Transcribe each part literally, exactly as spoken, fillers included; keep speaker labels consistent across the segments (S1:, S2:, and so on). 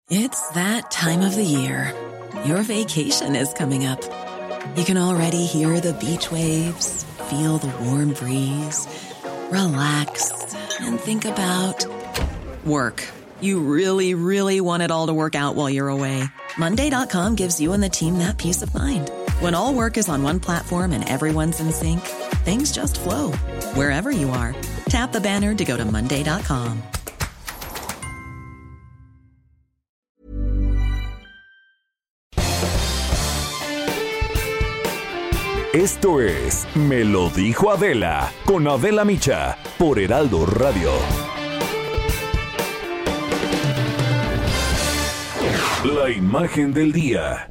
S1: It's that time of the year. Your vacation is coming up. You can already hear the beach waves, feel the warm breeze, relax, and think about work. You really, really want it all to work out while you're away. Monday dot com gives you and the team that peace of mind. When all work is on one platform and everyone's in sync, things just flow. Wherever you are, tap the banner to go to Monday dot com.
S2: Esto es Me lo dijo Adela, con Adela Micha, por Heraldo Radio. La imagen del día.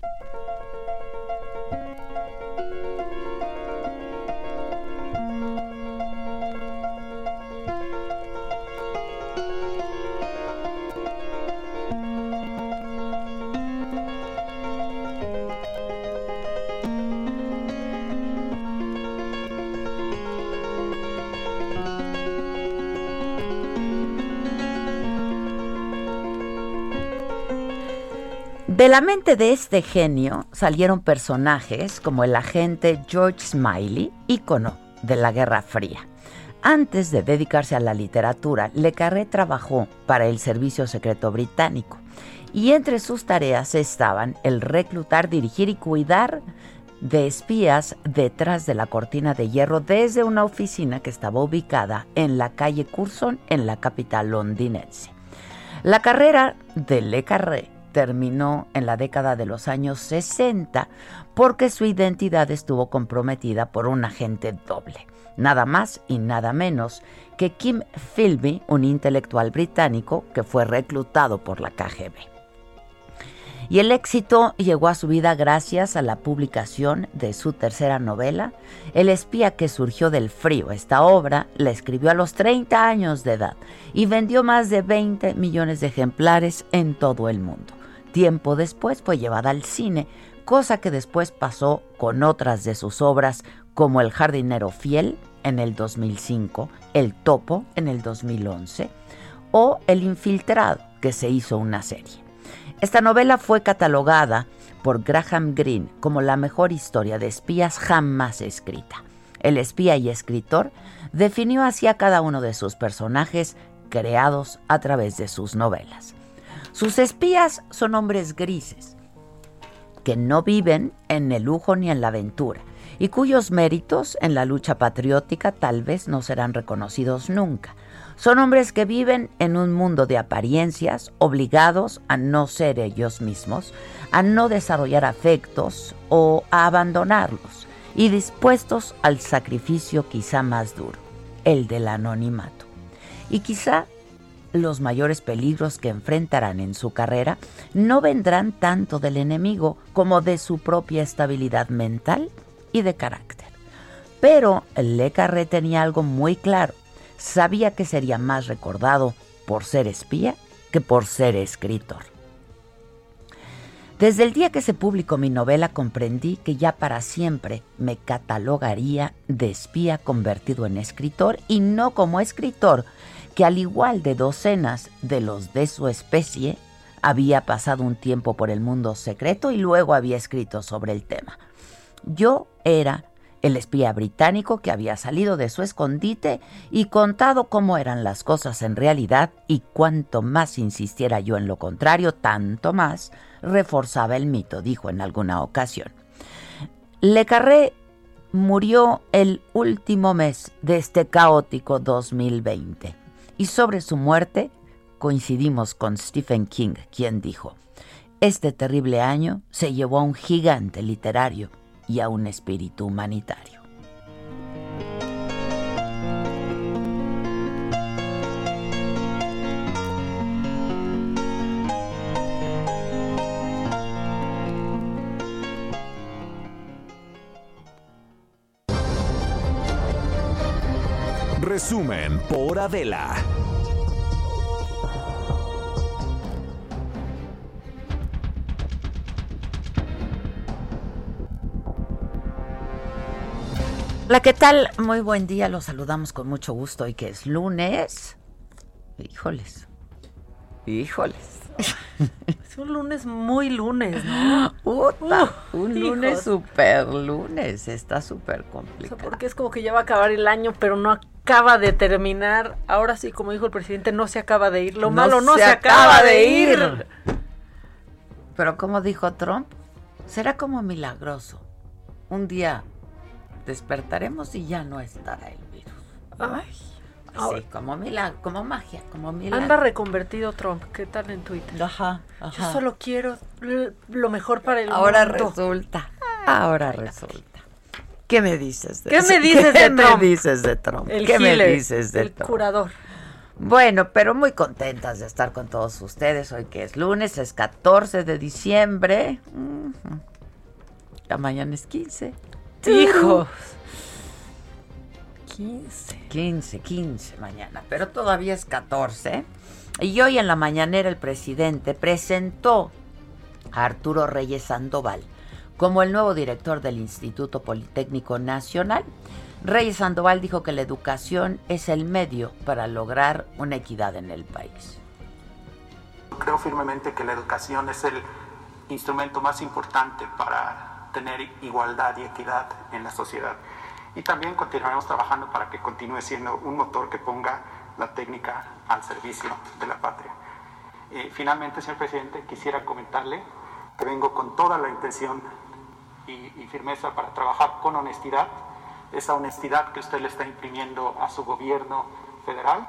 S3: De la mente de este genio salieron personajes como el agente George Smiley, ícono de la Guerra Fría. Antes de dedicarse a la literatura, Le Carré trabajó para el Servicio Secreto Británico y entre sus tareas estaban el reclutar, dirigir y cuidar de espías detrás de la cortina de hierro desde una oficina que estaba ubicada en la calle Curzon, en la capital londinense. La carrera de Le Carré terminó en la década de los años sesenta porque su identidad estuvo comprometida por un agente doble, nada más y nada menos que Kim Philby, un intelectual británico que fue reclutado por la K G B. Y el éxito llegó a su vida gracias a la publicación de su tercera novela, El espía que surgió del frío. Esta obra la escribió a los treinta años de edad y vendió más de veinte millones de ejemplares en todo el mundo. Tiempo después fue llevada al cine, cosa que después pasó con otras de sus obras como El jardinero fiel en el dos mil cinco, El topo en el dos mil once o El infiltrado, que se hizo una serie. Esta novela fue catalogada por Graham Greene como la mejor historia de espías jamás escrita. El espía y escritor definió así a cada uno de sus personajes creados a través de sus novelas. Sus espías son hombres grises, que no viven en el lujo ni en la aventura, y cuyos méritos en la lucha patriótica tal vez no serán reconocidos nunca. Son hombres que viven en un mundo de apariencias, obligados a no ser ellos mismos, a no desarrollar afectos o a abandonarlos, y dispuestos al sacrificio quizá más duro, el del anonimato. Y quizá los mayores peligros que enfrentarán en su carrera no vendrán tanto del enemigo como de su propia estabilidad mental y de carácter. Pero Le Carré tenía algo muy claro. Sabía que sería más recordado por ser espía que por ser escritor. Desde el día que se publicó mi novela comprendí que ya para siempre me catalogaría de espía convertido en escritor y no como escritor que al igual de docenas de los de su especie, había pasado un tiempo por el mundo secreto y luego había escrito sobre el tema. Yo era el espía británico que había salido de su escondite y contado cómo eran las cosas en realidad, y cuanto más insistiera yo en lo contrario, tanto más reforzaba el mito, dijo en alguna ocasión. Le Carré murió el último mes de este caótico dos mil veinte. Y sobre su muerte coincidimos con Stephen King, quien dijo: este terrible año se llevó a un gigante literario y a un espíritu humanitario.
S2: Resumen por Adela.
S3: Hola, ¿qué tal? Muy buen día, los saludamos con mucho gusto hoy que es lunes. Híjoles, híjoles.
S4: Es un lunes muy lunes, ¿no?
S3: Uta,
S4: Uh,
S3: un
S4: hijos.
S3: lunes super lunes, está súper
S4: O sea,
S3: complicado.
S4: porque es como que ya va a acabar el año, pero no acaba de terminar. Ahora sí, como dijo el presidente, no se acaba de ir. Lo
S3: No
S4: malo no
S3: se
S4: se,
S3: acaba
S4: acaba
S3: de
S4: de
S3: ir.
S4: ir.
S3: Pero como dijo Trump, será como milagroso. Un día despertaremos y ya no estará el virus.
S4: Ay,
S3: Así, como milagro, como magia, como milagro.
S4: anda reconvertido Trump. ¿Qué tal en Twitter?
S3: Ajá, ajá.
S4: Yo solo quiero l- lo mejor para el
S3: Ahora
S4: mundo.
S3: resulta, ahora resulta. ¿Qué me dices de
S4: ¿Qué
S3: eso?
S4: me dices
S3: ¿Qué
S4: de
S3: me
S4: Trump?
S3: dices de Trump?
S4: El
S3: ¿Qué me
S4: healer,
S3: dices de
S4: el
S3: Trump?
S4: curador.
S3: Bueno, pero muy contentas de estar con todos ustedes hoy que es lunes, es catorce de diciembre. Ujú. La mañana es quince.
S4: Hijos. quince.
S3: quince, quince mañana, pero todavía es catorce. Y hoy en la mañanera el presidente presentó a Arturo Reyes Sandoval como el nuevo director del Instituto Politécnico Nacional. Reyes Sandoval dijo que la educación es el medio para lograr una equidad en el país.
S5: Creo firmemente que la educación es el instrumento más importante para tener igualdad y equidad en la sociedad. Y también continuaremos trabajando para que continúe siendo un motor que ponga la técnica al servicio de la patria. Eh, finalmente, señor presidente, quisiera comentarle que vengo con toda la intención y, y firmeza para trabajar con honestidad, esa honestidad que usted le está imprimiendo a su gobierno federal.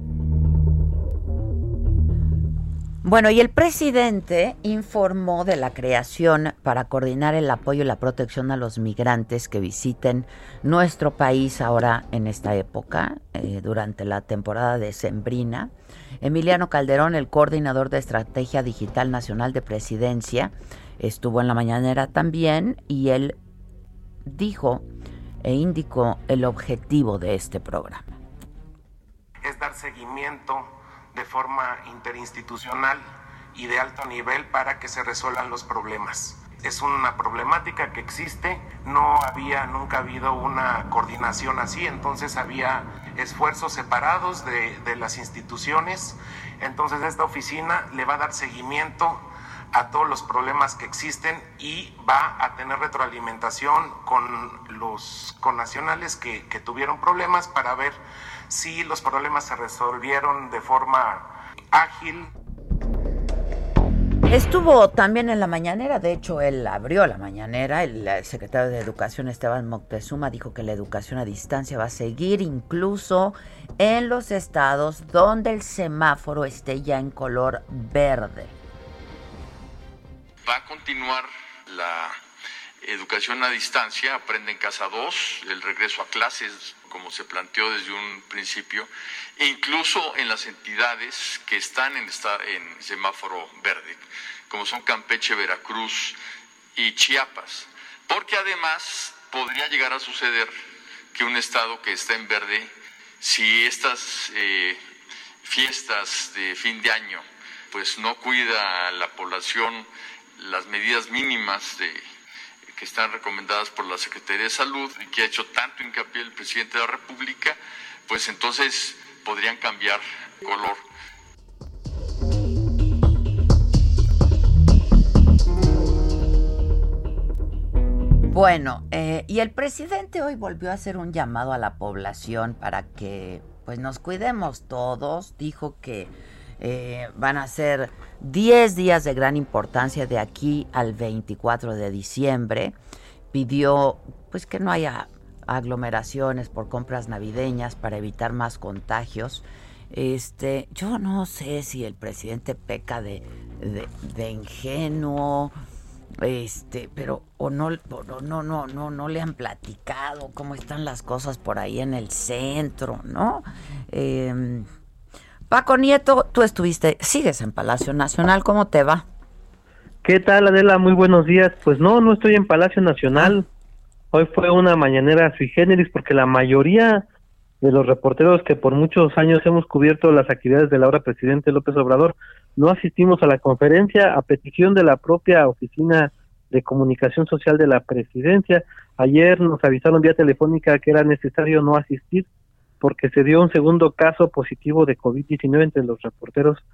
S3: Bueno, y el presidente informó de la creación para coordinar el apoyo y la protección a los migrantes que visiten nuestro país ahora en esta época, eh, durante la temporada decembrina. Emiliano Calderón, el coordinador de Estrategia Digital Nacional de Presidencia, estuvo en la mañanera también y él dijo e indicó el objetivo de este programa.
S6: Es dar seguimiento de forma interinstitucional y de alto nivel para que se resuelvan los problemas. Es una problemática que existe, no había, nunca ha habido una coordinación así, entonces había esfuerzos separados de, de las instituciones, entonces esta oficina le va a dar seguimiento a todos los problemas que existen y va a tener retroalimentación con los connacionales que, que tuvieron problemas para ver si los problemas se resolvieron de forma ágil.
S3: Estuvo también en la mañanera, de hecho él abrió la mañanera, el, el secretario de Educación Esteban Moctezuma dijo que la educación a distancia va a seguir incluso en los estados donde el semáforo esté ya en color verde.
S7: Va a continuar la educación a distancia, Aprende en Casa dos, el regreso a clases, como se planteó desde un principio, e incluso en las entidades que están en, esta, en semáforo verde, como son Campeche, Veracruz y Chiapas, porque además podría llegar a suceder que un estado que está en verde, si estas eh, fiestas de fin de año pues no cuida a la población las medidas mínimas de, que están recomendadas por la Secretaría de Salud y que ha hecho tanto hincapié el presidente de la República, pues entonces podrían cambiar color.
S3: Bueno, eh, y el presidente hoy volvió a hacer un llamado a la población para que pues nos cuidemos todos. Dijo que eh, van a ser diez días de gran importancia de aquí al veinticuatro de diciembre. Pidió pues que no haya aglomeraciones por compras navideñas para evitar más contagios. Este, yo no sé si el presidente peca de, de, de ingenuo, este, pero o no, o no, no, no, no, no le han platicado cómo están las cosas por ahí en el centro, ¿no? Eh, Paco Nieto, tú estuviste, sigues en Palacio Nacional, ¿cómo te va?
S8: ¿Qué tal, Adela? Muy buenos días. Pues no, no estoy en Palacio Nacional. Hoy fue una mañanera sui generis porque la mayoría de los reporteros que por muchos años hemos cubierto las actividades del ahora presidente López Obrador no asistimos a la conferencia a petición de la propia Oficina de Comunicación Social de la Presidencia. Ayer nos avisaron vía telefónica que era necesario no asistir porque se dio un segundo caso positivo de COVID diecinueve entre los reporteros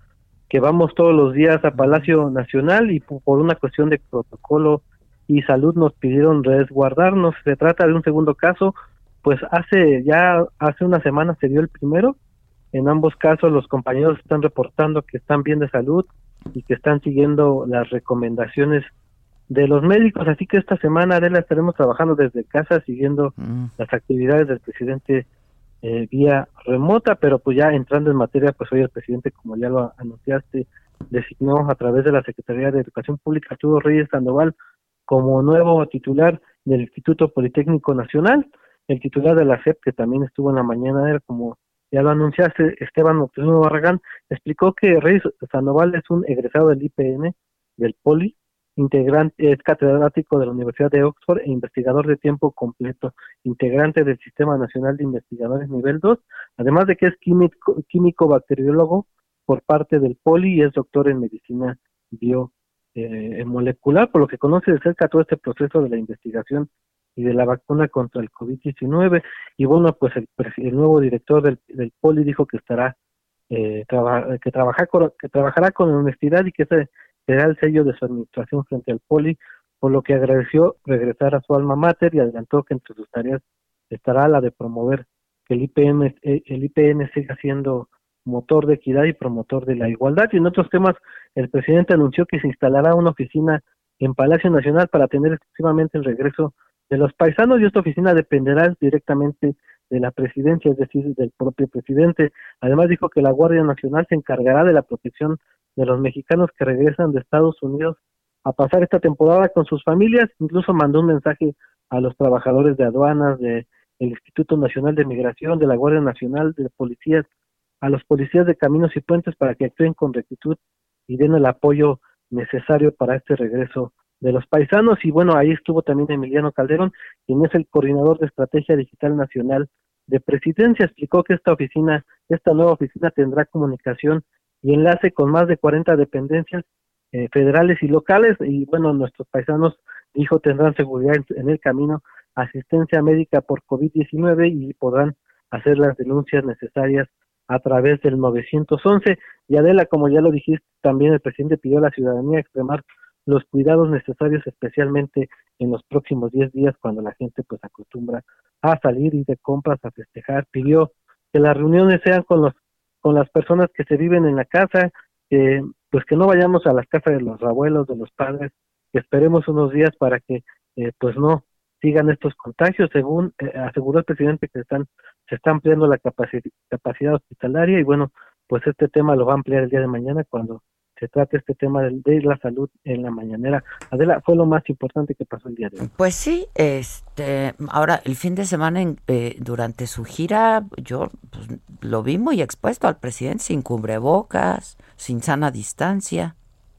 S8: que vamos todos los días a Palacio Nacional y por una cuestión de protocolo y salud nos pidieron resguardarnos. Se trata de un segundo caso, pues hace ya hace una semana se dio el primero. En ambos casos los compañeros están reportando que están bien de salud y que están siguiendo las recomendaciones de los médicos, así que esta semana, Adela, estaremos trabajando desde casa siguiendo mm. las actividades del presidente eh, vía remota, pero pues ya entrando en materia, pues hoy el presidente, como ya lo anunciaste, designó a través de la Secretaría de Educación Pública Arturo Reyes Sandoval como nuevo titular del Instituto Politécnico Nacional. El titular de la S E P, que también estuvo en la mañana, era como ya lo anunciaste, Esteban Moctezuma Barragán, explicó que Reyes Sandoval es un egresado del I P N, del Poli, integrante, es catedrático de la Universidad de Oxford e investigador de tiempo completo, integrante del Sistema Nacional de Investigadores nivel dos, además de que es químico, químico bacteriólogo por parte del Poli y es doctor en medicina bio eh, molecular, por lo que conoce de cerca todo este proceso de la investigación y de la vacuna contra el COVID diecinueve. Y bueno, pues el, el nuevo director del, del Poli dijo que estará eh, traba, que, trabaja con, que trabajará con honestidad y que se será el sello de su administración frente al Poli, por lo que agradeció regresar a su alma mater y adelantó que entre sus tareas estará la de promover que el I P N, el I P N siga siendo motor de equidad y promotor de la igualdad. Y en otros temas, el presidente anunció que se instalará una oficina en Palacio Nacional para atender exclusivamente el regreso de los paisanos, y esta oficina dependerá directamente de la presidencia, es decir, del propio presidente. Además dijo que la Guardia Nacional se encargará de la protección de los mexicanos que regresan de Estados Unidos a pasar esta temporada con sus familias. Incluso mandó un mensaje a los trabajadores de aduanas, de el Instituto Nacional de Migración, de la Guardia Nacional, de policías, a los policías de caminos y puentes para que actúen con rectitud y den el apoyo necesario para este regreso de los paisanos. Y bueno, ahí estuvo también Emiliano Calderón, quien es el coordinador de Estrategia Digital Nacional de Presidencia. Explicó que esta oficina, esta nueva oficina tendrá comunicación y enlace con más de cuarenta dependencias eh, federales y locales, y bueno, nuestros paisanos, dijo, tendrán seguridad en, en el camino, asistencia médica por COVID diecinueve y podrán hacer las denuncias necesarias a través del nueve once. Y Adela, como ya lo dijiste, también el presidente pidió a la ciudadanía extremar los cuidados necesarios, especialmente en los próximos diez días, cuando la gente pues acostumbra a salir y de compras, a festejar. Pidió que las reuniones sean con los con las personas que se viven en la casa, eh, pues que no vayamos a las casas de los abuelos, de los padres, que esperemos unos días para que eh, pues no sigan estos contagios. Según eh, aseguró el presidente, que están se está ampliando la capaci- capacidad hospitalaria, y bueno, pues este tema lo va a ampliar el día de mañana cuando se trate este tema de, de la salud en la mañanera. Adela, fue lo más importante que pasó el día de hoy.
S3: Pues sí, este, ahora el fin de semana en, eh, durante su gira yo pues, lo vi muy expuesto al presidente, sin cubrebocas, sin sana distancia.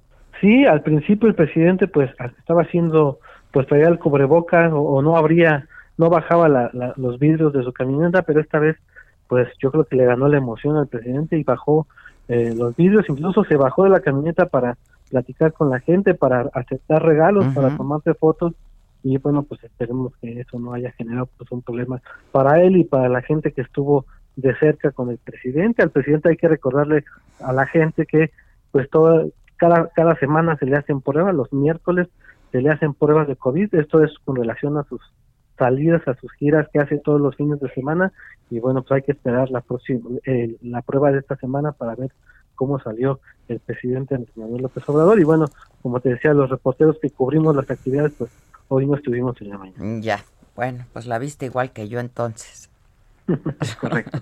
S8: Sí, al principio el presidente pues estaba haciendo, pues traía el cubrebocas o, o no abría, no bajaba la, la, los vidrios de su camioneta, pero esta vez pues yo creo que le ganó la emoción al presidente y bajó Eh, los vidrios, incluso se bajó de la camioneta para platicar con la gente, para aceptar regalos, uh-huh. para tomarse fotos, y bueno, pues esperemos que eso no haya generado pues un problema para él y para la gente que estuvo de cerca con el presidente. Al presidente hay que recordarle a la gente que pues toda, cada, cada semana se le hacen pruebas, los miércoles se le hacen pruebas de COVID, esto es con relación a sus salidas, a sus giras que hace todos los fines de semana, y bueno, pues hay que esperar la próxima eh, la prueba de esta semana para ver cómo salió el presidente Andrés Manuel López Obrador. Y bueno, como te decía, los reporteros que cubrimos las actividades, pues hoy no estuvimos en la mañana.
S3: Ya, bueno, pues la viste igual que yo entonces.
S8: Correcto.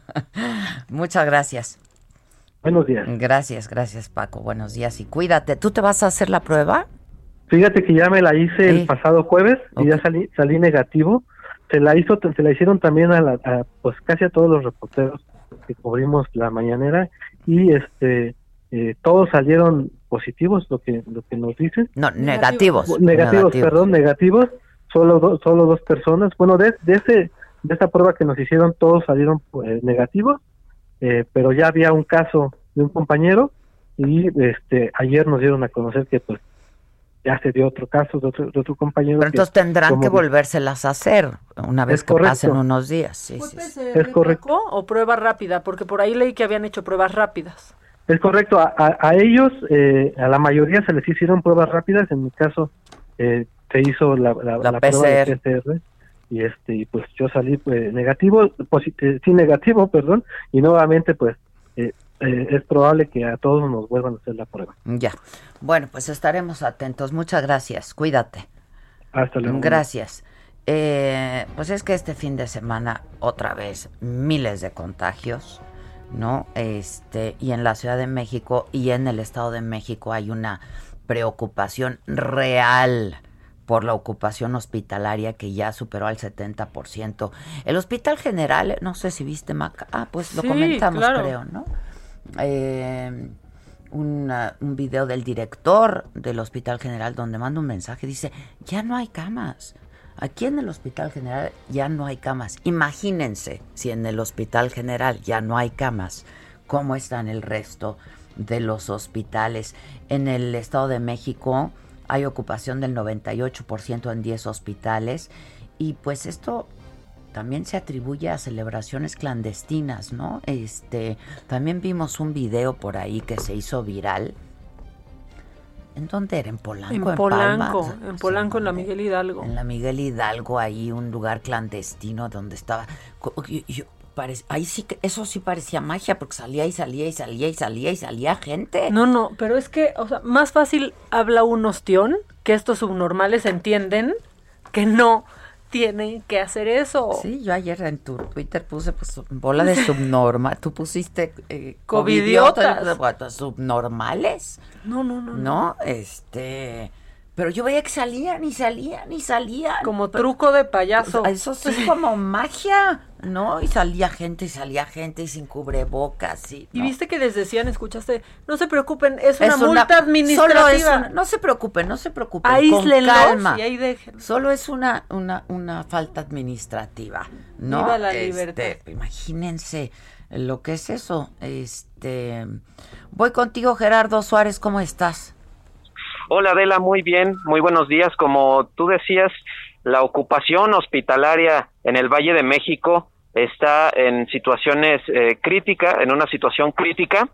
S3: Muchas gracias.
S8: Buenos días.
S3: Gracias, gracias Paco, buenos días y cuídate. ¿Tú te vas a hacer la prueba?
S8: Fíjate que ya me la hice sí. el pasado jueves y okay. ya salí salí negativo. Se la hizo se la hicieron también a, la, a pues casi a todos los reporteros que cubrimos la mañanera, y este eh, todos salieron positivos, lo que lo que nos dicen.
S3: No, negativos.
S8: Negativos, negativos perdón, negativos. Solo do, solo dos personas. Bueno, de de ese de esta prueba que nos hicieron todos salieron pues, negativos, eh, pero ya había un caso de un compañero, y este ayer nos dieron a conocer que pues ya se dio otro caso de otro, de otro compañero.
S3: Pero entonces
S8: que,
S3: tendrán que volvérselas a hacer una vez que
S8: correcto.
S3: pasen unos días. Sí,
S4: ¿Fue
S3: sí,
S4: P C R,
S8: es correcto.
S4: ¿O prueba rápida? Porque por ahí leí que habían hecho pruebas rápidas.
S8: Es correcto, a, a, a ellos, eh, a la mayoría se les hicieron pruebas rápidas, en mi caso eh, se hizo la, la,
S3: la,
S8: la
S3: P C R.
S8: prueba de P C R, y este y pues yo salí pues negativo, posit- sí negativo, perdón, y nuevamente pues eh, eh, es probable que a todos nos vuelvan a hacer la prueba.
S3: Ya, bueno, pues estaremos atentos, muchas gracias, cuídate.
S8: Hasta luego.
S3: Gracias. Eh, pues es que este fin de semana, otra vez, miles de contagios, ¿no? Este, y en la Ciudad de México y en el Estado de México hay una preocupación real por la ocupación hospitalaria que ya superó al setenta por ciento. El Hospital General, no sé si viste, Maca, ah, pues lo
S4: Sí,
S3: comentamos,
S4: claro.
S3: creo, ¿no? Eh, una, un video del director del Hospital General donde manda un mensaje, dice, ya no hay camas. Aquí en el Hospital General ya no hay camas. Imagínense si en el Hospital General ya no hay camas, ¿cómo están el resto de los hospitales? En el Estado de México hay ocupación del noventa y ocho por ciento en diez hospitales y pues esto también se atribuye a celebraciones clandestinas, ¿no? Este, también vimos un video por ahí que se hizo viral. ¿En dónde era? ¿En Polanco?
S4: En
S3: ¿En
S4: Polanco,
S3: Palmas?
S4: en Polanco,
S3: Sí,
S4: en la Miguel Hidalgo.
S3: En la Miguel Hidalgo, ahí un lugar clandestino donde estaba... Yo, yo, parec, ahí sí que, eso sí parecía magia, porque salía y salía y salía y salía y salía gente.
S4: No, no, pero es que, o sea, más fácil habla un ostión, que estos subnormales entienden que no tienen que hacer eso.
S3: Sí, yo ayer en tu Twitter puse pues bola de subnormal, tú pusiste eh,
S4: Covidiotas.
S3: covidiotas, subnormales.
S4: No, no, no, no.
S3: No, este, pero yo veía que salían y salían y salían.
S4: Como truco de payaso.
S3: Eso sí es como magia, ¿no? Y salía gente y salía gente y sin cubrebocas. Y,
S4: Y
S3: ¿no?
S4: viste que les decían, escuchaste, no se preocupen, es una
S3: Es una-
S4: multa administrativa.
S3: Solo es una- no se preocupen, no se preocupen.
S4: Aíslenlos
S3: con calma.
S4: y ahí déjenlos.
S3: Solo es una, una, una falta administrativa, ¿no?
S4: Viva la
S3: Este,
S4: libertad.
S3: Imagínense lo que es eso. Este, voy contigo, Gerardo Suárez, ¿cómo estás?
S9: Hola Adela, muy bien, muy buenos días. Como tú decías, la ocupación hospitalaria en el Valle de México está en situaciones eh, críticas, en una situación crítica.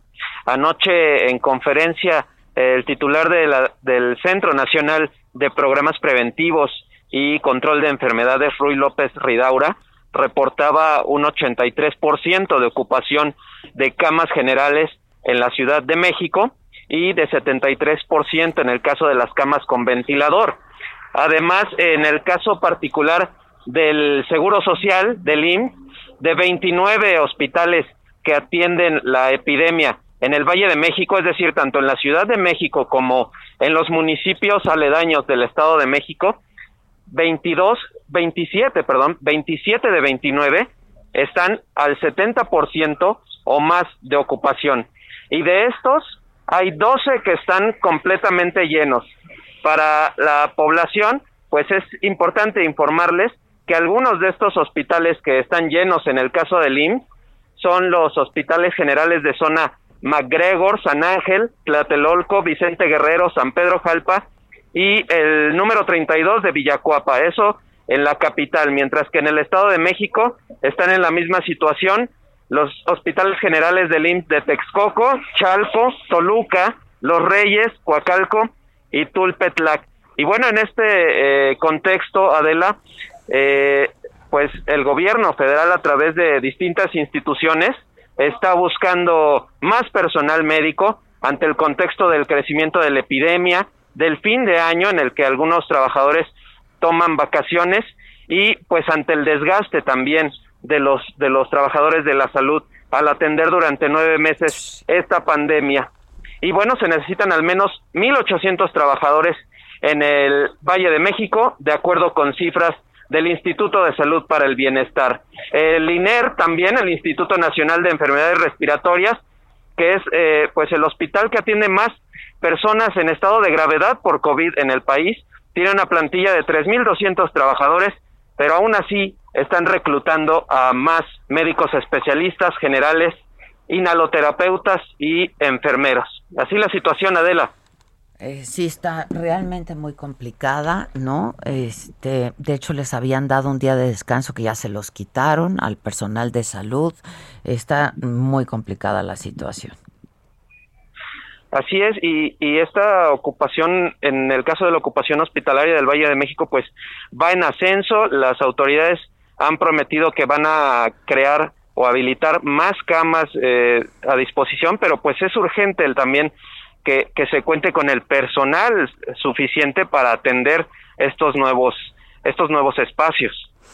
S9: Anoche en conferencia el titular de la, del Centro Nacional de Programas Preventivos y Control de Enfermedades, Ruy López Ridaura, reportaba un ochenta y tres por ciento de ocupación de camas generales en la Ciudad de México y de setenta y tres por ciento en el caso de las camas con ventilador. Además, en el caso particular del Seguro Social, del I M S S, de veintinueve hospitales que atienden la epidemia en el Valle de México, es decir, tanto en la Ciudad de México como en los municipios aledaños del Estado de México, veintidós, veintisiete, perdón, veintisiete de veintinueve están al setenta por ciento o más de ocupación. Y de estos, hay doce que están completamente llenos. Para la población, pues es importante informarles que algunos de estos hospitales que están llenos en el caso del I M S S son los hospitales generales de zona McGregor, San Ángel, Tlatelolco, Vicente Guerrero, San Pedro Jalpa y el número treinta y dos de Villacuapa, eso en la capital, mientras que en el Estado de México están en la misma situación los hospitales generales del I M S S de Texcoco, Chalco, Toluca, Los Reyes, Coacalco y Tulpetlac. Y bueno, en este eh, contexto, Adela, eh, pues el gobierno federal a través de distintas instituciones está buscando más personal médico ante el contexto del crecimiento de la epidemia, del fin de año en el que algunos trabajadores toman vacaciones y pues ante el desgaste también de los de los trabajadores de la salud al atender durante nueve meses esta pandemia. Y bueno, se necesitan al menos mil ochocientos trabajadores en el Valle de México, de acuerdo con cifras del Instituto de Salud para el Bienestar. El I N E R también, el Instituto Nacional de Enfermedades Respiratorias, que es eh, pues el hospital que atiende más personas en estado de gravedad por COVID en el país, tiene una plantilla de tres mil doscientos trabajadores, pero aún así están reclutando a más médicos especialistas, generales, inhaloterapeutas y enfermeros. Así la situación, Adela.
S3: Eh, sí, está realmente muy complicada, ¿no? Este, de hecho, les habían dado un día de descanso que ya se los quitaron al personal de salud. Está muy complicada la situación.
S9: Así es, y, y esta ocupación, en el caso de la ocupación hospitalaria del Valle de México, pues va en ascenso. Las autoridades han prometido que van a crear o habilitar más camas eh, a disposición, pero pues es urgente el también que, que se cuente con el personal suficiente para atender estos nuevos, estos nuevos espacios.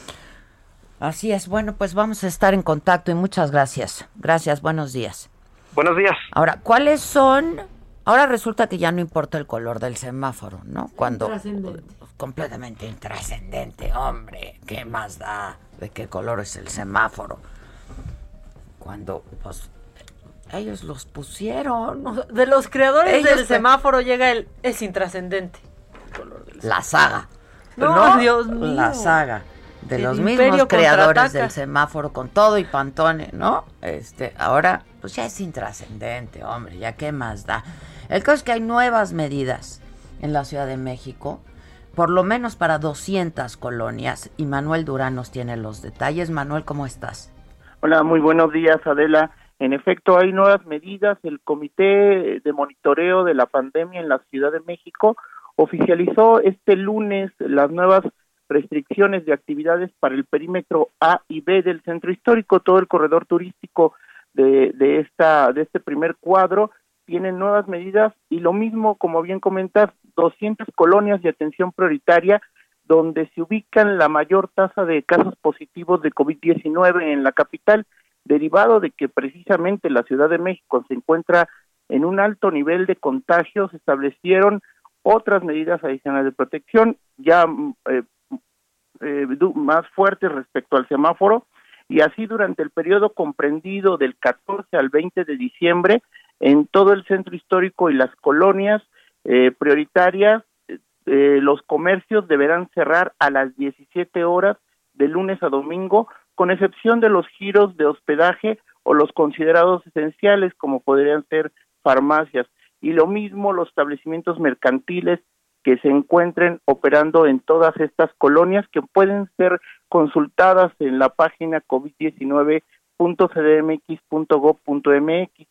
S3: Así es, bueno, pues vamos a estar en contacto y muchas gracias. Gracias, buenos días.
S9: Buenos días.
S3: Ahora, ¿cuáles son? Ahora resulta que ya no importa el color del semáforo, ¿no? Cuando
S4: Intrascendente.
S3: Completamente intrascendente, hombre, ¿qué más da de qué color es el semáforo? Cuando, pues, ellos los pusieron.
S4: O sea, de los creadores
S3: Ellos
S4: del
S3: fue-
S4: semáforo llega el es intrascendente.
S3: La saga.
S4: No, Dios mío.
S3: La saga. De
S4: El
S3: los
S4: Imperio
S3: mismos creadores
S4: contraataca.
S3: del semáforo, con todo y Pantone, ¿no? Este, ahora, pues ya es intrascendente, hombre, ya qué más da. El caso es que hay nuevas medidas en la Ciudad de México, por lo menos para doscientas colonias, y Manuel Durán nos tiene los detalles. Manuel, ¿cómo estás?
S10: Hola, muy buenos días, Adela. En efecto, hay nuevas medidas. El Comité de Monitoreo de la Pandemia en la Ciudad de México oficializó este lunes las nuevas restricciones de actividades para el perímetro A y B del centro histórico. Todo el corredor turístico de, de esta de este primer cuadro tiene nuevas medidas, y lo mismo, como bien comentas, doscientas colonias de atención prioritaria donde se ubican la mayor tasa de casos positivos de COVID diecinueve en la capital, derivado de que precisamente la Ciudad de México se encuentra en un alto nivel de contagios. Se establecieron otras medidas adicionales de protección, ya eh, eh, más fuertes respecto al semáforo, y así durante el periodo comprendido del catorce al veinte de diciembre, en todo el centro histórico y las colonias eh, prioritarias, eh, los comercios deberán cerrar a las diecisiete horas de lunes a domingo, con excepción de los giros de hospedaje o los considerados esenciales, como podrían ser farmacias, y lo mismo los establecimientos mercantiles que se encuentren operando en todas estas colonias, que pueden ser consultadas en la página covid diecinueve punto c d m x punto gob punto m x.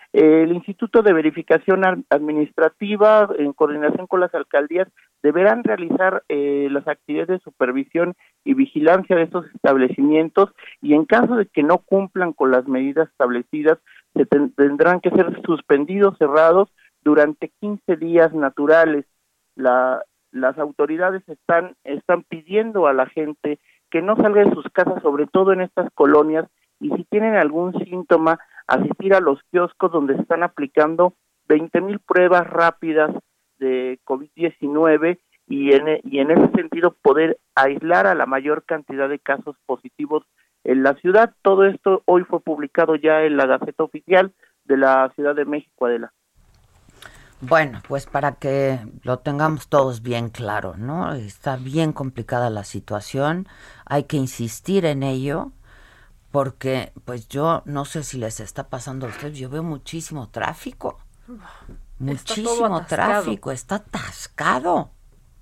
S10: El Instituto de Verificación Administrativa, en coordinación con las alcaldías, deberán realizar eh, las actividades de supervisión y vigilancia de estos establecimientos, y en caso de que no cumplan con las medidas establecidas, se ten- tendrán que ser suspendidos, cerrados durante quince días naturales. La, las autoridades están, están pidiendo a la gente que no salga de sus casas, sobre todo en estas colonias, y si tienen algún síntoma, asistir a los kioscos donde se están aplicando veinte mil pruebas rápidas de COVID diecinueve, y en, y en ese sentido poder aislar a la mayor cantidad de casos positivos en la ciudad. Todo esto hoy fue publicado ya en la Gaceta Oficial de la Ciudad de México, Adela.
S3: Bueno, pues para que lo tengamos todos bien claro, ¿no? Está bien complicada la situación, hay que insistir en ello, porque pues yo no sé si les está pasando a ustedes, yo veo muchísimo tráfico, muchísimo tráfico, está atascado.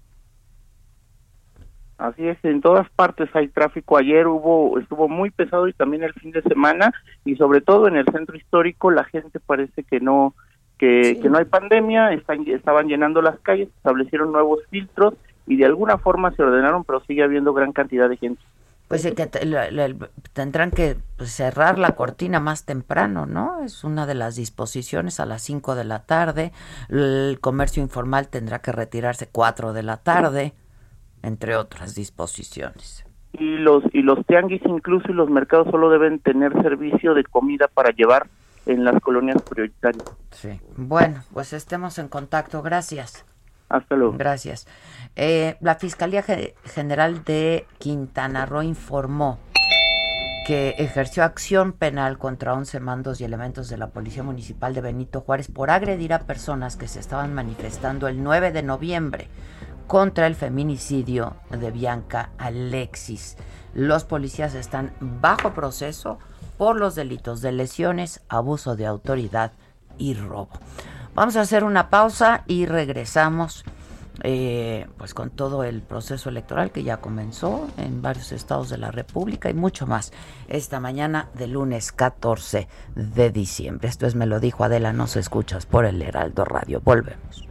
S10: Así es, en todas partes hay tráfico. Ayer hubo, estuvo muy pesado, y también el fin de semana, y sobre todo en el centro histórico la gente parece que no que, sí. que no hay pandemia. Están, estaban llenando las calles, establecieron nuevos filtros y de alguna forma se ordenaron, pero sigue habiendo gran cantidad de gente.
S3: Pues es que te, le, le, tendrán que cerrar la cortina más temprano, ¿no? Es una de las disposiciones, a las cinco de la tarde. El comercio informal tendrá que retirarse cuatro de la tarde, entre otras disposiciones.
S10: Y los y los tianguis incluso y los mercados solo deben tener servicio de comida para llevar en las colonias prioritarias.
S3: Sí. Bueno, pues estemos en contacto. Gracias.
S10: Hasta luego.
S3: Gracias. Eh, la Fiscalía General de Quintana Roo informó que ejerció acción penal contra once mandos y elementos de la Policía Municipal de Benito Juárez por agredir a personas que se estaban manifestando el nueve de noviembre contra el feminicidio de Bianca Alexis. Los policías están bajo proceso por los delitos de lesiones, abuso de autoridad y robo. Vamos a hacer una pausa y regresamos eh, pues con todo el proceso electoral que ya comenzó en varios estados de la República y mucho más esta mañana de lunes catorce de diciembre. Esto es Me lo dijo Adela, nos escuchas por el Heraldo Radio. Volvemos.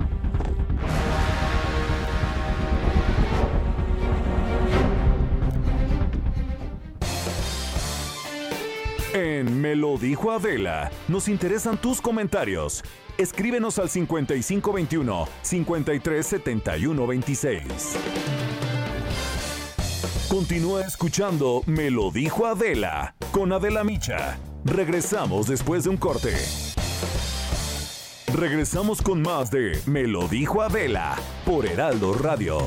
S2: En Me lo dijo Adela, nos interesan tus comentarios. Escríbenos al cincuenta y cinco veintiuno, cincuenta y tres setenta y uno veintiséis. Continúa escuchando Me lo dijo Adela con Adela Micha. Regresamos después de un corte. Regresamos con más de Me lo dijo Adela por Heraldo Radio.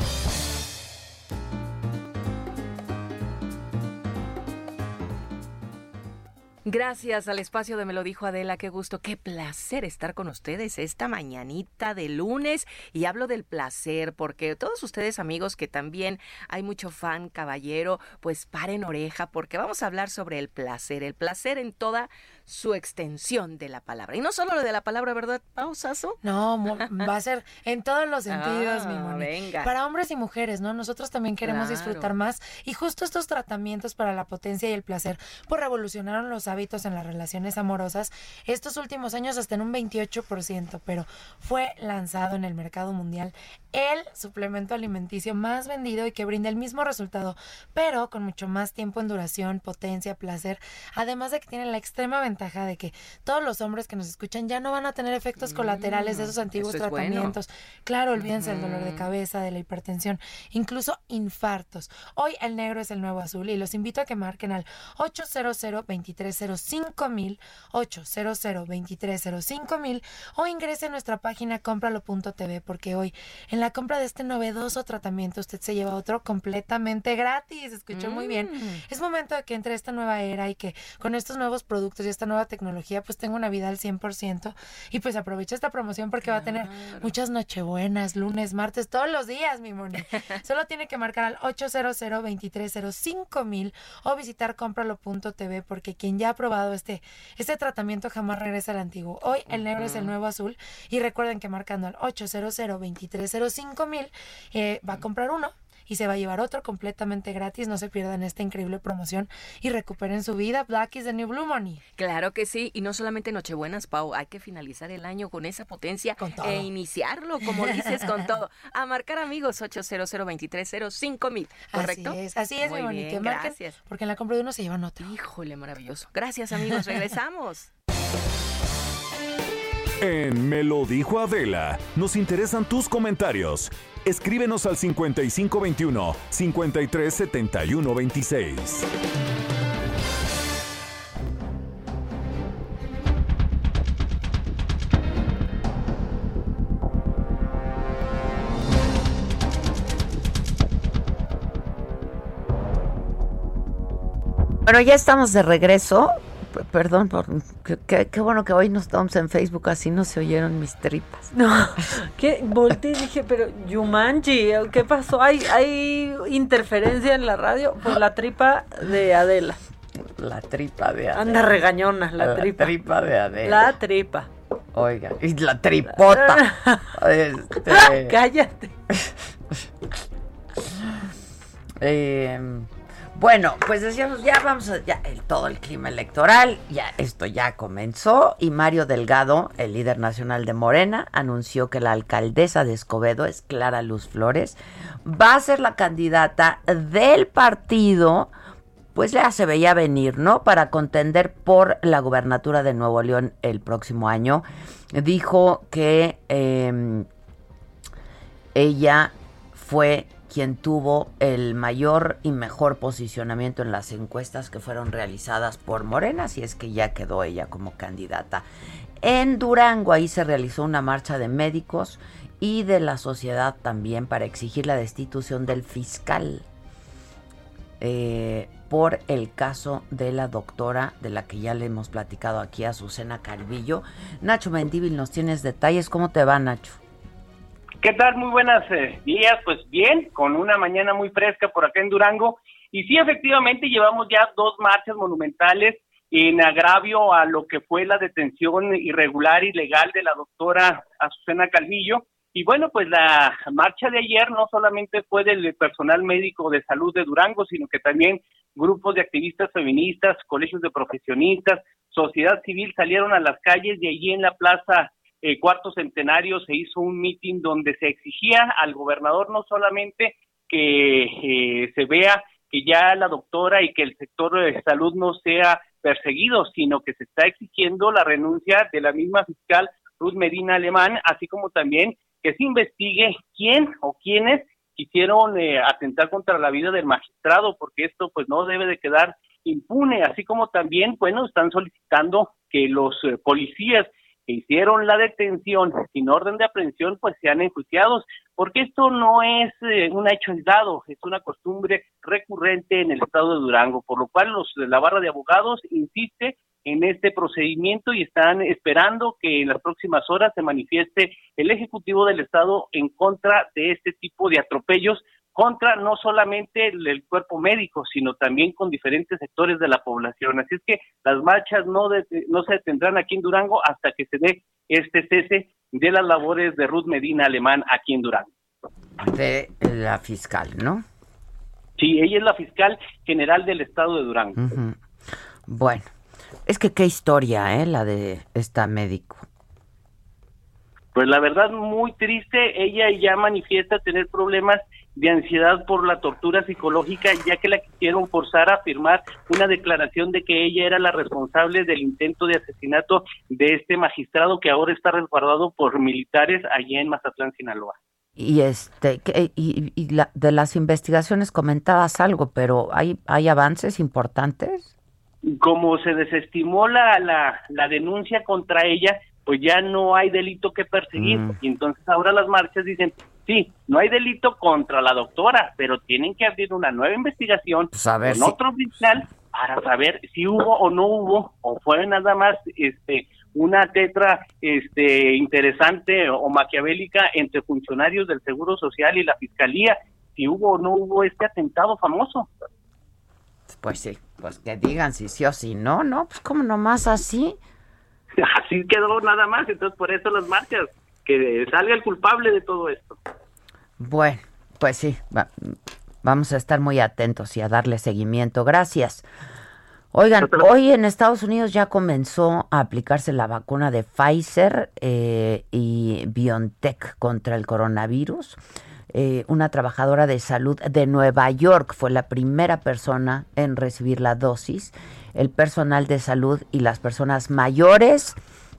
S11: Gracias al espacio de Me lo dijo Adela, qué gusto, qué placer estar con ustedes esta mañanita de lunes. Y hablo del placer porque todos ustedes, amigos, que también hay mucho fan caballero, pues paren oreja porque vamos a hablar sobre el placer, el placer en toda su extensión de la palabra. Y no solo lo de la palabra, ¿verdad, Pau Sasso?
S12: No, va a ser en todos los sentidos,
S11: ah,
S12: mi Moni.
S11: Venga.
S12: Para hombres y mujeres, ¿no? Nosotros también queremos
S11: Claro.
S12: disfrutar más. Y justo estos tratamientos para la potencia y el placer, pues revolucionaron los hábitos en las relaciones amorosas estos últimos años hasta en un veintiocho por ciento, pero fue lanzado en el mercado mundial el suplemento alimenticio más vendido y que brinda el mismo resultado, pero con mucho más tiempo en duración, potencia, placer, además de que tiene la extrema ventaja de que todos los hombres que nos escuchan ya no van a tener efectos colaterales de esos antiguos
S11: eso es
S12: tratamientos.
S11: bueno.
S12: Claro, olvídense del
S11: Ujú.
S12: dolor de cabeza, de la hipertensión, incluso infartos. Hoy el negro es el nuevo azul y los invito a que marquen al ochocientos veintitrés cero cinco mil, ochocientos veintitrés cero cinco mil o ingrese a nuestra página cómpralo punto t v porque hoy en la compra de este novedoso tratamiento usted se lleva otro completamente gratis. Escuchó mm. muy bien. Es momento de que entre esta nueva era y que con estos nuevos productos y esta nueva tecnología pues tenga una vida al cien por ciento y pues aprovecha esta promoción porque claro. va a tener muchas nochebuenas, lunes, martes, todos los días, mi Moni. Solo tiene que marcar al ochocientos veintitrés cero cinco mil o visitar cómpralo punto t v porque quien ya ha probado este, este tratamiento jamás regresa al antiguo. Hoy el negro uh-huh. es el nuevo azul y recuerden que marcando al ochocientos veintitrés cero cinco mil eh, va a comprar uno y se va a llevar otro completamente gratis. No se pierdan esta increíble promoción y recuperen su vida. Black is the new blue, Money.
S11: Claro que sí, y no solamente Nochebuenas, Pau, hay que finalizar el año con esa potencia
S12: con todo.
S11: E iniciarlo, como dices, con todo. A marcar, amigos, ochocientos veintitrés cero cinco mil, ¿correcto?
S12: Así es, así es,
S11: muy
S12: mi Moni.
S11: bien,
S12: Que marquen,
S11: gracias.
S12: porque en la compra de uno se llevan otro.
S11: Híjole, maravilloso. Gracias, amigos, regresamos.
S2: En Me lo dijo Adela, nos interesan tus comentarios. Escríbenos al cincuenta y cinco veintiuno, cincuenta y tres setenta y uno veintiséis.
S3: Bueno, ya estamos de regreso. P- Perdón, por, qué, qué bueno que hoy no estamos en Facebook, así no se oyeron mis tripas.
S4: No, que volteé y dije, pero Yumanji, ¿qué pasó? ¿Hay, hay interferencia en la radio por la tripa de Adela?
S3: La tripa de Adela.
S4: Anda regañona, la,
S3: la
S4: tripa.
S3: tripa de Adela.
S4: La tripa.
S3: Oiga, y la tripota. este...
S4: Cállate.
S3: eh... Bueno, pues decíamos, ya vamos a, ya el, todo el clima electoral, ya esto ya comenzó y Mario Delgado, el líder nacional de Morena, anunció que la alcaldesa de Escobedo, es Clara Luz Flores, va a ser la candidata del partido, pues ya se veía venir, ¿no? Para contender por la gubernatura de Nuevo León el próximo año. Dijo que eh, ella fue quien tuvo el mayor y mejor posicionamiento en las encuestas que fueron realizadas por Morena, así es que ya quedó ella como candidata. En Durango, ahí se realizó una marcha de médicos y de la sociedad también para exigir la destitución del fiscal eh, por el caso de la doctora, de la que ya le hemos platicado aquí, Azucena Calvillo. Nacho Mendívil, nos tienes detalles. ¿Cómo te va, Nacho?
S13: ¿Qué tal? Muy buenos eh, días. Pues bien, con una mañana muy fresca por acá en Durango. Y sí, efectivamente, llevamos ya dos marchas monumentales en agravio a lo que fue la detención irregular y ilegal de la doctora Azucena Calvillo. Y bueno, pues la marcha de ayer no solamente fue del personal médico de salud de Durango, sino que también grupos de activistas feministas, colegios de profesionistas, sociedad civil salieron a las calles, y allí en la plaza eh, Cuarto Centenario se hizo un mitin donde se exigía al gobernador no solamente que eh, se vea que ya la doctora y que el sector de salud no sea perseguido, sino que se está exigiendo la renuncia de la misma fiscal Ruth Medina Alemán, así como también que se investigue quién o quiénes quisieron eh, atentar contra la vida del magistrado, porque esto pues no debe de quedar impune, así como también, bueno, están solicitando que los eh, policías que hicieron la detención sin orden de aprehensión pues sean enjuiciados, porque esto no es eh, un hecho aislado, es una costumbre recurrente en el estado de Durango, por lo cual los la barra de abogados insiste en este procedimiento y están esperando que en las próximas horas se manifieste el Ejecutivo del Estado en contra de este tipo de atropellos, contra no solamente el, el cuerpo médico, sino también con diferentes sectores de la población. Así es que las marchas no, de, no se detendrán aquí en Durango hasta que se dé este cese de las labores de Ruth Medina Alemán aquí en Durango.
S3: De la fiscal, ¿no?
S13: Sí, ella es la fiscal general del estado de Durango.
S3: Uh-huh. Bueno, es que qué historia, ¿eh? La de esta médico.
S13: Pues la verdad, muy triste. Ella ya manifiesta tener problemas de ansiedad por la tortura psicológica, ya que la quisieron forzar a firmar una declaración de que ella era la responsable del intento de asesinato de este magistrado que ahora está resguardado por militares allá en Mazatlán, Sinaloa.
S3: Y este y, y la, de las investigaciones comentabas algo, pero ¿hay, hay avances importantes?
S13: Como se desestimó la, la, la denuncia contra ella, pues ya no hay delito que perseguir. Mm. Y entonces ahora las marchas dicen, sí, no hay delito contra la doctora, pero tienen que abrir una nueva investigación
S3: pues a ver
S13: con
S3: si...
S13: otro fiscal para saber si hubo o no hubo, o fue nada más este una tetra este interesante o maquiavélica entre funcionarios del Seguro Social y la Fiscalía, si hubo o no hubo este atentado famoso.
S3: Pues sí, pues que digan si sí o si no, ¿no? Pues como nomás así.
S13: Así quedó nada más, entonces por eso las marchas, que salga el culpable de todo esto.
S3: Bueno, pues sí, va, vamos a estar muy atentos y a darle seguimiento. Gracias. Oigan, hoy en Estados Unidos ya comenzó a aplicarse la vacuna de Pfizer eh, y BioNTech contra el coronavirus. Eh, una trabajadora de salud de Nueva York fue la primera persona en recibir la dosis. El personal de salud y las personas mayores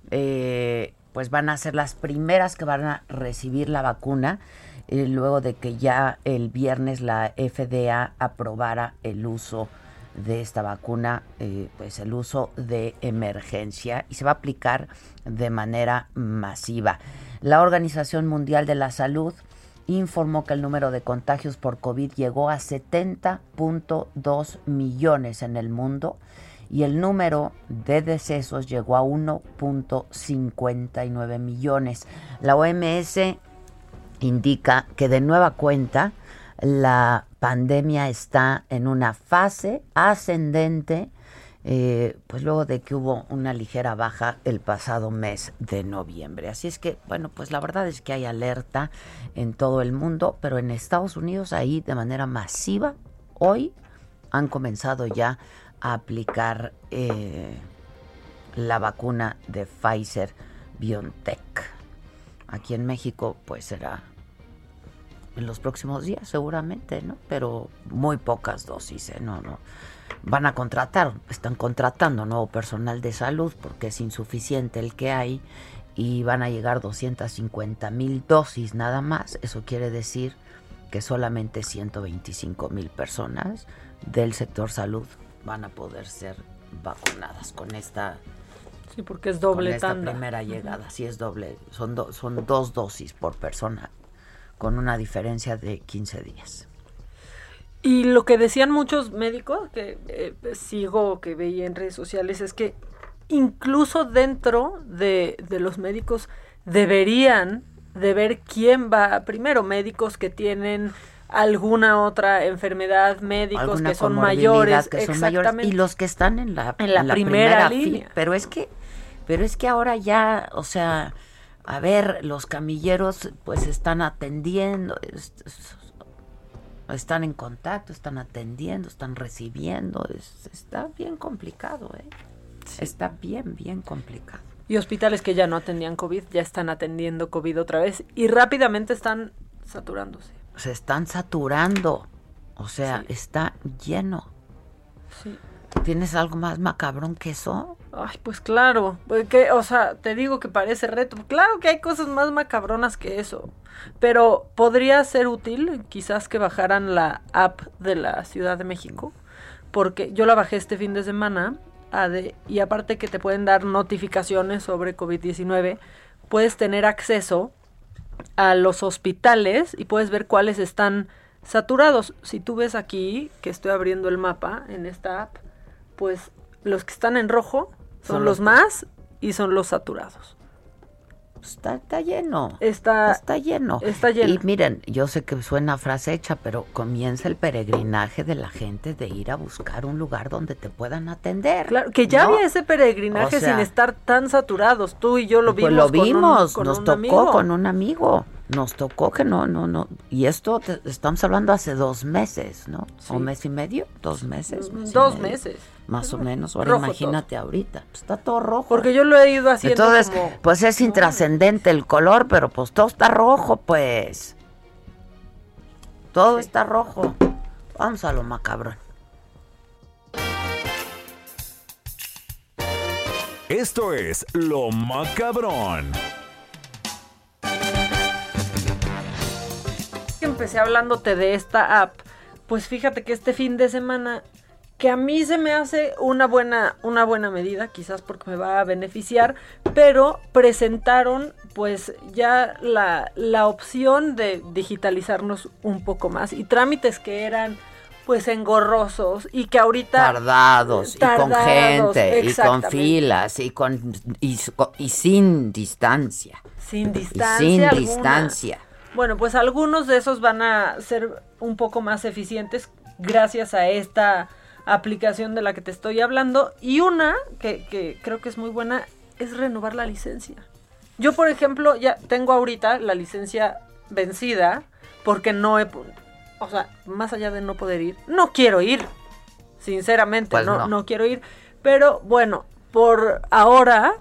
S3: eh, pues van a ser las primeras que van a recibir la vacuna eh, luego de que ya el viernes la F D A aprobara el uso de esta vacuna, eh, pues el uso de emergencia, y se va a aplicar de manera masiva. La Organización Mundial de la Salud informó que el número de contagios por COVID llegó a setenta punto dos millones en el mundo y el número de decesos llegó a uno punto cincuenta y nueve millones. La O M S indica que de nueva cuenta la pandemia está en una fase ascendente, eh, pues luego de que hubo una ligera baja el pasado mes de noviembre. Así es que, bueno, pues la verdad es que hay alerta en todo el mundo, pero en Estados Unidos ahí de manera masiva hoy han comenzado ya a aplicar eh, la vacuna de Pfizer BioNTech. Aquí en México pues será en los próximos días seguramente, ¿no? Pero muy pocas dosis, ¿eh? No, no. Van a contratar, están contratando nuevo personal de salud porque es insuficiente el que hay y van a llegar doscientas cincuenta mil dosis nada más. Eso quiere decir que solamente ciento veinticinco mil personas del sector salud van a poder ser vacunadas con esta.
S4: Sí, porque es doble
S3: con esta
S4: tanda.
S3: primera llegada. Uh-huh. Sí, es doble. Son, do, son dos dosis por persona, con una diferencia de quince días.
S4: Y lo que decían muchos médicos, que eh, sigo, que veía en redes sociales, es que incluso dentro de, de los médicos deberían de ver quién va primero. Médicos que tienen alguna otra enfermedad, médicos alguna que son mayores,
S3: que son mayores, y los que están en la,
S4: en la,
S3: en la
S4: primera, primera
S3: línea. Pero es que, pero es que ahora ya, o sea, a ver, los camilleros pues están atendiendo, es, es, están en contacto, están atendiendo, están recibiendo, es, está bien complicado, ¿eh? Sí. Está bien, bien complicado.
S4: Y hospitales que ya no atendían COVID, ya están atendiendo COVID otra vez y rápidamente están saturándose.
S3: Se están saturando, o sea, sí. Está lleno.
S4: Sí.
S3: ¿Tienes algo más macabrón que eso?
S4: Ay, pues claro, porque, o sea, te digo que parece reto. Claro que hay cosas más macabronas que eso, pero podría ser útil quizás que bajaran la app de la Ciudad de México, porque yo la bajé este fin de semana, Ade, y aparte que te pueden dar notificaciones sobre COVID diecinueve, puedes tener acceso a los hospitales y puedes ver cuáles están saturados. Si tú ves aquí, que estoy abriendo el mapa en esta app, pues los que están en rojo son, son los, los más y son los saturados.
S3: Está, está lleno.
S4: Está,
S3: está lleno.
S4: Está lleno.
S3: Y miren, yo sé que suena frase hecha, pero comienza el peregrinaje de la gente de ir a buscar un lugar donde te puedan atender.
S4: Claro, que ya ¿no? había ese peregrinaje o sea, sin estar tan saturados. Tú y yo lo vimos.
S3: Pues lo vimos,
S4: con un, con
S3: nos
S4: un
S3: tocó
S4: amigo.
S3: con un amigo. Nos tocó que no, no, no. Y esto te, estamos hablando hace dos meses, ¿no?
S4: Sí.
S3: ¿O mes y medio? ¿Dos meses? Mes
S4: dos
S3: medio,
S4: meses.
S3: Más o menos. Ahora
S4: rojo
S3: imagínate todo. Ahorita. Pues está todo rojo.
S4: Porque yo lo he ido haciendo
S3: Entonces,
S4: como...
S3: pues es intrascendente el color, pero pues todo está rojo, pues. Todo sí. está rojo. Vamos a lo macabrón.
S2: Esto es Lo Macabrón.
S4: Empecé hablándote de esta app, pues fíjate que este fin de semana, que a mí se me hace una buena, una buena medida, quizás porque me va a beneficiar, pero presentaron pues ya la, la opción de digitalizarnos un poco más y trámites que eran pues engorrosos y que ahorita
S3: tardados, tardados y con gente y con filas y con y, y sin distancia
S4: sin distancia
S3: y sin
S4: alguna.
S3: distancia
S4: Bueno, pues algunos de esos van a ser un poco más eficientes gracias a esta aplicación de la que te estoy hablando. Y una que, que creo que es muy buena es renovar la licencia. Yo, por ejemplo, ya tengo ahorita la licencia vencida porque no he... O sea, más allá de no poder ir, no quiero ir. Sinceramente, pues no, no. no quiero ir. Pero bueno, por ahora,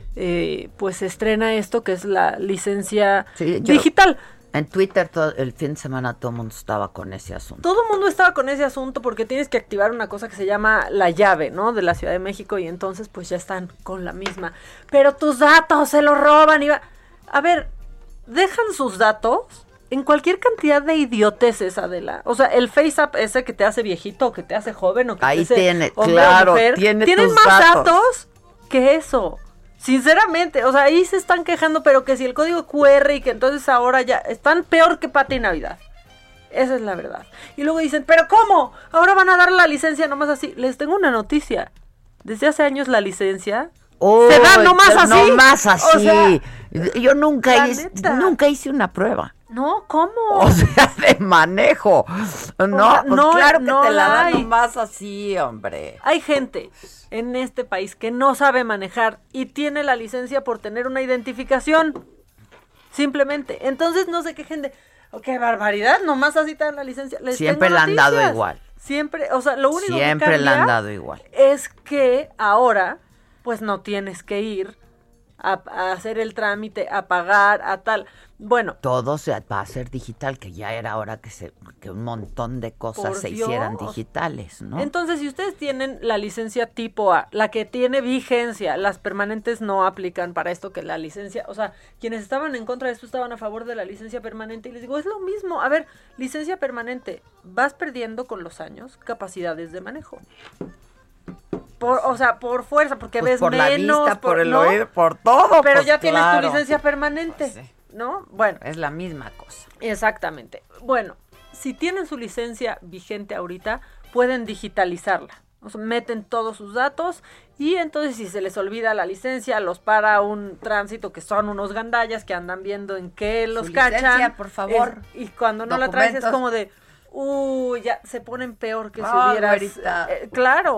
S4: eh, pues se estrena esto que es la licencia sí, yo... digital.
S3: En Twitter todo, el fin de semana todo el mundo estaba con ese asunto.
S4: Todo el mundo estaba con ese asunto porque tienes que activar una cosa que se llama la llave, ¿no? De la Ciudad de México y entonces pues ya están con la misma. Pero tus datos se los roban y va... A ver, dejan sus datos en cualquier cantidad de idioteces, Adela. O sea, el FaceApp ese que te hace viejito o que te hace joven o que
S3: ahí
S4: te hace
S3: tiene,
S4: hombre
S3: claro,
S4: o mujer,
S3: tiene
S4: tienen
S3: tus
S4: más
S3: datos.
S4: datos que eso. Sinceramente, o sea, ahí se están quejando, pero que si el código cu erre y que entonces ahora ya están peor que Pati Navidad. Esa es la verdad. Y luego dicen, ¿pero cómo? Ahora van a dar la licencia nomás así. Les tengo una noticia. Desde hace años la licencia oh, se da nomás así.
S3: Nomás así. O sea, yo nunca hice,
S4: neta.
S3: nunca hice una prueba.
S4: No, ¿cómo?
S3: O sea, de manejo. No,
S4: o sea,
S3: pues
S4: no
S3: claro que
S4: no
S3: te la dan
S4: hay.
S3: nomás así, hombre.
S4: Hay gente en este país que no sabe manejar y tiene la licencia por tener una identificación. Simplemente. Entonces no se quejen de, oh, qué barbaridad, nomás así te dan la licencia. Les
S3: Siempre la han dado igual.
S4: Siempre, o sea, lo único
S3: Siempre
S4: que cambia
S3: la han dado igual.
S4: es que ahora, pues no tienes que ir a, a hacer el trámite, a pagar, a tal. Bueno.
S3: Todo se va a ser digital, que ya era hora que se que un montón de cosas se
S4: Dios.
S3: hicieran digitales, ¿no?
S4: Entonces, si ustedes tienen la licencia tipo A, la que tiene vigencia, las permanentes no aplican para esto que la licencia, o sea, quienes estaban en contra de esto estaban a favor de la licencia permanente y les digo, es lo mismo. A ver, licencia permanente, vas perdiendo con los años capacidades de manejo. Por, o sea, por fuerza, porque
S3: pues
S4: ves
S3: por
S4: menos.
S3: La vista, por, por el
S4: ¿no?
S3: oído, por todo.
S4: Pero
S3: pues
S4: ya tienes
S3: claro.
S4: tu licencia permanente, pues sí. ¿no? Bueno.
S3: Es la misma cosa.
S4: Exactamente. Bueno, si tienen su licencia vigente ahorita, pueden digitalizarla. O sea, meten todos sus datos y entonces si se les olvida la licencia, los para un tránsito que son unos gandallas que andan viendo en qué los
S3: su
S4: cachan.
S3: Licencia, por favor.
S4: Es, y cuando no
S3: Documentos.
S4: la traes es como de, uy, ya se ponen peor que
S3: no,
S4: si hubieras...
S3: güerita.
S4: Eh, claro.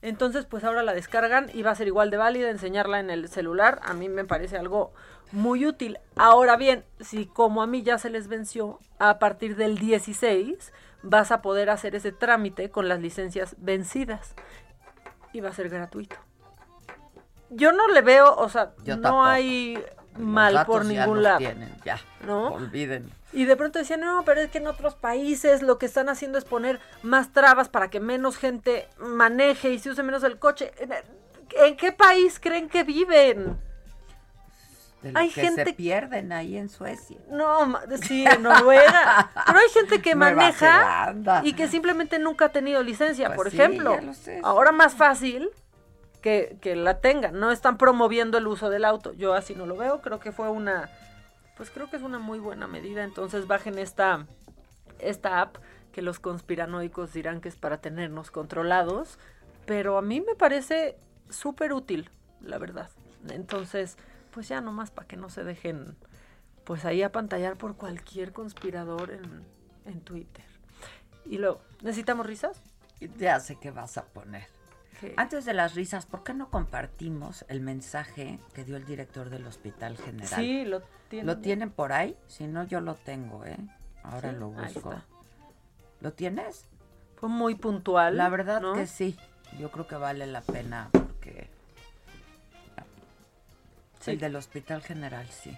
S4: Entonces, pues ahora la descargan y va a ser igual de válida enseñarla en el celular. A mí me parece algo muy útil. Ahora bien, si como a mí ya se les venció, a partir del dieciséis vas a poder hacer ese trámite con las licencias vencidas y va a ser gratuito. Yo no le veo, o sea,
S3: Yo
S4: no
S3: tampoco.
S4: hay
S3: Los
S4: mal
S3: datos
S4: por
S3: ya
S4: ningún
S3: los
S4: lado.
S3: tienen, ya,
S4: ¿no?
S3: olviden.
S4: Y de pronto decían, no, pero es que en otros países lo que están haciendo es poner más trabas para que menos gente maneje y se use menos el coche. ¿En qué país creen que viven?
S3: De lo
S4: Hay
S3: que
S4: gente
S3: se pierden ahí en Suecia.
S4: No, ma- sí, en Noruega. Pero hay gente que
S3: Nueva
S4: maneja
S3: Zelanda.
S4: y que simplemente nunca ha tenido licencia,
S3: Pues
S4: por
S3: sí,
S4: ejemplo.
S3: ya lo sé,
S4: Ahora más fácil que, que la tengan. No están promoviendo el uso del auto. Yo así no lo veo. Creo que fue una, pues creo que es una muy buena medida. Entonces bajen esta, esta app que los conspiranoicos dirán que es para tenernos controlados. Pero a mí me parece súper útil, la verdad. Entonces, pues ya nomás para que no se dejen pues ahí apantallar por cualquier conspirador en, en Twitter. Y luego, ¿necesitamos risas?
S3: Ya sé qué vas a poner.
S4: ¿Qué?
S3: Antes de las risas, ¿por qué no compartimos el mensaje que dio el director del Hospital General?
S4: Sí, lo tienen.
S3: ¿Lo tienen por ahí? Si no, yo lo tengo, ¿eh? Ahora
S4: Sí,
S3: lo
S4: ahí
S3: busco.
S4: está.
S3: ¿Lo tienes?
S4: Fue muy puntual.
S3: La verdad
S4: ¿no?
S3: que sí. Yo creo que vale la pena porque...
S4: Sí.
S3: El del Hospital General, sí.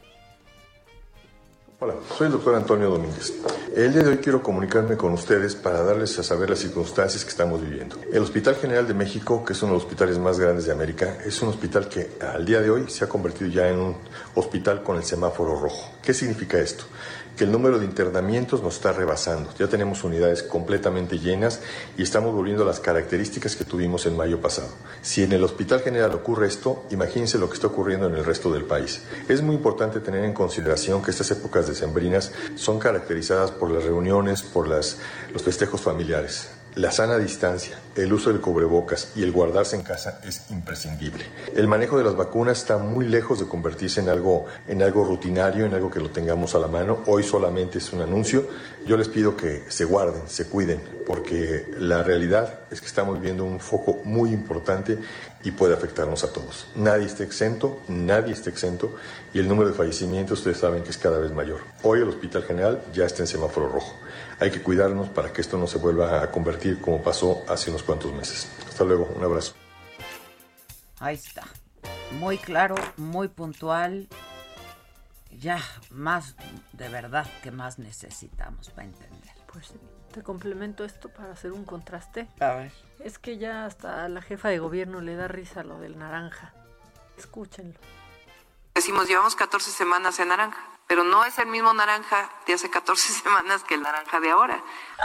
S14: Hola, soy el doctor Antonio Domínguez. El día de hoy quiero comunicarme con ustedes para darles a saber las circunstancias que estamos viviendo. El Hospital General de México, que es uno de los hospitales más grandes de América, es un hospital que al día de hoy se ha convertido ya en un hospital con el semáforo rojo. ¿Qué significa esto? Que el número de internamientos nos está rebasando. Ya tenemos unidades completamente llenas y estamos volviendo a las características que tuvimos en mayo pasado. Si en el Hospital General ocurre esto, imagínense lo que está ocurriendo en el resto del país. Es muy importante tener en consideración que estas épocas decembrinas son caracterizadas por las reuniones, por las, los festejos familiares. La sana distancia, el uso del cubrebocas y el guardarse en casa es imprescindible. El manejo de las vacunas está muy lejos de convertirse en algo, en algo rutinario, en algo que lo tengamos a la mano. Hoy solamente es un anuncio. Yo les pido que se guarden, se cuiden, porque la realidad es que estamos viendo un foco muy importante y puede afectarnos a todos. Nadie está exento, nadie está exento, y el número de fallecimientos ustedes saben que es cada vez mayor. Hoy el Hospital General ya está en semáforo rojo. Hay que cuidarnos para que esto no se vuelva a convertir como pasó hace unos cuantos meses. Hasta luego, un abrazo.
S3: Ahí está. Muy claro, muy puntual. Ya, más de verdad que más necesitamos para entender.
S4: Pues te complemento esto para hacer un contraste.
S3: A ver.
S4: Es que ya hasta a la jefa de gobierno le da risa lo del naranja. Escúchenlo.
S15: Decimos, llevamos catorce semanas en naranja, pero no es el mismo naranja de hace catorce semanas que el naranja de ahora.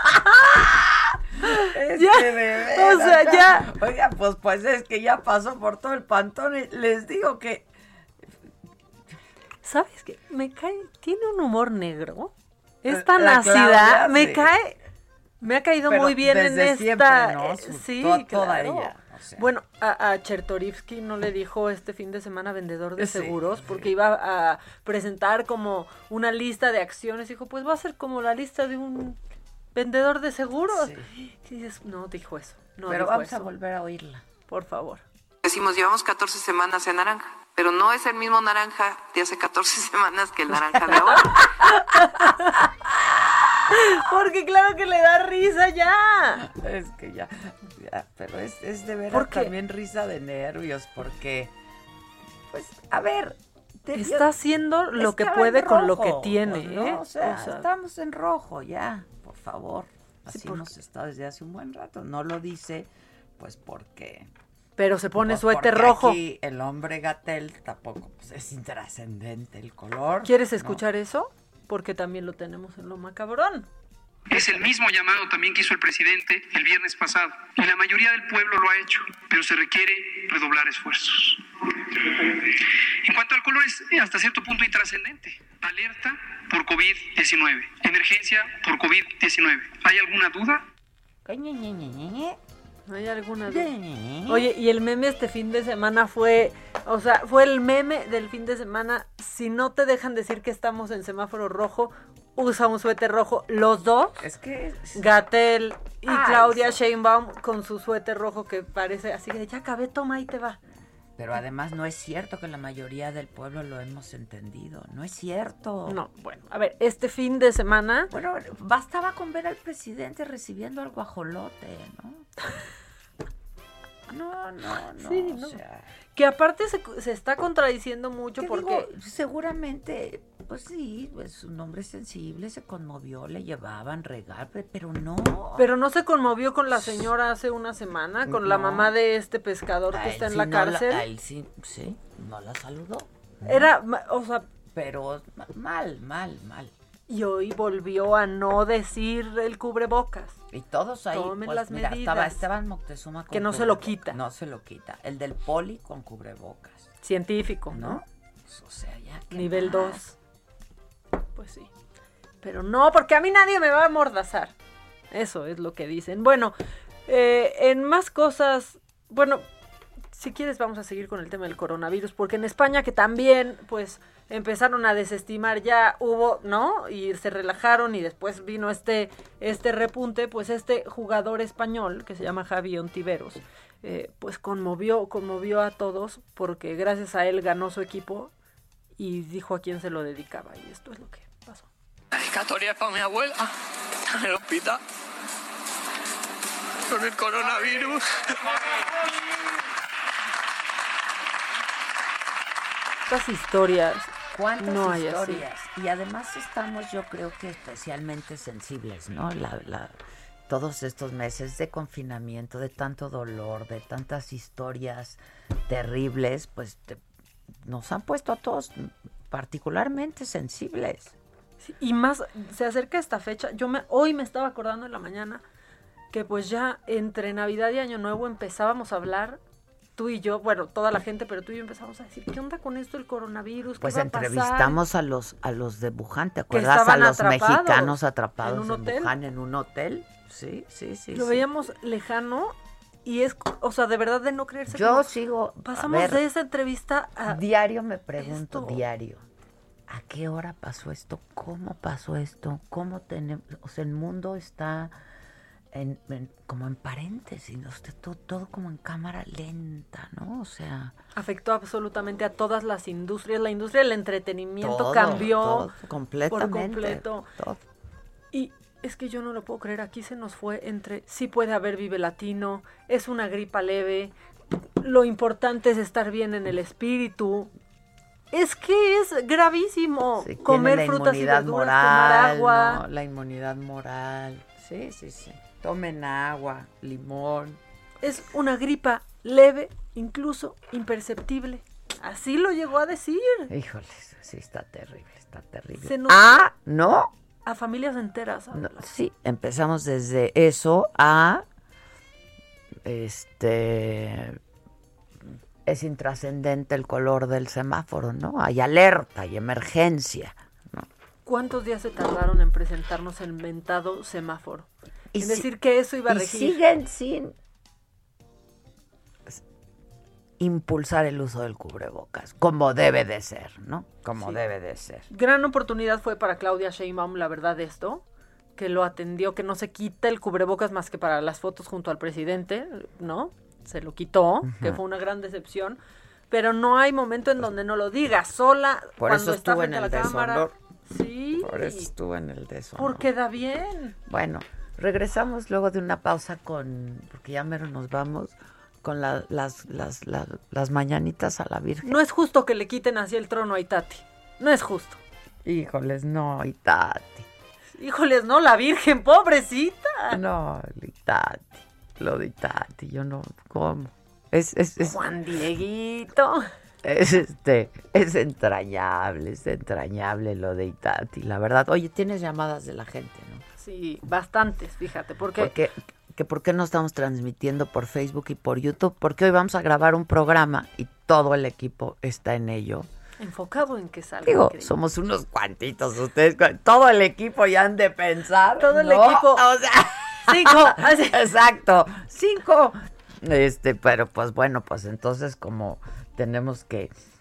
S3: Es
S4: Ya,
S3: que de veras,
S4: o sea, ya.
S3: Oiga, pues, pues es que ya pasó por todo el pantón y les digo que...
S4: ¿Sabes qué? Me cae, tiene un humor negro. Es tan
S3: La
S4: ácida,
S3: Claudia,
S4: me
S3: sí.
S4: cae, me ha caído
S3: Pero
S4: muy bien en
S3: desde
S4: esta.
S3: siempre, ¿no?
S4: eh,
S3: Su-
S4: sí,
S3: toda- toda
S4: claro.
S3: ella, o sea.
S4: Bueno, a, a Chertorivsky no le dijo este fin de semana vendedor de
S3: Sí,
S4: seguros
S3: sí.
S4: porque iba a presentar como una lista de acciones. Dijo, pues va a ser como la lista de un vendedor de seguros.
S3: Sí.
S4: Y dices, no dijo eso. No
S3: Pero
S4: dijo
S3: vamos
S4: eso.
S3: a volver a oírla.
S4: Por favor.
S15: Decimos, llevamos catorce semanas en naranja, pero no es el mismo naranja de hace catorce semanas que el naranja de ahora.
S4: Porque claro que le da risa ya.
S3: Es que ya, ya, pero es, es de
S4: ¿Por
S3: verdad
S4: qué?
S3: también risa de nervios, porque, pues, a ver... te-
S4: Está
S3: yo-
S4: haciendo lo que
S3: estaba
S4: puede
S3: en
S4: con lo
S3: rojo,
S4: que tiene,
S3: pues, ¿no?
S4: ¿eh?
S3: O sea,
S4: O sea,
S3: estamos en rojo ya, por favor.
S4: Sí,
S3: Así
S4: porque-
S3: nos está desde hace un buen rato. No lo dice, pues, porque...
S4: Pero se pone
S3: pues,
S4: suéter
S3: porque
S4: rojo.
S3: Aquí el hombre Gatell tampoco pues, es intrascendente el color.
S4: ¿Quieres
S3: ¿no?
S4: escuchar eso? Porque también lo tenemos en lo macabrón.
S16: Es el mismo llamado también que hizo el presidente el viernes pasado. Y la mayoría del pueblo lo ha hecho, pero se requiere redoblar esfuerzos. En cuanto al color, es hasta cierto punto intrascendente. Alerta por COVID diecinueve. Emergencia por COVID diecinueve. ¿Hay alguna duda?
S4: ¿No hay alguna duda? Oye, y el meme este fin de semana fue, o sea, fue el meme del fin de semana. Si no te dejan decir que estamos en semáforo rojo, usa un suéter rojo. Los dos,
S3: Es que...
S4: Gatell Y
S3: Ay,
S4: Claudia
S3: sí.
S4: Sheinbaum con su suéter rojo que parece así de ya acabé, toma, ahí te va.
S3: Pero además no es cierto que la mayoría del pueblo lo hemos entendido. No es cierto.
S4: No, bueno, a ver, este fin de semana...
S3: Bueno, bastaba con ver al presidente recibiendo al guajolote, ¿no? No, no, no.
S4: Sí,
S3: o
S4: no.
S3: sea,
S4: que aparte se, se está contradiciendo mucho
S3: ¿qué
S4: porque...
S3: digo? Seguramente, pues sí, es un hombre sensible, se conmovió, le llevaban regal, pero no.
S4: Pero no se conmovió con la señora hace una semana, con la
S3: No.
S4: mamá de este pescador
S3: A
S4: que
S3: él
S4: está en
S3: sí
S4: la
S3: no
S4: cárcel.
S3: a él sí, sí, no la saludó. ¿no?
S4: Era, ma- o sea...
S3: Pero mal, mal, mal.
S4: Y hoy volvió a no decir el cubrebocas.
S3: Y todos ahí,
S4: Tomen
S3: pues
S4: las
S3: mira,
S4: medidas.
S3: estaba Esteban Moctezuma con
S4: Que no se lo
S3: cubrebocas.
S4: quita.
S3: No se lo quita. El del poli con cubrebocas.
S4: Científico, ¿no?
S3: ¿No? Pues, o sea, ya ¿qué
S4: Nivel
S3: más?
S4: dos. Pues sí. Pero no, porque a mí nadie me va a amordazar. Eso es lo que dicen. Bueno, eh, en más cosas, bueno, si quieres vamos a seguir con el tema del coronavirus, porque en España que también, pues, empezaron a desestimar, ya hubo, ¿no? Y se relajaron y después vino este, este repunte, pues este jugador español, que se llama Javi Ontiveros, eh, pues conmovió, conmovió a todos, porque gracias a él ganó su equipo y dijo a quién se lo dedicaba, y esto es lo que pasó.
S17: La dedicatoria es para mi abuela, en el hospital, con el coronavirus.
S4: Estas historias,
S3: ¿Cuántas
S4: no hay así.
S3: historias? Y además estamos, yo creo que especialmente sensibles, ¿no? La, la, todos estos meses de confinamiento, de tanto dolor, de tantas historias terribles, pues te- nos han puesto a todos particularmente sensibles.
S4: Sí, y más, se acerca esta fecha, yo me, hoy me estaba acordando en la mañana que pues ya entre Navidad y Año Nuevo empezábamos a hablar, tú y yo, bueno, toda la gente, pero tú y yo empezamos a decir, ¿qué onda con esto el coronavirus? ¿Qué
S3: Pues
S4: va a pasar?
S3: entrevistamos a los a los de Wuhan, ¿te
S4: Que
S3: acuerdas? A
S4: estaban
S3: los
S4: atrapados
S3: mexicanos atrapados
S4: en un hotel.
S3: Wuhan en un hotel. Sí, sí, sí.
S4: Lo
S3: sí.
S4: veíamos lejano y es, o sea, de verdad de no creerse.
S3: Yo
S4: como-
S3: sigo. a
S4: Pasamos
S3: ver,
S4: de esa entrevista a...
S3: diario me pregunto,
S4: esto.
S3: diario, ¿a qué hora pasó esto? ¿Cómo pasó esto? ¿Cómo tenemos? O sea, el mundo está en, en- como en paréntesis, ¿no? Usted, todo, todo como en cámara lenta, ¿no? O sea,
S4: Afectó absolutamente a todas las industrias. La industria del entretenimiento
S3: todo,
S4: cambió
S3: todo, completamente,
S4: por completo.
S3: todo.
S4: Y es que yo no lo puedo creer. Aquí se nos fue entre sí puede haber Vive Latino, es una gripa leve, lo importante es estar bien en el espíritu. Es que es gravísimo
S3: Sí, tiene
S4: comer
S3: la
S4: frutas y
S3: inmunidad
S4: verduras,
S3: moral,
S4: tomar agua.
S3: ¿no? La inmunidad moral. Sí, sí, sí. Tomen agua, limón.
S4: Es una gripa leve, incluso imperceptible. Así lo llegó a decir.
S3: Híjoles, sí, está terrible, está terrible.
S4: Se nos
S3: Ah, ¿no?
S4: a familias enteras.
S3: No, sí, empezamos desde eso a, este, es intrascendente el color del semáforo, ¿no? Hay alerta, hay emergencia, ¿no?
S4: ¿Cuántos días se tardaron en presentarnos el mentado semáforo?
S3: Y
S4: en
S3: si-
S4: decir que eso iba a
S3: y
S4: regir.
S3: siguen sin impulsar el uso del cubrebocas, como debe de ser, ¿no? Como
S4: Sí.
S3: debe de ser.
S4: Gran oportunidad fue para Claudia Sheinbaum, la verdad, esto, que lo atendió, que no se quita el cubrebocas más que para las fotos junto al presidente, ¿no? Se lo quitó, que
S3: Ujú.
S4: fue una gran decepción, pero no hay momento en donde no lo diga, sola,
S3: Por
S4: cuando
S3: eso
S4: está
S3: estuvo en
S4: frente a
S3: el
S4: la cámara.
S3: deshonor.
S4: Sí,
S3: Por eso estuvo en el deshonor.
S4: porque da bien.
S3: Bueno, regresamos luego de una pausa con, porque ya mero nos vamos, con la- las, las, las, las mañanitas a la Virgen.
S4: No es justo que le quiten así el trono a Itati, no es justo.
S3: Híjoles, no, Itati.
S4: Híjoles, no, la Virgen, pobrecita.
S3: No, Itati, lo de Itati, yo no, ¿cómo? Es, es, es,
S4: Juan Dieguito.
S3: es, este, es entrañable, es entrañable lo de Itati, la verdad. Oye, tienes llamadas de la gente, ¿no?
S4: Sí, bastantes, fíjate, porque...
S3: Porque, que ¿por qué no estamos transmitiendo por Facebook y por YouTube? Porque hoy vamos a grabar un programa y todo el equipo está en ello.
S4: Enfocado en que salga.
S3: Digo,
S4: increíble.
S3: somos unos cuantitos, ustedes, todo el equipo ya han de pensar.
S4: Todo el
S3: ¿no?
S4: equipo.
S3: O sea,
S4: Cinco. así.
S3: exacto, cinco. Este, pero pues bueno, pues entonces como tenemos que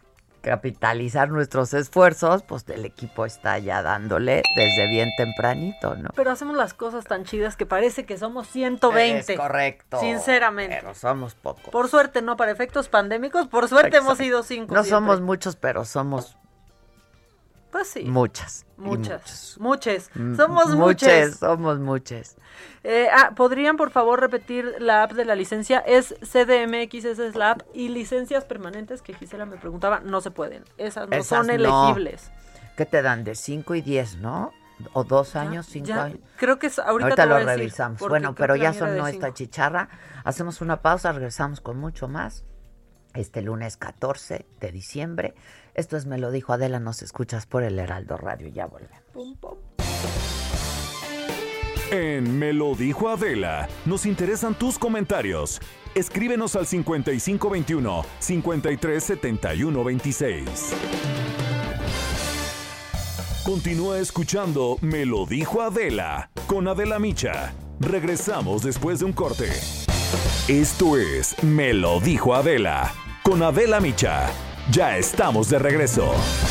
S3: capitalizar nuestros esfuerzos, pues el equipo está ya dándole desde bien tempranito, ¿no?
S4: Pero hacemos las cosas tan chidas que parece que somos ciento veinte.
S3: Es correcto.
S4: Sinceramente.
S3: Pero somos pocos.
S4: Por suerte, no, para efectos pandémicos, por suerte
S3: Exacto.
S4: hemos sido cinco.
S3: No
S4: siempre.
S3: somos muchos, pero somos
S4: pues sí.
S3: muchas.
S4: Muchas. Muchas.
S3: M-
S4: Somos
S3: muchas.
S4: muchas.
S3: Somos muchas.
S4: Eh, ah, ¿podrían, por favor, repetir la app de la licencia? Es C D M X, esa es la app. Y licencias permanentes, que Gisela me preguntaba, no se pueden. Esas no
S3: Esas
S4: son
S3: no.
S4: elegibles.
S3: ¿Qué te dan? De cinco y diez, ¿no? O dos años, cinco
S4: ya,
S3: años.
S4: Creo que es, ahorita,
S3: Ahorita
S4: te
S3: lo
S4: voy a decir,
S3: revisamos.
S4: porque
S3: Bueno,
S4: creo
S3: pero
S4: que la
S3: ya
S4: mía era
S3: son
S4: de
S3: nuestra
S4: cinco.
S3: chicharra. Hacemos una pausa, regresamos con mucho más. Este lunes catorce de diciembre. Esto es Me lo dijo Adela, nos escuchas por el Heraldo Radio. Ya volvemos.
S4: Pum, pum.
S2: En Me lo dijo Adela, nos interesan tus comentarios. Escríbenos al cincuenta y cinco veintiuno, cincuenta y tres setenta y uno veintiséis. Continúa escuchando Me lo dijo Adela con Adela Micha. Regresamos después de un corte. Esto es Me lo dijo Adela con Adela Micha. Ya estamos de regreso.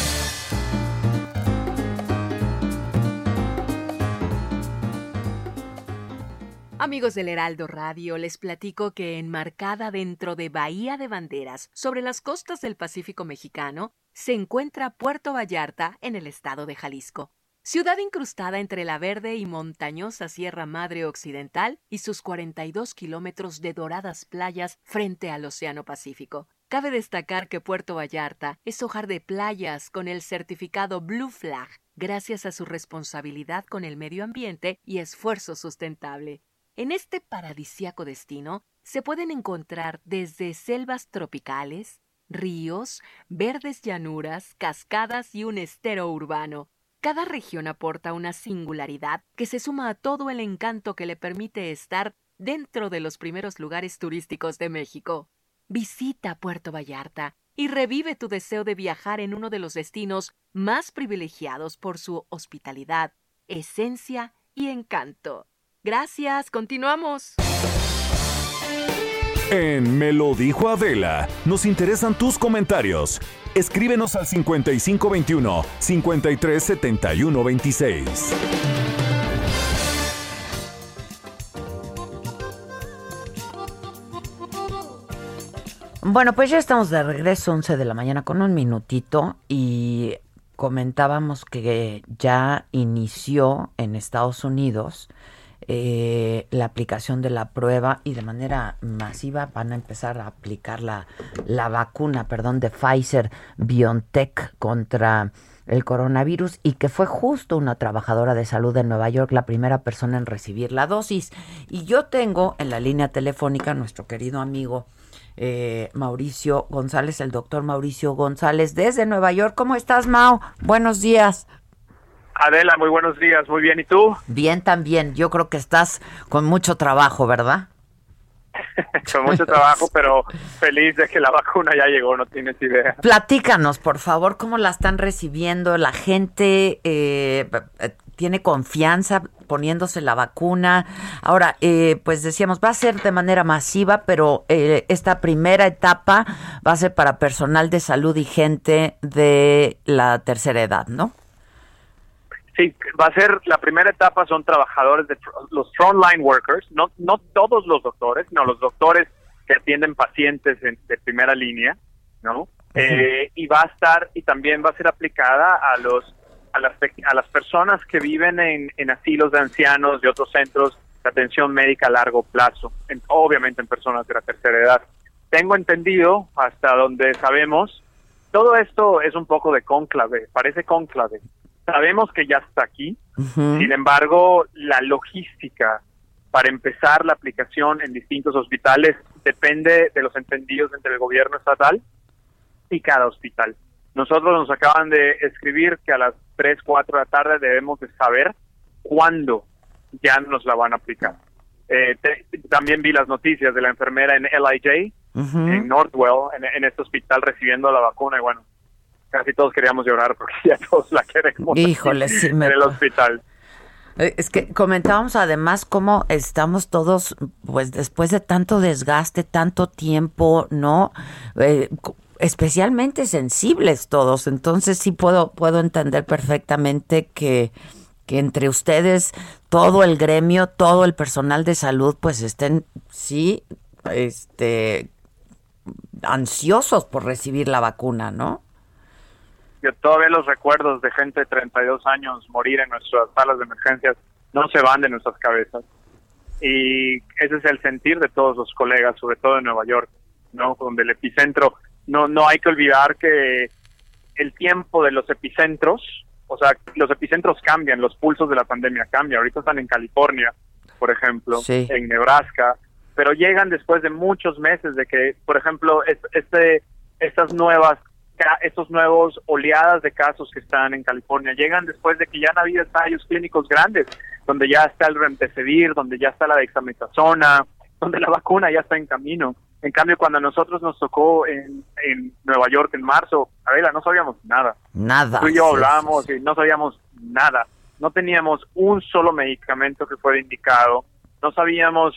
S11: Amigos del Heraldo Radio, les platico que enmarcada dentro de Bahía de Banderas, sobre las costas del Pacífico mexicano, se encuentra Puerto Vallarta en el estado de Jalisco. Ciudad incrustada entre la verde y montañosa Sierra Madre Occidental y sus cuarenta y dos kilómetros de doradas playas frente al Océano Pacífico. Cabe destacar que Puerto Vallarta es hogar de playas con el certificado Blue Flag, gracias a su responsabilidad con el medio ambiente y esfuerzo sustentable. En este paradisíaco destino se pueden encontrar desde selvas tropicales, ríos, verdes llanuras, cascadas y un estero urbano. Cada región aporta una singularidad que se suma a todo el encanto que le permite estar dentro de los primeros lugares turísticos de México. Visita Puerto Vallarta y revive tu deseo de viajar en uno de los destinos más privilegiados por su hospitalidad, esencia y encanto. Gracias, continuamos.
S2: En Me lo dijo Adela, nos interesan tus comentarios. Escríbenos al cincuenta y cinco veintiuno, cincuenta y tres setenta y uno veintiséis.
S3: Bueno, pues ya estamos de regreso, once de la mañana con un minutito, y comentábamos que ya inició en Estados Unidos eh, la aplicación de la prueba, y de manera masiva van a empezar a aplicar la, la vacuna, perdón, de Pfizer BioNTech contra el coronavirus, y que fue justo una trabajadora de salud de Nueva York la primera persona en recibir la dosis. Y yo tengo en la línea telefónica a nuestro querido amigo eh, Mauricio González, el doctor Mauricio González desde Nueva York. ¿Cómo estás, Mau? Buenos días.
S18: Adela, muy buenos días, muy bien, ¿y tú?
S3: Bien también, yo creo que estás con mucho trabajo, ¿verdad?
S18: Con mucho trabajo, pero feliz de que la vacuna ya llegó, no tienes idea.
S3: Platícanos, por favor, ¿cómo la están recibiendo? ¿La gente eh, tiene confianza poniéndose la vacuna? Ahora, eh, pues decíamos, va a ser de manera masiva, pero eh, esta primera etapa va a ser para personal de salud y gente de la tercera edad, ¿no?
S18: Sí, va a ser, la primera etapa son trabajadores, de los frontline workers, no no todos los doctores, no los doctores que atienden pacientes en, de primera línea, ¿no? Uh-huh. Eh, y va a estar, y también va a ser aplicada a los a las a las personas que viven en, en asilos de ancianos y otros centros de atención médica a largo plazo, en, obviamente en personas de la tercera edad. Tengo entendido, hasta donde sabemos, todo esto es un poco de cónclave, parece cónclave. Sabemos que ya está aquí, uh-huh. Sin embargo, la logística para empezar la aplicación en distintos hospitales depende de los entendidos entre el gobierno estatal y cada hospital. Nosotros nos acaban de escribir que a las tres, cuatro de la tarde debemos de saber cuándo ya nos la van a aplicar. Eh, te, también vi las noticias de la enfermera en L I J, uh-huh. En Northwell, en, en este hospital recibiendo la vacuna, y bueno, casi todos queríamos llorar porque ya todos la queremos.
S3: Híjole, sí, me...
S18: en el hospital.
S3: Es que comentábamos además cómo estamos todos, pues después de tanto desgaste, tanto tiempo, ¿no? Eh, especialmente sensibles todos. Entonces sí puedo, puedo entender perfectamente que, que entre ustedes, todo el gremio, todo el personal de salud, pues estén, sí, este, ansiosos por recibir la vacuna, ¿no?
S18: Yo todavía los recuerdos de gente de treinta y dos años morir en nuestras salas de emergencias no se van de nuestras cabezas. Y ese es el sentir de todos los colegas, sobre todo en Nueva York, ¿no? Donde el epicentro, no no hay que olvidar que el tiempo de los epicentros, o sea, los epicentros cambian, los pulsos de la pandemia cambian. Ahorita están en California, por ejemplo, sí. En Nebraska, pero llegan después de muchos meses de que, por ejemplo, este estas nuevas estos nuevos oleadas de casos que están en California llegan después de que ya han habido ensayos clínicos grandes, donde ya está el remdesivir, donde ya está la dexametasona, donde la vacuna ya está en camino. En cambio, cuando a nosotros nos tocó en, en Nueva York en marzo, Adela, no sabíamos nada.
S3: Nada.
S18: Tú y yo
S3: sí,
S18: hablábamos
S3: sí, sí.
S18: y no sabíamos nada. No teníamos un solo medicamento que fuera indicado. No sabíamos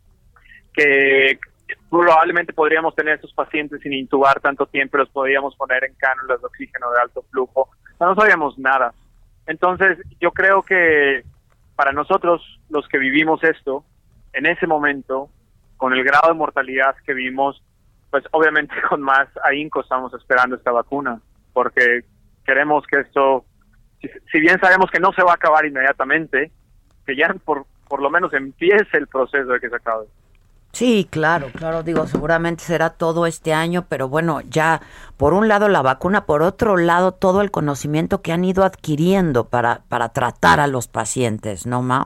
S18: que probablemente podríamos tener a estos pacientes sin intubar tanto tiempo, los podríamos poner en cánulas de oxígeno de alto flujo. No, no sabíamos nada. Entonces, yo creo que para nosotros, los que vivimos esto, en ese momento, con el grado de mortalidad que vimos, pues obviamente con más ahínco estamos esperando esta vacuna, porque queremos que esto, si, si bien sabemos que no se va a acabar inmediatamente, que ya por, por lo menos empiece el proceso de que se acabe.
S3: Sí, claro, claro, digo, seguramente será todo este año, pero bueno, ya por un lado la vacuna, por otro lado todo el conocimiento que han ido adquiriendo para, para tratar a los pacientes, ¿no, Mao?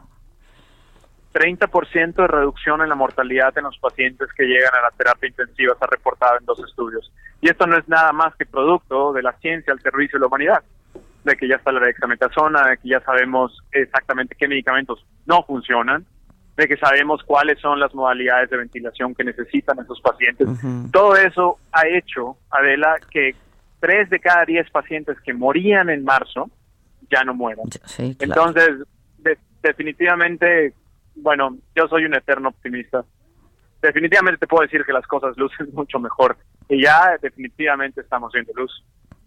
S18: treinta por ciento de reducción en la mortalidad en los pacientes que llegan a la terapia intensiva se ha reportado en dos estudios. Y esto no es nada más que producto de la ciencia al servicio de la humanidad, de que ya está la dexametasona, de que ya sabemos exactamente qué medicamentos no funcionan, de que sabemos cuáles son las modalidades de ventilación que necesitan esos pacientes. Uh-huh. Todo eso ha hecho, Adela, que tres de cada diez pacientes que morían en marzo ya no mueran. Sí, claro. Entonces, de, definitivamente, bueno, yo soy un eterno optimista. Definitivamente te puedo decir que las cosas lucen mucho mejor y ya definitivamente estamos viendo luz.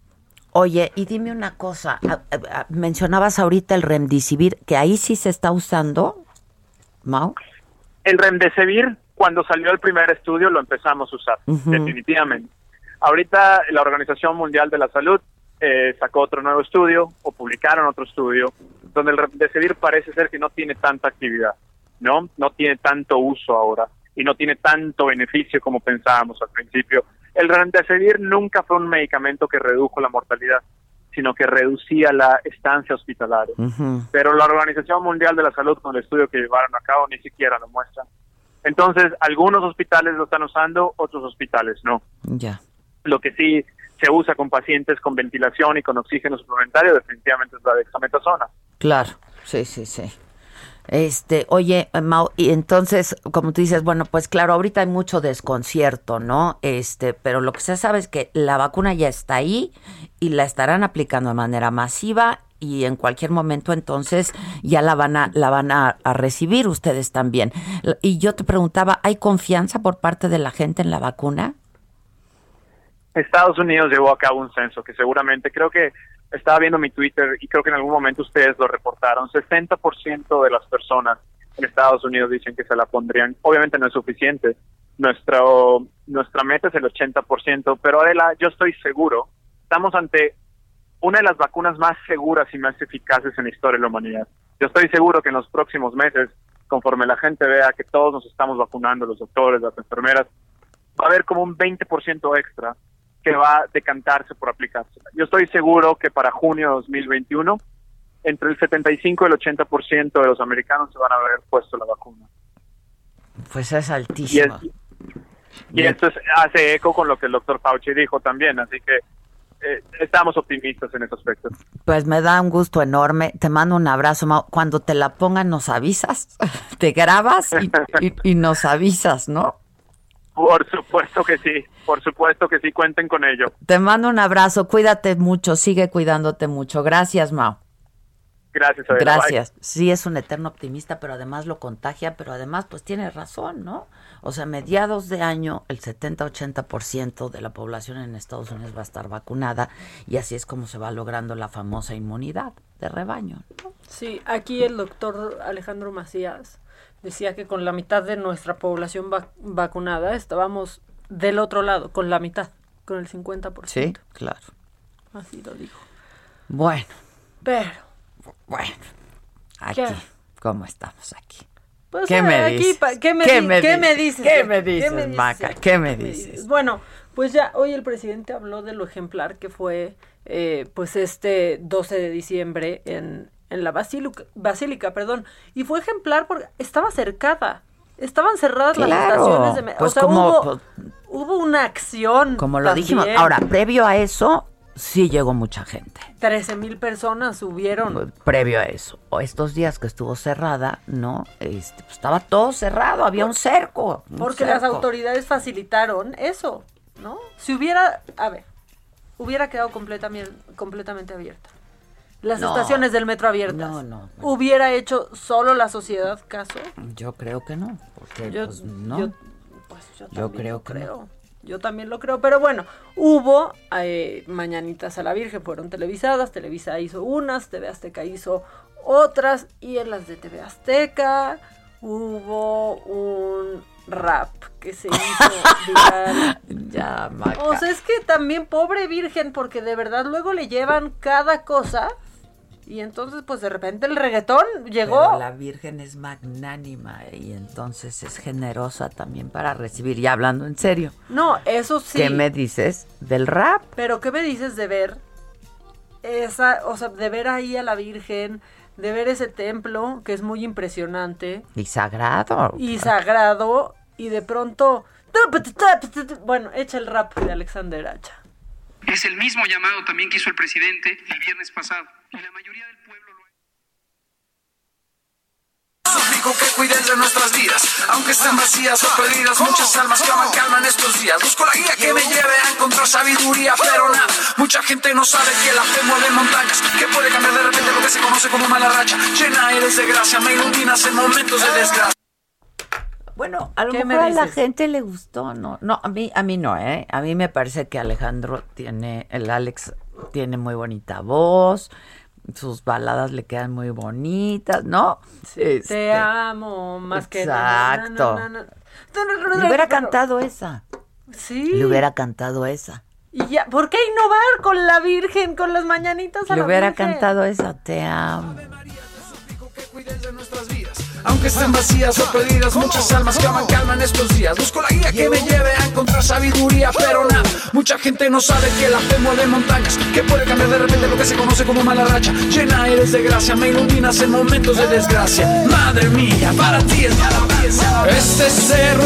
S3: Oye, y dime una cosa, a, a, a, mencionabas ahorita el remdesivir, que ahí sí se está usando. ¿Mau?
S18: El remdesivir, cuando salió el primer estudio, lo empezamos a usar, uh-huh. definitivamente. Ahorita la Organización Mundial de la Salud eh, sacó otro nuevo estudio, o publicaron otro estudio, donde el remdesivir parece ser que no tiene tanta actividad, ¿no? No tiene tanto uso ahora, y no tiene tanto beneficio como pensábamos al principio. El remdesivir nunca fue un medicamento que redujo la mortalidad, sino que reducía la estancia hospitalaria. Uh-huh. Pero la Organización Mundial de la Salud, con el estudio que llevaron a cabo, ni siquiera lo muestra. Entonces, algunos hospitales lo están usando, otros hospitales no.
S3: Ya. Yeah.
S18: Lo que sí se usa con pacientes con ventilación y con oxígeno suplementario, definitivamente es la dexametasona.
S3: Claro, sí, sí, sí. Este, oye, Mau, y entonces, como tú dices, bueno, pues claro, ahorita hay mucho desconcierto, ¿no? Este, pero lo que se sabe es que la vacuna ya está ahí y la estarán aplicando de manera masiva y en cualquier momento entonces ya la van a la van a, a recibir ustedes también. Y yo te preguntaba, ¿hay confianza por parte de la gente en la vacuna?
S18: Estados Unidos llevó a cabo un censo que seguramente, creo que estaba viendo mi Twitter y creo que en algún momento ustedes lo reportaron, sesenta por ciento de las personas en Estados Unidos dicen que se la pondrían. Obviamente no es suficiente, Nuestro, nuestra meta es el ochenta por ciento, pero Adela, yo estoy seguro, estamos ante una de las vacunas más seguras y más eficaces en la historia de la humanidad. Yo estoy seguro que en los próximos meses, conforme la gente vea que todos nos estamos vacunando, los doctores, las enfermeras, va a haber como un veinte por ciento extra que va a decantarse por aplicarse. Yo estoy seguro que para junio de dos mil veintiuno, entre el setenta y cinco y el ochenta por ciento de los americanos se van a haber puesto la vacuna.
S3: Pues es altísimo.
S18: Y, es, y esto es, hace eco con lo que el doctor Fauci dijo también, así que eh, estamos optimistas en ese aspecto.
S3: Pues me da un gusto enorme, te mando un abrazo, Mau. Cuando te la pongan nos avisas, te grabas y, y, y nos avisas, ¿no?
S18: Por supuesto que sí, por supuesto que sí, cuenten con ello.
S3: Te mando un abrazo, cuídate mucho, sigue cuidándote mucho. Gracias, Mau.
S18: Gracias, Adela.
S3: Gracias. Bye. Sí, es un eterno optimista, pero además lo contagia, pero además pues tiene razón, ¿no? O sea, a mediados de año el setenta a ochenta por ciento de la población en Estados Unidos va a estar vacunada y así es como se va logrando la famosa inmunidad de rebaño, ¿no?
S4: Sí, aquí el doctor Alejandro Macías decía que con la mitad de nuestra población vac- vacunada estábamos del otro lado, con la mitad, con el cincuenta por ciento.
S3: Sí, claro.
S4: Así lo dijo.
S3: Bueno.
S4: Pero.
S3: Bueno. Aquí. ¿Qué? ¿Cómo estamos aquí?
S4: Pues
S3: ¿Qué, me
S4: aquí,
S3: dices?
S4: Pa, ¿Qué me
S3: ¿Qué
S4: di-
S3: me
S4: ¿qué
S3: dices?
S4: me dices?
S3: ¿Qué me dices,
S4: ¿Qué me dices?
S3: Maca? ¿Qué me dices?
S4: Bueno, pues ya hoy el presidente habló de lo ejemplar que fue eh, pues este doce de diciembre en, en la basílica, basílica, perdón, y fue ejemplar porque estaba cercada, estaban cerradas
S3: claro,
S4: las estaciones de...
S3: Pues
S4: o sea,
S3: como,
S4: hubo,
S3: pues,
S4: hubo una acción
S3: como lo
S4: también.
S3: dijimos. Ahora, previo a eso, sí llegó mucha gente.
S4: trece mil personas subieron.
S3: Previo a eso. O estos días que estuvo cerrada, ¿no? Este, pues estaba todo cerrado, había un cerco. Un
S4: Porque
S3: cerco.
S4: las autoridades facilitaron eso, ¿no? Si hubiera, a ver, hubiera quedado completamente, completamente abierta. Las
S3: No,
S4: estaciones del metro abiertas.
S3: No, no, no.
S4: ¿Hubiera hecho solo la sociedad caso?
S3: Yo creo que no, porque
S4: Yo,
S3: pues, no.
S4: yo, pues, yo,
S3: Yo
S4: también
S3: creo
S4: lo
S3: que
S4: creo.
S3: no.
S4: Yo también lo creo, pero bueno, hubo eh, mañanitas a la Virgen, fueron televisadas, Televisa hizo unas, T V Azteca hizo otras, y en las de T V Azteca hubo un rap que se hizo viral.
S3: Ya, Maca.
S4: O sea, es que también pobre Virgen, porque de verdad luego le llevan cada cosa, y entonces pues de repente el reggaetón llegó.
S3: Pero la Virgen es magnánima y entonces es generosa también para recibir. Y hablando en serio.
S4: No, eso sí.
S3: ¿Qué me dices del rap?
S4: Pero ¿qué me dices de ver esa, o sea, de ver ahí a la Virgen, de ver ese templo que es muy impresionante
S3: Y sagrado.
S4: y sagrado, y de pronto, bueno, echa el rap de Alexander Hacha.
S16: Es el mismo llamado también que hizo el presidente el viernes pasado. Y la mayoría del pueblo lo ha...
S19: Suplico que cuiden de nuestras vidas, aunque estén vacías o perdidas, muchas almas claman calma en estos días. Busco la guía que me lleve a encontrar sabiduría, pero nada, mucha gente no sabe que la fe mueve montañas, que puede cambiar de repente lo que se conoce como mala racha. Llena eres de gracia, me iluminas en momentos de desgracia.
S3: Bueno, a lo
S4: ¿Qué
S3: mejor
S4: me
S3: a la
S4: dices?
S3: gente le gustó, ¿no? No, a mí, a mí no, ¿eh? A mí me parece que Alejandro tiene, el Alex tiene muy bonita voz, sus baladas le quedan muy bonitas, ¿no?
S4: Sí,
S3: Este,
S4: te amo más que...
S3: Exacto.
S4: na, na, na, na, na.
S3: Le hubiera cantado esa.
S4: Sí.
S3: Le hubiera cantado esa.
S4: Y ya, ¿por qué innovar con la Virgen, con las mañanitas a
S3: Le
S4: la
S3: hubiera
S4: Virgen?
S3: cantado esa. Te amo.
S19: Aunque estén vacías o perdidas, muchas almas claman calma en estos días. Busco la guía que me lleve a encontrar sabiduría, pero nada, mucha gente no sabe que la fe mueve montañas, que puede cambiar de repente lo que se conoce como mala racha. Llena eres de gracia, me iluminas en momentos de desgracia. Madre mía, para ti es nada más. Este cerro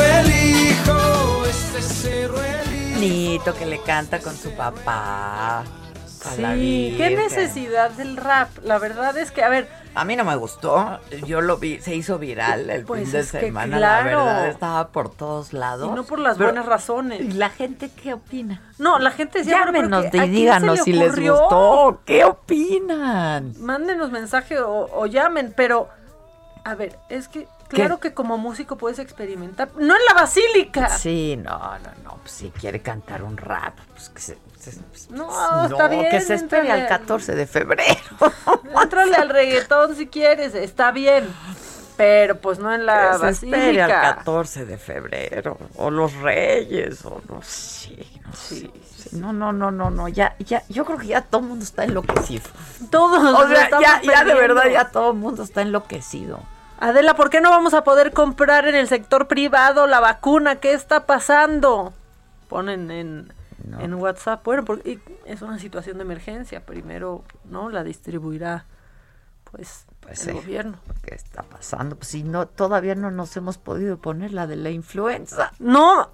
S19: elijo, este cerro elijo.
S3: Nito que le canta con su papá. A la
S4: Sí, qué
S3: Virgen.
S4: necesidad del rap. La verdad es que, a ver,
S3: A mí no me gustó, yo lo vi, se hizo viral el
S4: Pues
S3: fin de
S4: es que
S3: semana,
S4: claro.
S3: la verdad, estaba por todos lados.
S4: y no por las
S3: Pero-
S4: buenas razones.
S3: ¿Y la gente qué opina?
S4: No, la gente decía, bueno, pero
S3: Llámenos
S4: ¿qué-
S3: y
S4: a quién se
S3: díganos
S4: le
S3: si les
S4: ocurrió?
S3: gustó, ¿qué opinan?
S4: Mándenos mensaje o, o llamen, pero a ver, es que claro que como músico puedes experimentar, no en la basílica.
S3: Sí, no, no, no, pues si quiere cantar un rap, pues que se... se-
S4: No,
S3: no,
S4: está bien.
S3: que se espere
S4: éntrale
S3: al catorce de febrero.
S4: Entrale al reggaetón si quieres, está bien. Pero pues no en la
S3: Que se espere al
S4: basílica.
S3: catorce de febrero, o los Reyes, o no sé, no sé. No, no, no, no, no, ya, ya, yo creo que ya todo el mundo está enloquecido.
S4: Todos
S3: O
S4: nos
S3: sea,
S4: estamos
S3: ya, ya de
S4: perdiendo.
S3: verdad, ya todo el mundo está enloquecido.
S4: Adela, ¿por qué no vamos a poder comprar en el sector privado la vacuna? ¿Qué está pasando? Ponen en,
S3: No.
S4: en WhatsApp. Bueno, porque es una situación de emergencia. Primero, ¿no? La distribuirá, pues,
S3: Pues
S4: el
S3: sí,
S4: gobierno.
S3: ¿qué está pasando? Pues si no, todavía no nos hemos podido poner la de la influenza.
S4: No,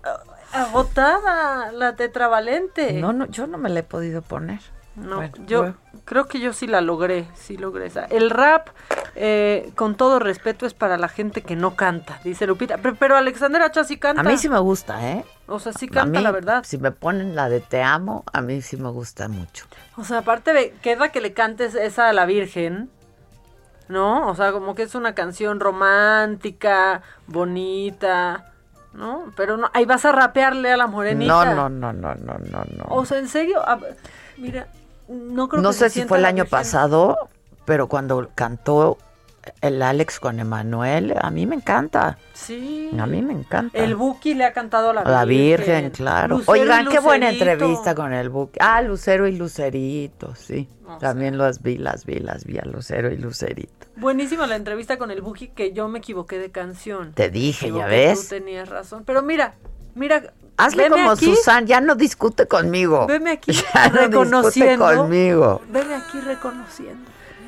S4: agotada la tetravalente.
S3: No, no, yo no me la he podido poner.
S4: No,
S3: Bueno,
S4: yo
S3: bueno.
S4: creo que yo sí la logré, sí logré esa. El rap, eh, con todo respeto, es para la gente que no canta, dice Lupita. Pero, pero Alexander Hacha sí canta.
S3: A mí sí me gusta, ¿eh?
S4: O sea, sí
S3: A
S4: canta,
S3: mí,
S4: la verdad.
S3: si me ponen la de Te Amo, a mí sí me gusta mucho.
S4: O sea, aparte de, queda que le cantes esa a la Virgen, ¿no? O sea, como que es una canción romántica, bonita, ¿no? Pero no, ahí vas a rapearle a la morenita.
S3: No, no, no, no, no, no, no.
S4: O sea, en serio, a, mira, no creo
S3: no
S4: que
S3: sé
S4: se
S3: si fue el año
S4: virgen.
S3: pasado, pero cuando cantó el Alex con Emanuel, a mí me encanta.
S4: Sí.
S3: A mí me encanta.
S4: El Buki le ha cantado a la,
S3: La Virgen,
S4: Virgen
S3: claro.
S4: Lucero
S3: Oigan,
S4: y
S3: qué buena
S4: Lucerito.
S3: entrevista con el Buki. Ah, Lucero y Lucerito, sí.
S4: O
S3: También las vi, las vi, las vi a Lucero y Lucerito.
S4: Buenísima la entrevista con el Buki, que yo me equivoqué de canción.
S3: Te dije,
S4: Digo
S3: ya
S4: que
S3: ves.
S4: Tú tenías razón. Pero mira, mira.
S3: Hazle
S4: veme
S3: como
S4: aquí,
S3: Susan, ya no discute conmigo.
S4: Veme aquí
S3: Ya no discute
S4: reconociendo.
S3: conmigo.
S4: Veme aquí reconociendo.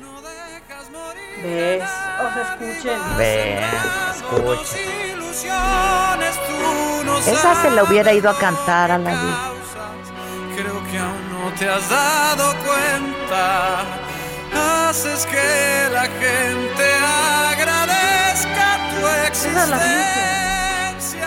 S4: ¿Ves? O sea, escuchen.
S3: Ven, escucha. Esa se la hubiera ido a cantar a la vida.
S19: Creo que aún no te has dado cuenta. Haces que la gente agradezca tu existencia.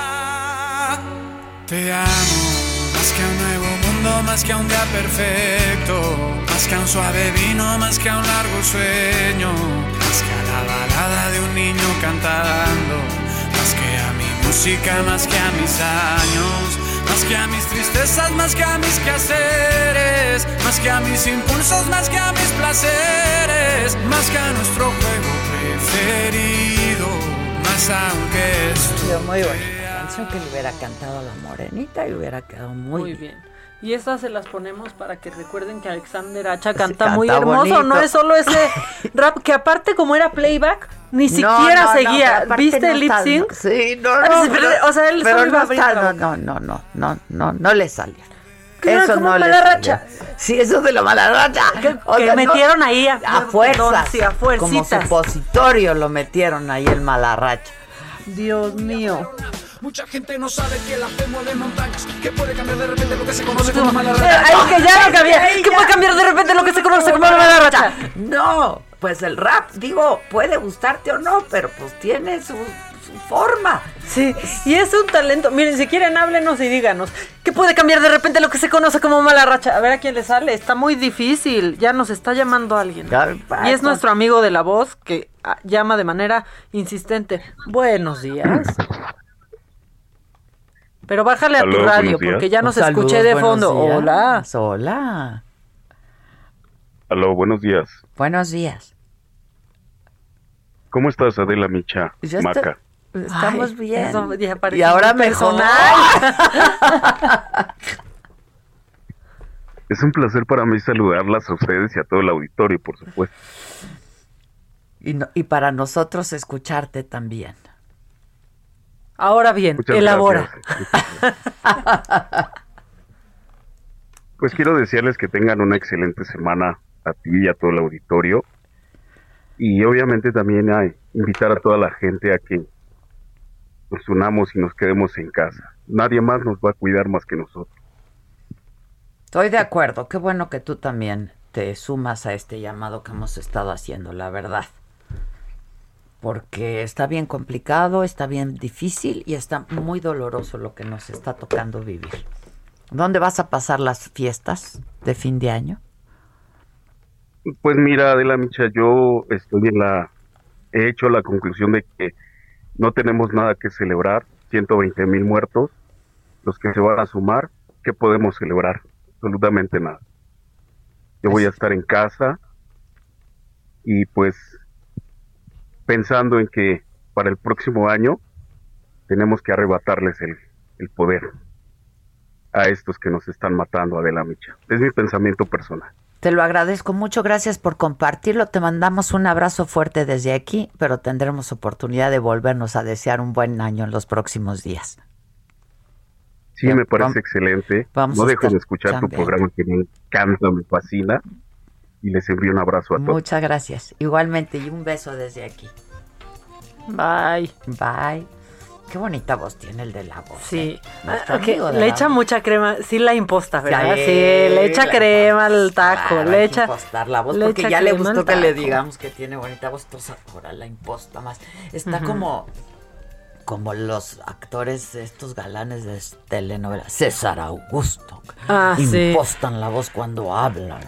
S19: Te amo, más que a un nuevo mundo, más que a un día perfecto, más que a un suave vino, más que a un largo sueño, más que a la balada de un niño cantando, más que a mi música, más que a mis años, más que a mis tristezas, más que a mis quehaceres, más que a mis impulsos, más que a mis placeres, más que a nuestro juego preferido, más aunque esto.
S3: Muy buena canción que le hubiera cantado a la morenita y hubiera quedado muy,
S4: Muy bien. Y estas se las ponemos para que recuerden que Alexander Hacha canta,
S3: canta
S4: muy hermoso,
S3: bonito.
S4: no es solo ese rap, que aparte como era playback, ni
S3: No,
S4: siquiera
S3: no, no,
S4: seguía.
S3: pero aparte
S4: ¿Viste
S3: no
S4: el lip
S3: está-
S4: sync?
S3: Sí, no,
S4: Ah,
S3: no.
S4: sí, pero,
S3: pero-
S4: o sea, él
S3: pero
S4: solo iba
S3: no
S4: a abrir
S3: está,
S4: la
S3: no,
S4: boca.
S3: no, no, no, no, no, no le salió.
S4: Claro,
S3: Eso
S4: como
S3: no le
S4: mala
S3: salió.
S4: racha.
S3: Sí, eso de la mala racha.
S4: Que,
S3: O
S4: que
S3: sea, no-
S4: metieron ahí a,
S3: a fuerzas,
S4: sí, a
S3: como
S4: fuercitas.
S3: supositorio lo metieron ahí el malarracha.
S4: Dios mío.
S19: Mucha gente no sabe que la fe mueve montañas, que puede cambiar de repente lo que se conoce como mala
S4: Eh,
S19: racha.
S4: ahí que ya no cabía. ¿Qué puede cambiar de repente lo que se conoce como mala racha?
S3: No, pues el rap, digo, puede gustarte o no, pero pues tiene su, su forma.
S4: Sí, y es un talento. Miren, si quieren, háblenos y díganos. ¿Qué puede cambiar de repente lo que se conoce como mala racha? A ver a quién le sale. Está muy difícil. Ya nos está llamando alguien. Y es nuestro amigo de la voz que ah, llama de manera insistente. Buenos días. Pero bájale a tu
S20: Aló,
S4: radio
S20: buenos días.
S4: porque ya nos
S3: Saludos,
S4: escuché de
S3: buenos
S4: fondo.
S3: días.
S4: Hola.
S3: Hola.
S20: Aló, buenos días.
S3: Buenos días.
S20: ¿Cómo estás, Adela Micha?
S3: Ya está-
S20: Maca.
S3: Estamos
S4: Ay,
S3: bien.
S4: eso ya pareció
S3: Y ahora
S4: muy
S3: mejor.
S20: Es un placer para mí saludarlas a ustedes y a todo el auditorio, por supuesto.
S3: Y, no- y para nosotros escucharte también.
S4: Ahora bien,
S20: Muchas
S4: elabora.
S20: gracias. Pues quiero desearles que tengan una excelente semana a ti y a todo el auditorio. Y obviamente también a invitar a toda la gente a que nos unamos y nos quedemos en casa. Nadie más nos va a cuidar más que nosotros.
S3: Estoy de acuerdo. Qué bueno que tú también te sumas a este llamado que hemos estado haciendo, la verdad. Porque está bien complicado, está bien difícil y está muy doloroso lo que nos está tocando vivir. ¿Dónde vas a pasar las fiestas de fin de año?
S20: Pues mira, Adela Micha, yo estoy en la... He hecho la conclusión de que no tenemos nada que celebrar. ciento veinte mil muertos, los que se van a sumar. ¿Qué podemos celebrar? Absolutamente nada. Yo voy a estar en casa y pues pensando en que para el próximo año tenemos que arrebatarles el, el poder a estos que nos están matando, Adela Micha. Es mi pensamiento personal.
S3: Te lo agradezco mucho, gracias por compartirlo. Te mandamos un abrazo fuerte desde aquí, pero tendremos oportunidad de volvernos a desear un buen año en los próximos días.
S20: Sí,
S3: Ya,
S20: me parece
S3: vamos-
S20: excelente.
S3: vamos
S20: No
S3: a
S20: dejo
S3: estar
S20: de escuchar tu
S3: chambeando.
S20: programa que me encanta, me fascina. Y les envío un abrazo a todos.
S3: Muchas gracias. Igualmente, y un beso desde aquí.
S4: Bye.
S3: Bye. Qué bonita voz tiene el de la voz.
S4: Sí.
S3: ¿eh? Nuestro
S4: Ah, que
S3: amigo de
S4: le
S3: la
S4: echa
S3: voz.
S4: mucha crema, sí la imposta, ¿verdad?
S3: Sí,
S4: Sí, le echa
S3: la
S4: crema al taco,
S3: Claro,
S4: le
S3: hay que
S4: echa
S3: impostar la voz
S4: le
S3: porque
S4: echa
S3: ya le
S4: crema
S3: gustó
S4: al
S3: que le
S4: taco.
S3: digamos que tiene bonita voz, entonces ahora la imposta más. Está
S4: Ujú.
S3: como como los actores estos galanes de telenovela, César Augusto.
S4: Ah, sí.
S3: impostan la voz cuando hablan.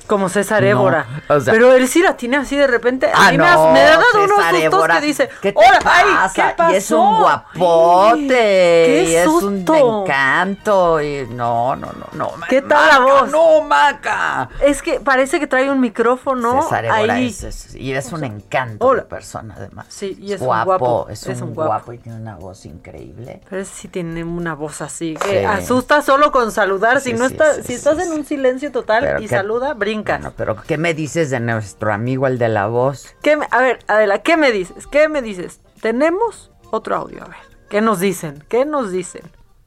S4: Como César Évora.
S3: No, o sea,
S4: pero él sí la tiene así de repente. A
S3: ah,
S4: mí
S3: no,
S4: me, ha, me ha dado
S3: César
S4: unos sustos
S3: Évora,
S4: que dice,
S3: ¿qué te
S4: ¡hola!
S3: pasa?
S4: Ay, ¿qué pasó?
S3: Y es un guapote.
S4: ¡Qué
S3: y es
S4: susto!
S3: un encanto. Y no, no, no, no.
S4: ¿Qué tal
S3: Maca,
S4: la voz?
S3: No, Maca.
S4: Es que parece que trae un micrófono
S3: César Évora
S4: ahí.
S3: es, es- y es un encanto
S4: Hola.
S3: de persona, además.
S4: Sí, y es un
S3: guapo,
S4: guapo,
S3: Es,
S4: es
S3: un,
S4: un
S3: guapo.
S4: guapo.
S3: y tiene una voz increíble.
S4: Pero ese sí tiene una voz así
S3: Sí.
S4: que asusta solo con saludar.
S3: Sí,
S4: si no
S3: sí,
S4: está,
S3: sí,
S4: si
S3: sí,
S4: estás
S3: sí.
S4: en un silencio total
S3: Pero
S4: y
S3: qué-
S4: saluda, brincas.
S3: Bueno, pero ¿qué me dices de nuestro amigo el de la voz?
S4: ¿Qué me- a ver, Adela, ¿qué me dices? ¿Qué me dices? Tenemos otro audio, a ver. ¿Qué nos dicen? ¿Qué nos dicen?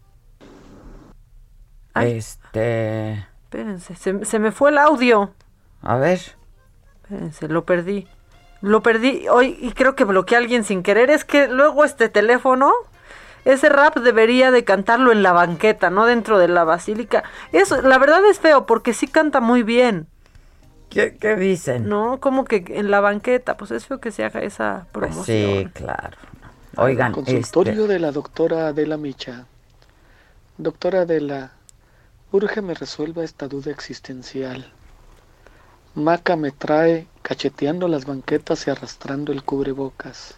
S4: Ay.
S3: Este,
S4: Espérense, se, se me fue el audio.
S3: a ver.
S4: Espérense, lo perdí. Lo perdí hoy y creo que bloqueé a alguien sin querer. Es que luego este teléfono, ese rap debería de cantarlo en la banqueta, no dentro de la basílica. Eso, la verdad es feo porque sí canta muy bien.
S3: ¿Qué, qué dicen?
S4: No, como que en la banqueta, pues es feo que se haga esa
S3: Pues
S4: promoción.
S3: sí, claro. Oigan,
S21: Consultorio
S3: este,
S21: de la doctora Adela Micha. Doctora Adela, urge me resuelva esta duda existencial. Maca me trae cacheteando las banquetas y arrastrando el cubrebocas.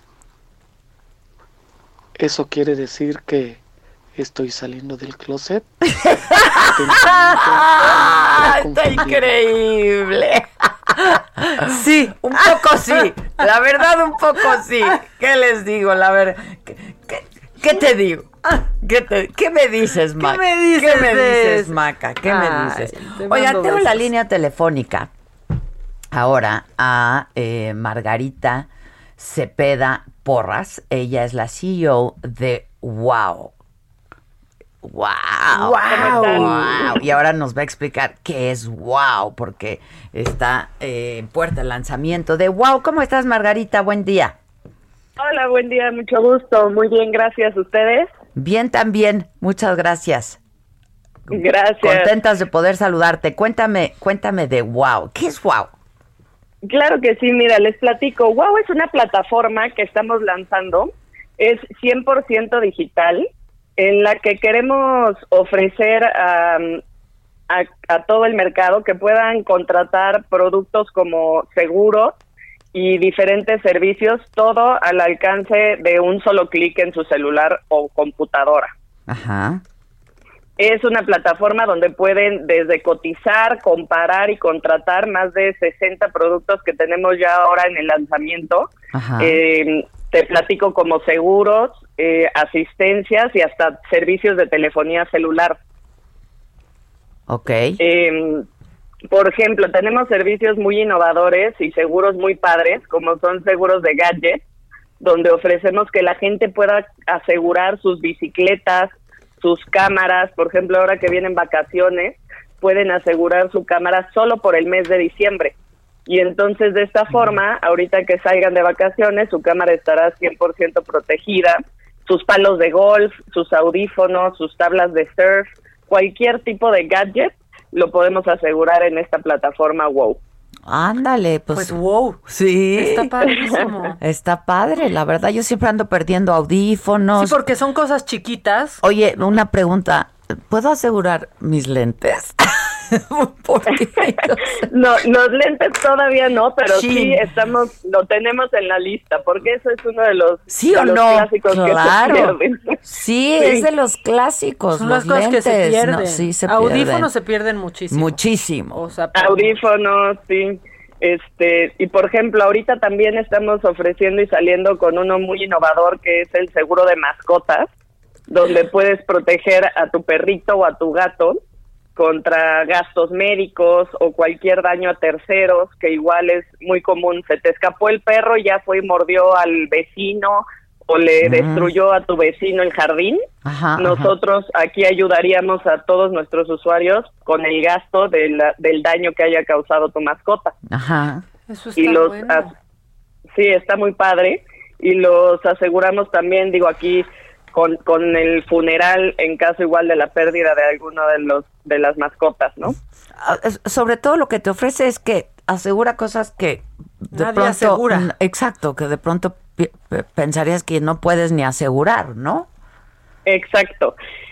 S21: ¿Eso quiere decir que estoy saliendo del closet?
S3: ¡Ah, está increíble! Sí, un poco sí. La verdad, un poco sí. ¿Qué les digo? La verdad. ¿Qué, qué, qué te digo? ¿Qué, te- qué me dices, Maca?
S4: me dices
S3: ¿Qué me
S4: de
S3: dices,
S4: eso?
S3: Maca? ¿Qué
S4: Ay,
S3: me dices?
S4: te
S3: Oigan,
S4: mando
S3: tengo la
S4: besos.
S3: línea telefónica ahora a eh, Margarita Cepeda Porras. Ella es la C E O de Wow. Wow,
S4: Wow.
S3: wow. Y ahora nos va a explicar qué es Wow, porque está eh, en puerta el lanzamiento de Wow. ¿Cómo estás, Margarita? Buen día.
S22: Hola, buen día, mucho gusto. Muy bien, gracias. ¿Ustedes?
S3: Bien también, muchas gracias.
S22: Gracias.
S3: Contentas de poder saludarte. Cuéntame, cuéntame de Wow. ¿Qué es Wow?
S22: Claro que sí, mira, les platico. Wow es una plataforma que estamos lanzando. Es cien por ciento digital, en la que queremos ofrecer a, a, a todo el mercado que puedan contratar productos como seguros y diferentes servicios, todo al alcance de un solo clic en su celular o computadora.
S3: Ajá.
S22: Es una plataforma donde pueden desde cotizar, comparar y contratar más de sesenta productos que tenemos ya ahora en el lanzamiento.
S3: Ajá.
S22: Eh, te platico como seguros, eh, asistencias y hasta servicios de telefonía celular.
S3: Ok.
S22: Eh, por ejemplo, tenemos servicios muy innovadores y seguros muy padres, como son seguros de gadgets, donde ofrecemos que la gente pueda asegurar sus bicicletas, sus cámaras. Por ejemplo, ahora que vienen vacaciones, pueden asegurar su cámara solo por el mes de diciembre. Y entonces, de esta forma, ahorita que salgan de vacaciones, su cámara estará cien por ciento protegida, sus palos de golf, sus audífonos, sus tablas de surf, cualquier tipo de gadget, lo podemos asegurar en esta plataforma Wow.
S3: Ándale, pues.
S4: Pues wow.
S3: Sí.
S4: Está padrísimo.
S3: Está padre, la verdad. Yo siempre ando perdiendo audífonos.
S4: Sí, porque son cosas chiquitas.
S3: Oye, una pregunta. ¿Puedo asegurar mis lentes?
S22: No, los lentes todavía no, pero sí.
S3: Sí.
S22: estamos, lo tenemos en la lista, porque eso es uno de los,
S3: ¿Sí
S22: de
S3: o
S22: los
S3: no?
S22: clásicos
S3: Claro.
S22: que se pierden.
S3: Sí,
S22: Sí.
S3: es de los clásicos.
S4: Son
S3: los
S4: las cosas que se
S3: lentes,
S4: pierden.
S3: ¿no? Sí, se
S4: Audífonos
S3: pierden.
S4: se pierden muchísimo.
S3: Muchísimo.
S4: O sea,
S22: Audífonos, sí. Este, y por ejemplo, ahorita también estamos ofreciendo y saliendo con uno muy innovador que es el seguro de mascotas, donde puedes proteger a tu perrito o a tu gato contra gastos médicos o cualquier daño a terceros, que igual es muy común. Se te escapó el perro y ya fue y mordió al vecino o le
S3: Mm.
S22: destruyó a tu vecino el jardín.
S3: Ajá,
S22: Nosotros aquí ayudaríamos a todos nuestros usuarios con el gasto de la- del daño que haya causado tu mascota.
S3: Ajá.
S4: Eso está
S22: Y los
S4: bueno.
S22: as- sí, está muy padre. Y los aseguramos también, digo, aquí con, con el funeral en caso igual de la pérdida de alguno de los de las mascotas, ¿no?
S3: Ah, es- Sobre todo lo que te ofrece es que asegura cosas que de
S4: Nadie
S3: pronto.
S4: asegura.
S3: mm, Exacto, que de pronto pi- pe- pensarías que no puedes ni asegurar, ¿no?
S22: Exacto.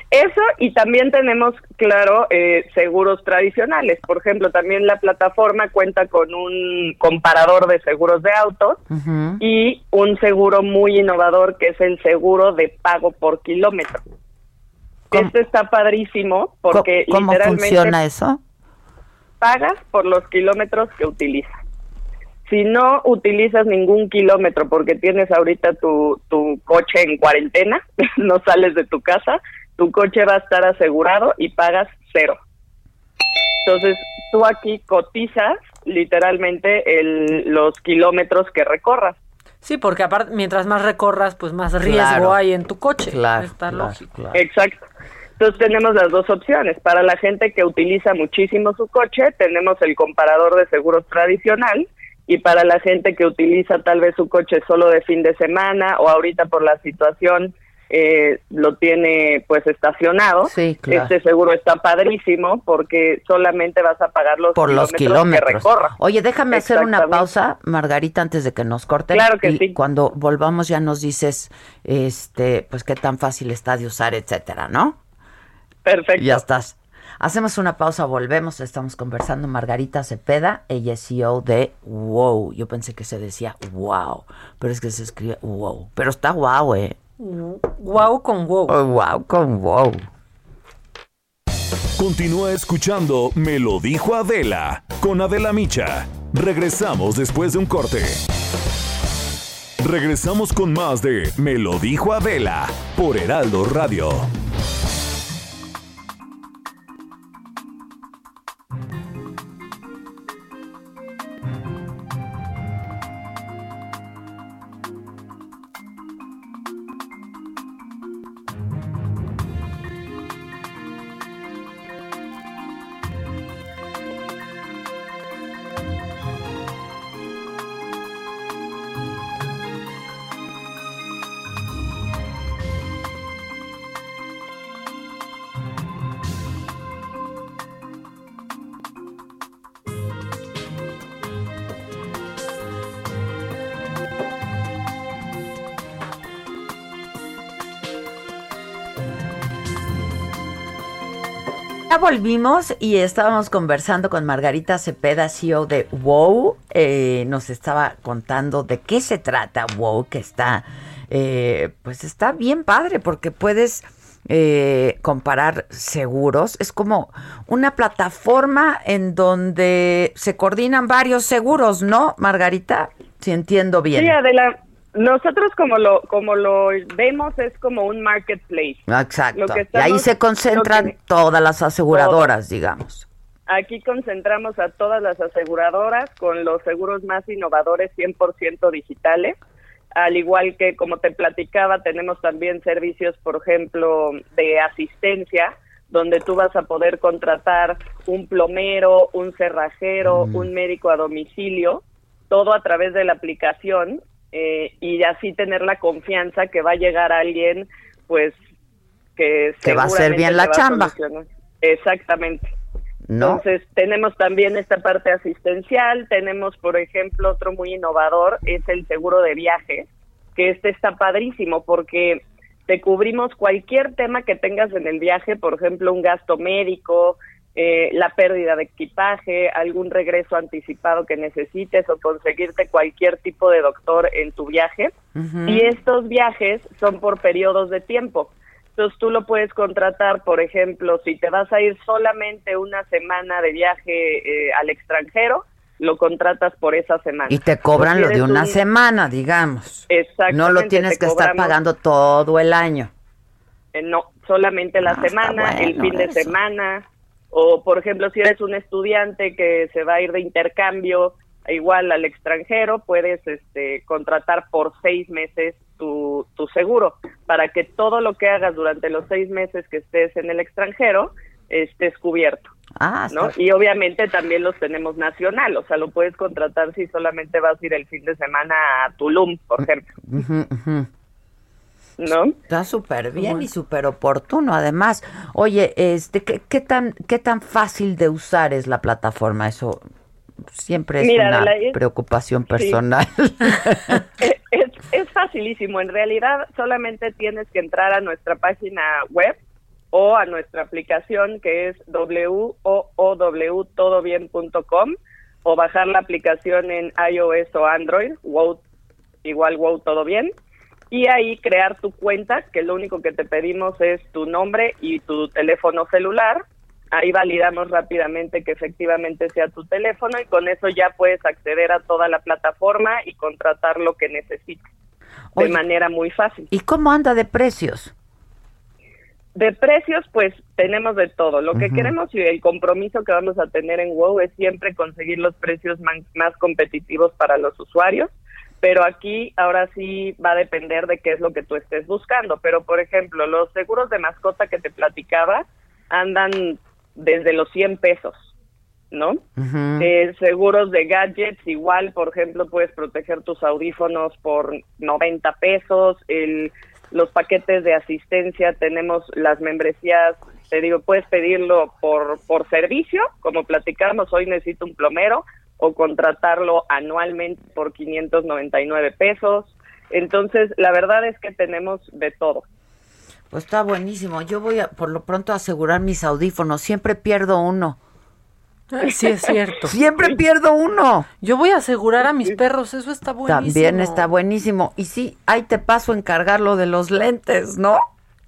S22: Eso, y también tenemos, claro, eh, seguros tradicionales. Por ejemplo, también la plataforma cuenta con un comparador de seguros de autos uh-huh. y un seguro muy innovador que es el seguro de pago por kilómetro. Este está padrísimo porque
S3: ¿Cómo,
S22: literalmente...
S3: ¿Cómo funciona eso?
S22: Pagas por los kilómetros que utilizas. Si no utilizas ningún kilómetro porque tienes ahorita tu, tu coche en cuarentena, no sales de tu casa, tu coche va a estar asegurado y pagas cero. Entonces, tú aquí cotizas literalmente el, los kilómetros que recorras.
S4: Sí, porque aparte, mientras más recorras, pues más riesgo
S22: Claro.
S4: hay en tu coche.
S3: Claro,
S4: Está
S3: claro,
S4: lógico.
S3: claro.
S22: Exacto. Entonces tenemos las dos opciones. Para la gente que utiliza muchísimo su coche, tenemos el comparador de seguros tradicional, y para la gente que utiliza tal vez su coche solo de fin de semana o ahorita por la situación eh, lo tiene pues estacionado,
S3: sí, claro.
S22: Este seguro está padrísimo porque solamente vas a pagar los
S3: por
S22: kilómetros
S3: los kilómetros
S22: que recorra.
S3: Oye, déjame hacer una pausa, Margarita, antes de que nos corten.
S22: Claro que
S3: y
S22: sí.
S3: Cuando volvamos ya nos dices, este, pues qué tan fácil está de usar, etcétera, ¿no?
S22: Perfecto.
S3: Ya estás. Hacemos una pausa, volvemos, estamos conversando. Margarita Cepeda, ella es C E O de WOW. Yo pensé que se decía wow, pero es que se escribe WOW. Pero está wow, eh.
S4: Wow con wow.
S3: Oh, wow con wow.
S2: Continúa escuchando Me lo dijo Adela con Adela Micha. Regresamos después de un corte. Regresamos con más de Me lo dijo Adela por Heraldo Radio.
S3: Ya volvimos y estábamos conversando con Margarita Cepeda, C E O de WOW. Eh, nos estaba contando de qué se trata WOW, que está, eh, pues está bien padre porque puedes eh, comparar seguros. Es como una plataforma en donde se coordinan varios seguros, ¿no, Margarita? Si entiendo bien.
S22: Sí, Adela. Nosotros como lo como lo vemos es como un marketplace.
S3: Exacto.
S22: Lo que
S3: y ahí
S22: estamos-
S3: se concentran
S22: lo que-
S3: todas las aseguradoras, digamos.
S22: Aquí concentramos a todas las aseguradoras con los seguros más innovadores cien por ciento digitales, al igual que, como te platicaba, tenemos también servicios, por ejemplo, de asistencia, donde tú vas a poder contratar un plomero, un cerrajero,
S3: Mm.
S22: un médico a domicilio, todo a través de la aplicación, eh, y así tener la confianza que va a llegar alguien, pues, que
S3: Que va a hacer
S22: seguramente
S3: bien la
S22: te va a
S3: chamba.
S22: solucionar. Exactamente.
S3: ¿No?
S22: Entonces, tenemos también esta parte asistencial, tenemos, por ejemplo, otro muy innovador, es el seguro de viaje, que este está padrísimo porque te cubrimos cualquier tema que tengas en el viaje, por ejemplo, un gasto médico, eh, la pérdida de equipaje, algún regreso anticipado que necesites o conseguirte cualquier tipo de doctor en tu viaje.
S3: Ujú.
S22: Y estos viajes son por periodos de tiempo. Entonces tú lo puedes contratar, por ejemplo, si te vas a ir solamente una semana de viaje eh, al extranjero, lo contratas por esa semana.
S3: Y te cobran
S22: O
S3: lo
S22: si
S3: de
S22: eres
S3: una
S22: un-
S3: semana, digamos.
S22: Exactamente.
S3: No lo tienes
S22: te
S3: que estar
S22: cobramos-
S3: pagando todo el año.
S22: eh, no, solamente la
S3: Ah, está
S22: semana, el
S3: bueno
S22: fin de
S3: eso.
S22: semana. O, por ejemplo, si eres un estudiante que se va a ir de intercambio igual al extranjero, puedes este, contratar por seis meses tu, tu seguro para que todo lo que hagas durante los seis meses que estés en el extranjero estés cubierto.
S3: Ah,
S22: ¿no?
S3: está-
S22: Y obviamente también los tenemos nacional, o sea, lo puedes contratar si solamente vas a ir el fin de semana a Tulum, por ejemplo,
S3: Ujú, ujú.
S22: ¿no?
S3: Está súper bien y súper oportuno, además. Oye, este, ¿qué, qué tan qué tan fácil de usar es la plataforma? Eso siempre es
S22: Mira,
S3: una
S22: Adela, es-
S3: preocupación
S22: sí.
S3: personal.
S22: es, es- es facilísimo, en realidad solamente tienes que entrar a nuestra página web, o a nuestra aplicación que es w o o w todo bien punto com o bajar la aplicación en iOS o Android, wow, igual wow todo bien, y ahí crear tu cuenta, que lo único que te pedimos es tu nombre y tu teléfono celular. Ahí validamos rápidamente que efectivamente sea tu teléfono y con eso ya puedes acceder a toda la plataforma y contratar lo que necesites de
S3: Oye,
S22: manera muy fácil.
S3: ¿Y cómo anda de precios?
S22: De precios, pues tenemos de todo. Lo que
S3: Ujú.
S22: queremos y el compromiso que vamos a tener en WOW es siempre conseguir los precios más, más competitivos para los usuarios, pero aquí ahora sí va a depender de qué es lo que tú estés buscando. Pero, por ejemplo, los seguros de mascota que te platicaba andan desde los cien pesos, ¿no?
S3: Uh-huh.
S22: Eh, seguros de gadgets, igual, por ejemplo, puedes proteger tus audífonos por noventa pesos, el, los paquetes de asistencia, tenemos las membresías, te digo, puedes pedirlo por, por servicio, como platicamos, hoy necesito un plomero, o contratarlo anualmente por quinientos noventa y nueve pesos, entonces la verdad es que tenemos de todo.
S3: Pues está buenísimo. Yo voy a, por lo pronto, a asegurar mis audífonos. Siempre pierdo uno.
S4: Ay, sí, es cierto.
S3: Siempre pierdo uno.
S4: Yo voy a asegurar a mis perros, eso está buenísimo.
S3: También está buenísimo. Y sí, ahí te paso a encargar lo de los lentes, ¿no?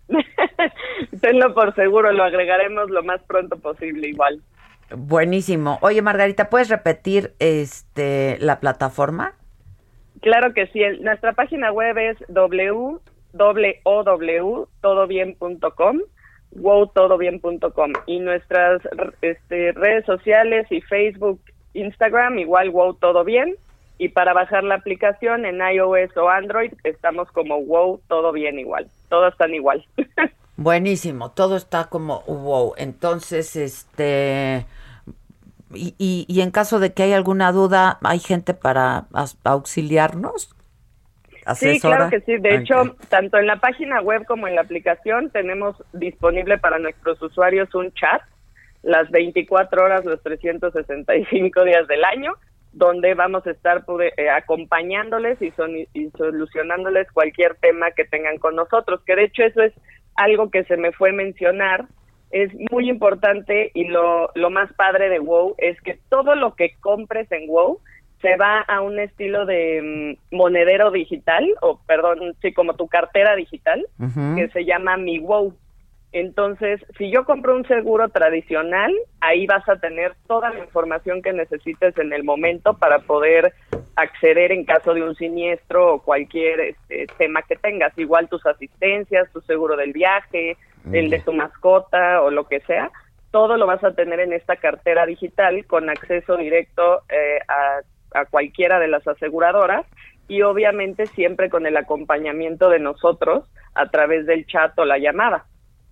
S22: Tenlo por seguro, lo agregaremos lo más pronto posible igual.
S3: Buenísimo. Oye, Margarita, ¿puedes repetir este la plataforma?
S22: Claro que sí. El, nuestra página web es w w w punto todo bien punto com, wow todo bien punto com, y nuestras este, redes sociales y Facebook, Instagram, igual wow todo bien, y para bajar la aplicación en iOS o Android estamos como wow todo bien igual, todos están igual.
S3: Buenísimo, todo está como wow. Entonces, este... Y, y, y en caso de que haya alguna duda, ¿hay gente para as- auxiliarnos?
S22: Sí,
S3: ¿Asesora?
S22: claro que sí. De
S3: Okay.
S22: hecho, tanto en la página web como en la aplicación tenemos disponible para nuestros usuarios un chat las veinticuatro horas, los trescientos sesenta y cinco días del año, donde vamos a estar pude, eh, acompañándoles y, son, y solucionándoles cualquier tema que tengan con nosotros, que de hecho eso es algo que se me fue mencionar. Es muy importante y lo, lo más padre de WOW es que todo lo que compres en WOW se va a un estilo de mm, monedero digital, o perdón, sí, como tu cartera digital,
S3: Ujú.
S22: que se llama Mi WOW. Entonces, si yo compro un seguro tradicional, ahí vas a tener toda la información que necesites en el momento para poder acceder en caso de un siniestro o cualquier este, tema que tengas. Igual tus asistencias, tu seguro del viaje, el de tu mascota o lo que sea, todo lo vas a tener en esta cartera digital con acceso directo eh, a a cualquiera de las aseguradoras y obviamente siempre con el acompañamiento de nosotros a través del chat o la llamada.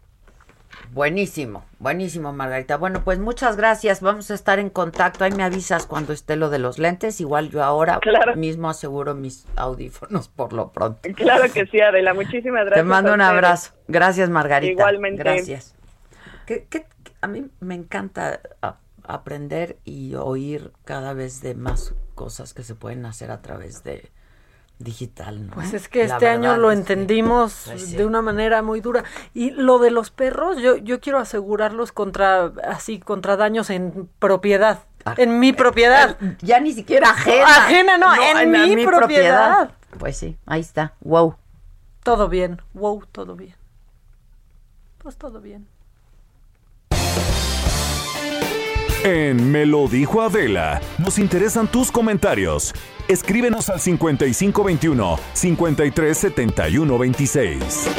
S3: Buenísimo, buenísimo, Margarita. Bueno, pues muchas gracias. Vamos a estar en contacto. Ahí me avisas cuando esté lo de los lentes. Igual yo ahora
S22: Claro.
S3: mismo aseguro mis audífonos por lo pronto.
S22: Claro que sí, Adela. Muchísimas gracias.
S3: Te mando
S22: a
S3: un
S22: ustedes.
S3: abrazo. Gracias, Margarita.
S22: Igualmente.
S3: Gracias. ¿Qué, qué, qué- a mí me encanta a- aprender y oír cada vez de más cosas que se pueden hacer a través de digital, ¿no?
S4: Pues es que
S3: La
S4: este año
S3: verdad
S4: lo
S3: es que-
S4: entendimos
S3: pues sí.
S4: de una manera muy dura. Y lo de los perros, yo, yo quiero asegurarlos contra, así, contra daños en propiedad.
S3: Ah,
S4: en mi propiedad.
S3: Ya ni siquiera ajena.
S4: Ajena, no, en
S3: la-
S4: mi propiedad.
S3: Pues sí, ahí está. Wow.
S4: Todo bien, wow, todo bien. Pues todo bien.
S2: En Me lo dijo Adela, nos interesan tus comentarios. Escríbenos al cincuenta y cinco veintiuno, cincuenta y tres setenta y uno veintiséis.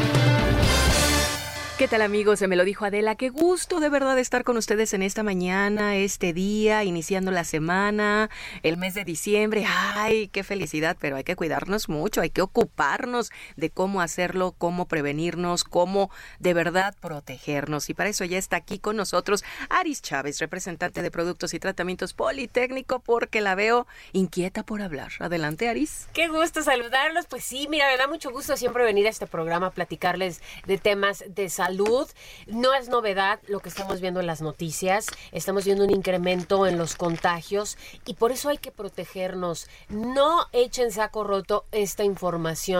S11: ¿Qué tal, amigos? Se me lo dijo Adela. Qué gusto de verdad estar con ustedes en esta mañana, este día, iniciando la semana, el mes de diciembre. ¡Ay, qué felicidad! Pero hay que cuidarnos mucho, hay que ocuparnos de cómo hacerlo, cómo prevenirnos, cómo de verdad protegernos. Y para eso ya está aquí con nosotros Aris Chávez, representante de Productos y Tratamientos Politécnico, porque la veo inquieta por hablar. Adelante, Aris.
S1: Qué gusto saludarlos. Pues sí, mira, me da mucho gusto siempre venir a este programa a platicarles de temas de salud. No es novedad lo que estamos viendo en las noticias. Estamos viendo un incremento en los contagios y por eso hay que protegernos. No echen saco roto esta información.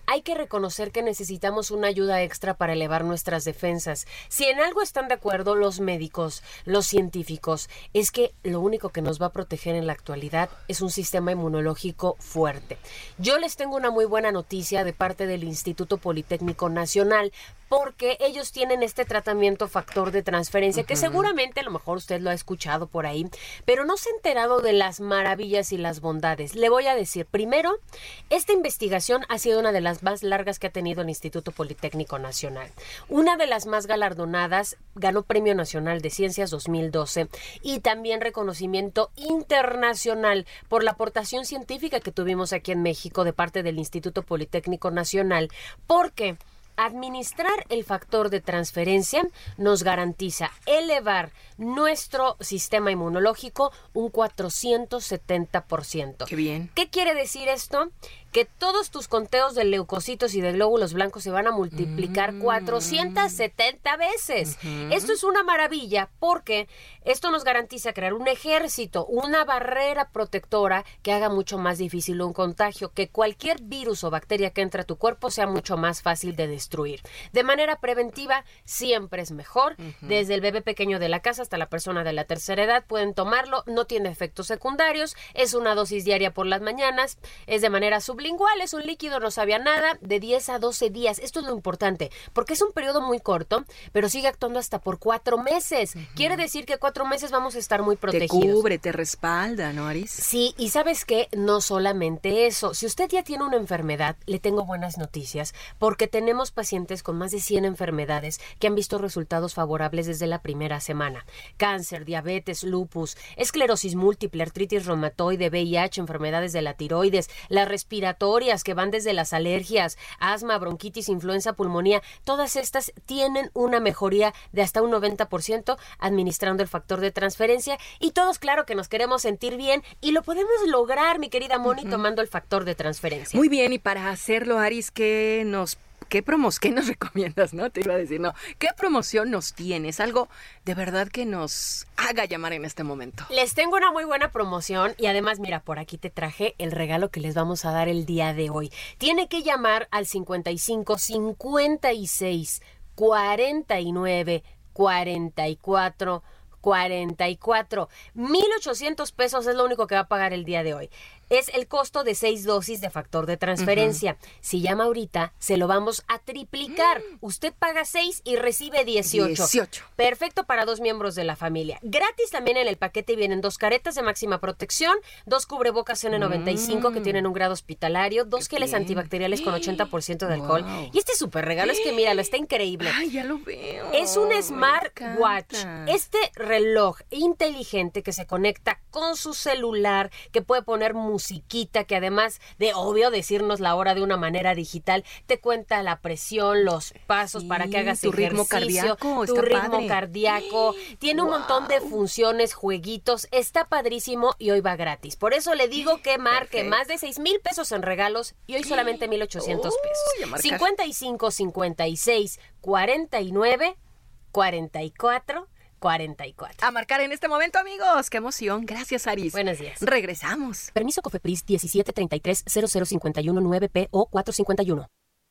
S1: hay que reconocer que necesitamos una ayuda extra para elevar nuestras defensas. Si en algo están de acuerdo los médicos, los científicos, es que lo único que nos va a proteger en la actualidad es un sistema inmunológico fuerte. Yo les tengo una muy buena noticia de parte del Instituto Politécnico Nacional, porque ellos tienen este tratamiento factor de transferencia, uh-huh. que seguramente a lo mejor usted lo ha escuchado por ahí, pero no se ha enterado de las maravillas y las bondades. Le voy a decir, primero, esta investigación ha sido una de las más largas que ha tenido el Instituto Politécnico Nacional. Una de las más galardonadas, ganó Premio Nacional de Ciencias dos mil doce y también reconocimiento internacional por la aportación científica que tuvimos aquí en México de parte del Instituto Politécnico Nacional, porque administrar el factor de transferencia nos garantiza elevar nuestro sistema inmunológico un cuatrocientos setenta por ciento.
S11: Qué bien.
S1: ¿Qué quiere decir esto? Que todos tus conteos de leucocitos y de glóbulos blancos se van a multiplicar mm. cuatrocientas setenta veces. Uh-huh. Esto es una maravilla porque esto nos garantiza crear un ejército, una barrera protectora que haga mucho más difícil un contagio, que cualquier virus o bacteria que entre a tu cuerpo sea mucho más fácil de destruir. De manera preventiva siempre es mejor. Uh-huh. Desde el bebé pequeño de la casa hasta la persona de la tercera edad pueden tomarlo, no tiene efectos secundarios, es una dosis diaria por las mañanas, es de manera sublingual, es un líquido, no sabía nada, de diez a doce días. Esto es lo importante, porque es un periodo muy corto, pero sigue actuando hasta por cuatro meses. Uh-huh. Quiere decir que cuatro meses vamos a estar muy protegidos.
S11: Te cubre, te respalda, ¿no, Aris?
S1: Sí, y ¿sabes qué? No solamente eso. Si usted ya tiene una enfermedad, le tengo buenas noticias, porque tenemos pacientes con más de cien enfermedades que han visto resultados favorables desde la primera semana. Cáncer, diabetes, lupus, esclerosis múltiple, artritis reumatoide, V I H, enfermedades de la tiroides, las respiratorias que van desde las alergias, asma, bronquitis, influenza, pulmonía, todas estas tienen una mejoría de hasta un noventa por ciento administrando el factor de transferencia, y todos claro que nos queremos sentir bien y lo podemos lograr, mi querida Moni, uh-huh. tomando el factor de transferencia.
S11: Muy bien, y para hacerlo, Aris, ¿qué nos ¿Qué promos, qué nos recomiendas? No, te iba a decir, no. ¿Qué promoción nos tienes? Algo de verdad que nos haga llamar en este momento.
S1: Les tengo una muy buena promoción y además, mira, por aquí te traje el regalo que les vamos a dar el día de hoy. Tiene que llamar al cincuenta y cinco, cincuenta y seis, cuarenta y nueve, cuarenta y cuatro, cuarenta y cuatro. mil ochocientos pesos es lo único que va a pagar el día de hoy. Es el costo de seis dosis de factor de transferencia. Uh-huh. Si llama ahorita, se lo vamos a triplicar. Mm. Usted paga seis y recibe dieciocho.
S11: dieciocho.
S1: Perfecto para dos miembros de la familia. Gratis también en el paquete vienen dos caretas de máxima protección, dos cubrebocas N noventa y cinco mm. que tienen un grado hospitalario, dos Qué geles bien. antibacteriales con ochenta por ciento de alcohol. Wow. Y este super regalo es que, míralo, está increíble.
S11: Ay, ya lo veo.
S1: Es un smartwatch. Este reloj inteligente que se conecta con su celular, que puede poner música, musiquita, que además de obvio decirnos la hora de una manera digital, te cuenta la presión, los pasos sí, para que hagas
S11: tu
S1: ejercicio,
S11: ritmo cardíaco,
S1: tu
S11: está
S1: ritmo
S11: padre.
S1: cardíaco, tiene wow. un montón de funciones, jueguitos, está padrísimo y hoy va gratis. Por eso le digo que marque Perfecto. más de seis mil pesos en regalos y hoy solamente mil ochocientos pesos. cincuenta y cinco, cincuenta y seis, cuarenta y nueve, cuarenta y cuatro, cuarenta y cuatro.
S11: A marcar en este momento, amigos. ¡Qué emoción! Gracias, Aris.
S1: Buenos días.
S11: Regresamos.
S1: Permiso Cofepris diecisiete treinta y tres cero cero cincuenta y uno nueve P O cuatrocientos cincuenta y uno.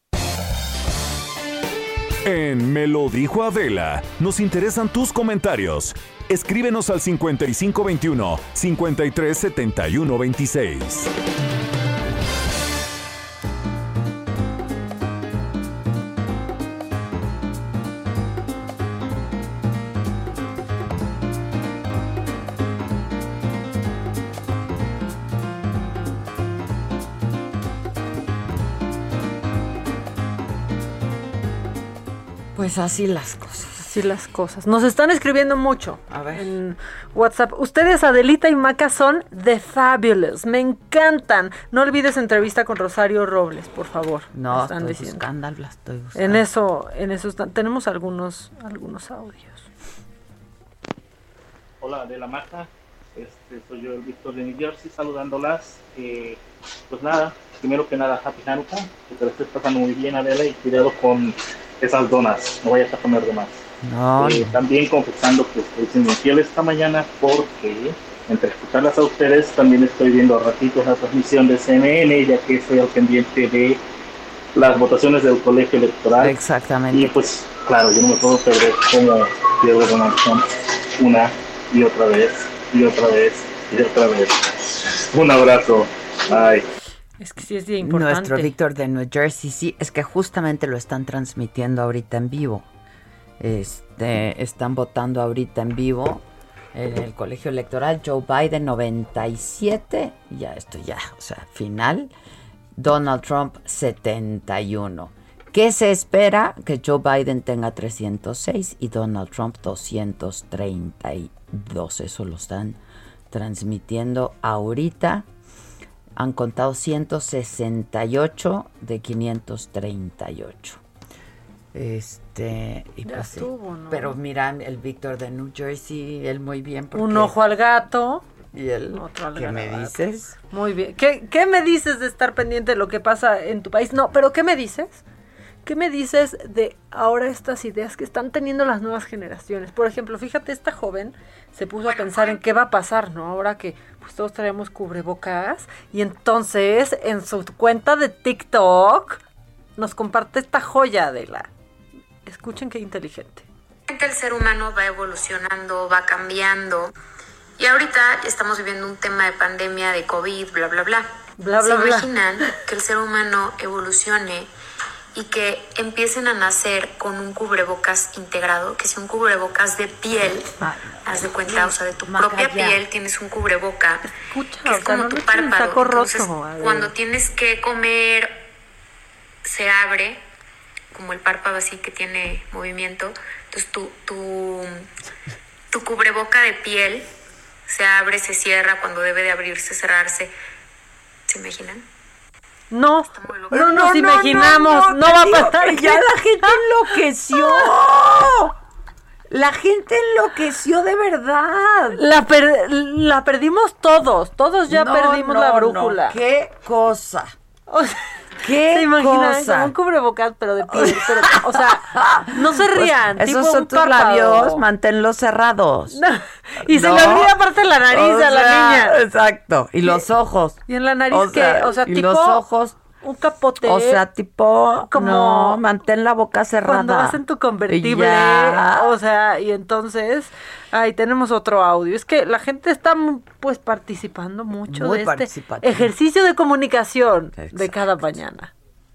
S2: En Me lo dijo Adela, nos interesan tus comentarios. Escríbenos al cincuenta y cinco veintiuno, cincuenta y tres setenta y uno veintiséis.
S3: Pues así las cosas.
S4: Así las cosas. Nos están escribiendo mucho.
S3: A ver.
S4: En WhatsApp. Ustedes, Adelita y Maca, son The Fabulous. Me encantan. No olvides entrevista con Rosario Robles, por favor.
S3: No, están estoy diciendo. buscando, la estoy buscando.
S4: En eso, en eso están. Tenemos algunos, algunos audios.
S5: Hola, Adela, Maca. Este, soy yo, el Víctor de New Jersey, saludándolas. Eh, pues nada, primero que nada, Happy Hanukkah. Que te lo estés pasando muy bien, Adela, y cuidado con esas donas, no vayas a comer de más.
S3: No,
S5: eh,
S3: no.
S5: También confesando que estoy siendo infiel esta mañana porque entre escucharlas a ustedes también estoy viendo a ratitos la transmisión de C N N, ya que estoy al pendiente de las votaciones del colegio electoral.
S3: Exactamente.
S5: Y pues, claro, yo no me puedo perder como pierde Donald Trump una y otra vez, y otra vez, y otra vez. Un abrazo. Ay.
S4: Es que sí es bien importante.
S3: Nuestro Víctor de New Jersey, sí, es que justamente lo están transmitiendo ahorita en vivo. Este, están votando ahorita en vivo en el colegio electoral. Joe Biden noventa y siete, ya esto ya, o sea, final. Donald Trump setenta y uno. ¿Qué se espera? Que Joe Biden tenga trescientos seis y Donald Trump doscientos treinta y dos. Eso lo están transmitiendo ahorita. Han contado ciento sesenta y ocho de quinientos treinta y ocho. Este, y
S4: ya
S3: pues
S4: estuvo,
S3: sí.
S4: ¿no?
S3: Pero miran el Víctor de New Jersey, él muy bien. Porque...
S4: Un ojo al gato.
S3: Y él,
S4: otro al
S3: ¿qué
S4: gato.
S3: me dices?
S4: Muy bien. ¿Qué, ¿Qué me dices de estar pendiente de lo que pasa en tu país? No, pero ¿qué me dices? ¿Qué me dices de ahora estas ideas que están teniendo las nuevas generaciones? Por ejemplo, fíjate, esta joven se puso a pensar en qué va a pasar, ¿no? Ahora que pues todos traemos cubrebocas y entonces en su cuenta de TikTok nos comparte esta joya de la... Escuchen qué inteligente.
S6: El ser humano va evolucionando, va cambiando y ahorita estamos viviendo un tema de pandemia, de COVID, bla, bla, bla.
S4: Bla,
S6: ¿Se
S4: bla, bla.
S6: imaginan que el ser humano evolucione y que empiecen a nacer con un cubrebocas integrado, que sea un cubrebocas de piel? Haz de cuenta, o sea, de tu propia
S4: Macaya.
S6: piel tienes un cubreboca,
S4: Escucha,
S6: que es
S4: o sea,
S6: como
S4: no
S6: tu
S4: me eches un
S6: párpado.
S4: saco
S6: Entonces,
S4: roto, a ver.
S6: cuando tienes que comer, se abre, como el párpado así que tiene movimiento. Entonces tu, tu, tu cubreboca de piel se abre, se cierra cuando debe de abrirse, cerrarse. ¿Se imaginan?
S4: No, no,
S6: No,
S4: nos
S6: no,
S4: imaginamos, no,
S6: no, no,
S4: va a
S6: te digo
S4: pasar.
S6: que
S3: Ya la gente enloqueció. La gente enloqueció de verdad.
S4: La, per- la perdimos todos, todos ya
S3: No,
S4: perdimos
S3: no,
S4: la
S3: no,
S4: brújula.
S3: qué cosa.
S4: O sea,
S3: ¿Qué
S4: ¿se imaginan?
S3: cosa?
S4: Como un cubrebocas, pero de piel. Pero, o sea, no se rían.
S3: Pues,
S4: tipo
S3: esos son
S4: un
S3: tus
S4: párpado.
S3: labios, manténlos cerrados.
S4: No, y se
S3: No.
S4: le olvida aparte la nariz
S3: O
S4: a la
S3: sea,
S4: niña.
S3: Exacto. Y los ojos.
S4: Y en la nariz,
S3: O
S4: que,
S3: sea,
S4: o sea,
S3: y
S4: tipo
S3: los ojos.
S4: un capote.
S3: O sea, tipo,
S4: como
S3: no, mantén la boca cerrada.
S4: cuando vas en tu convertible,
S3: Ya.
S4: o sea, y entonces, ahí tenemos otro audio. Es que la gente está, pues, participando mucho
S3: Muy
S4: de este
S3: participativa.
S4: ejercicio de comunicación de cada mañana.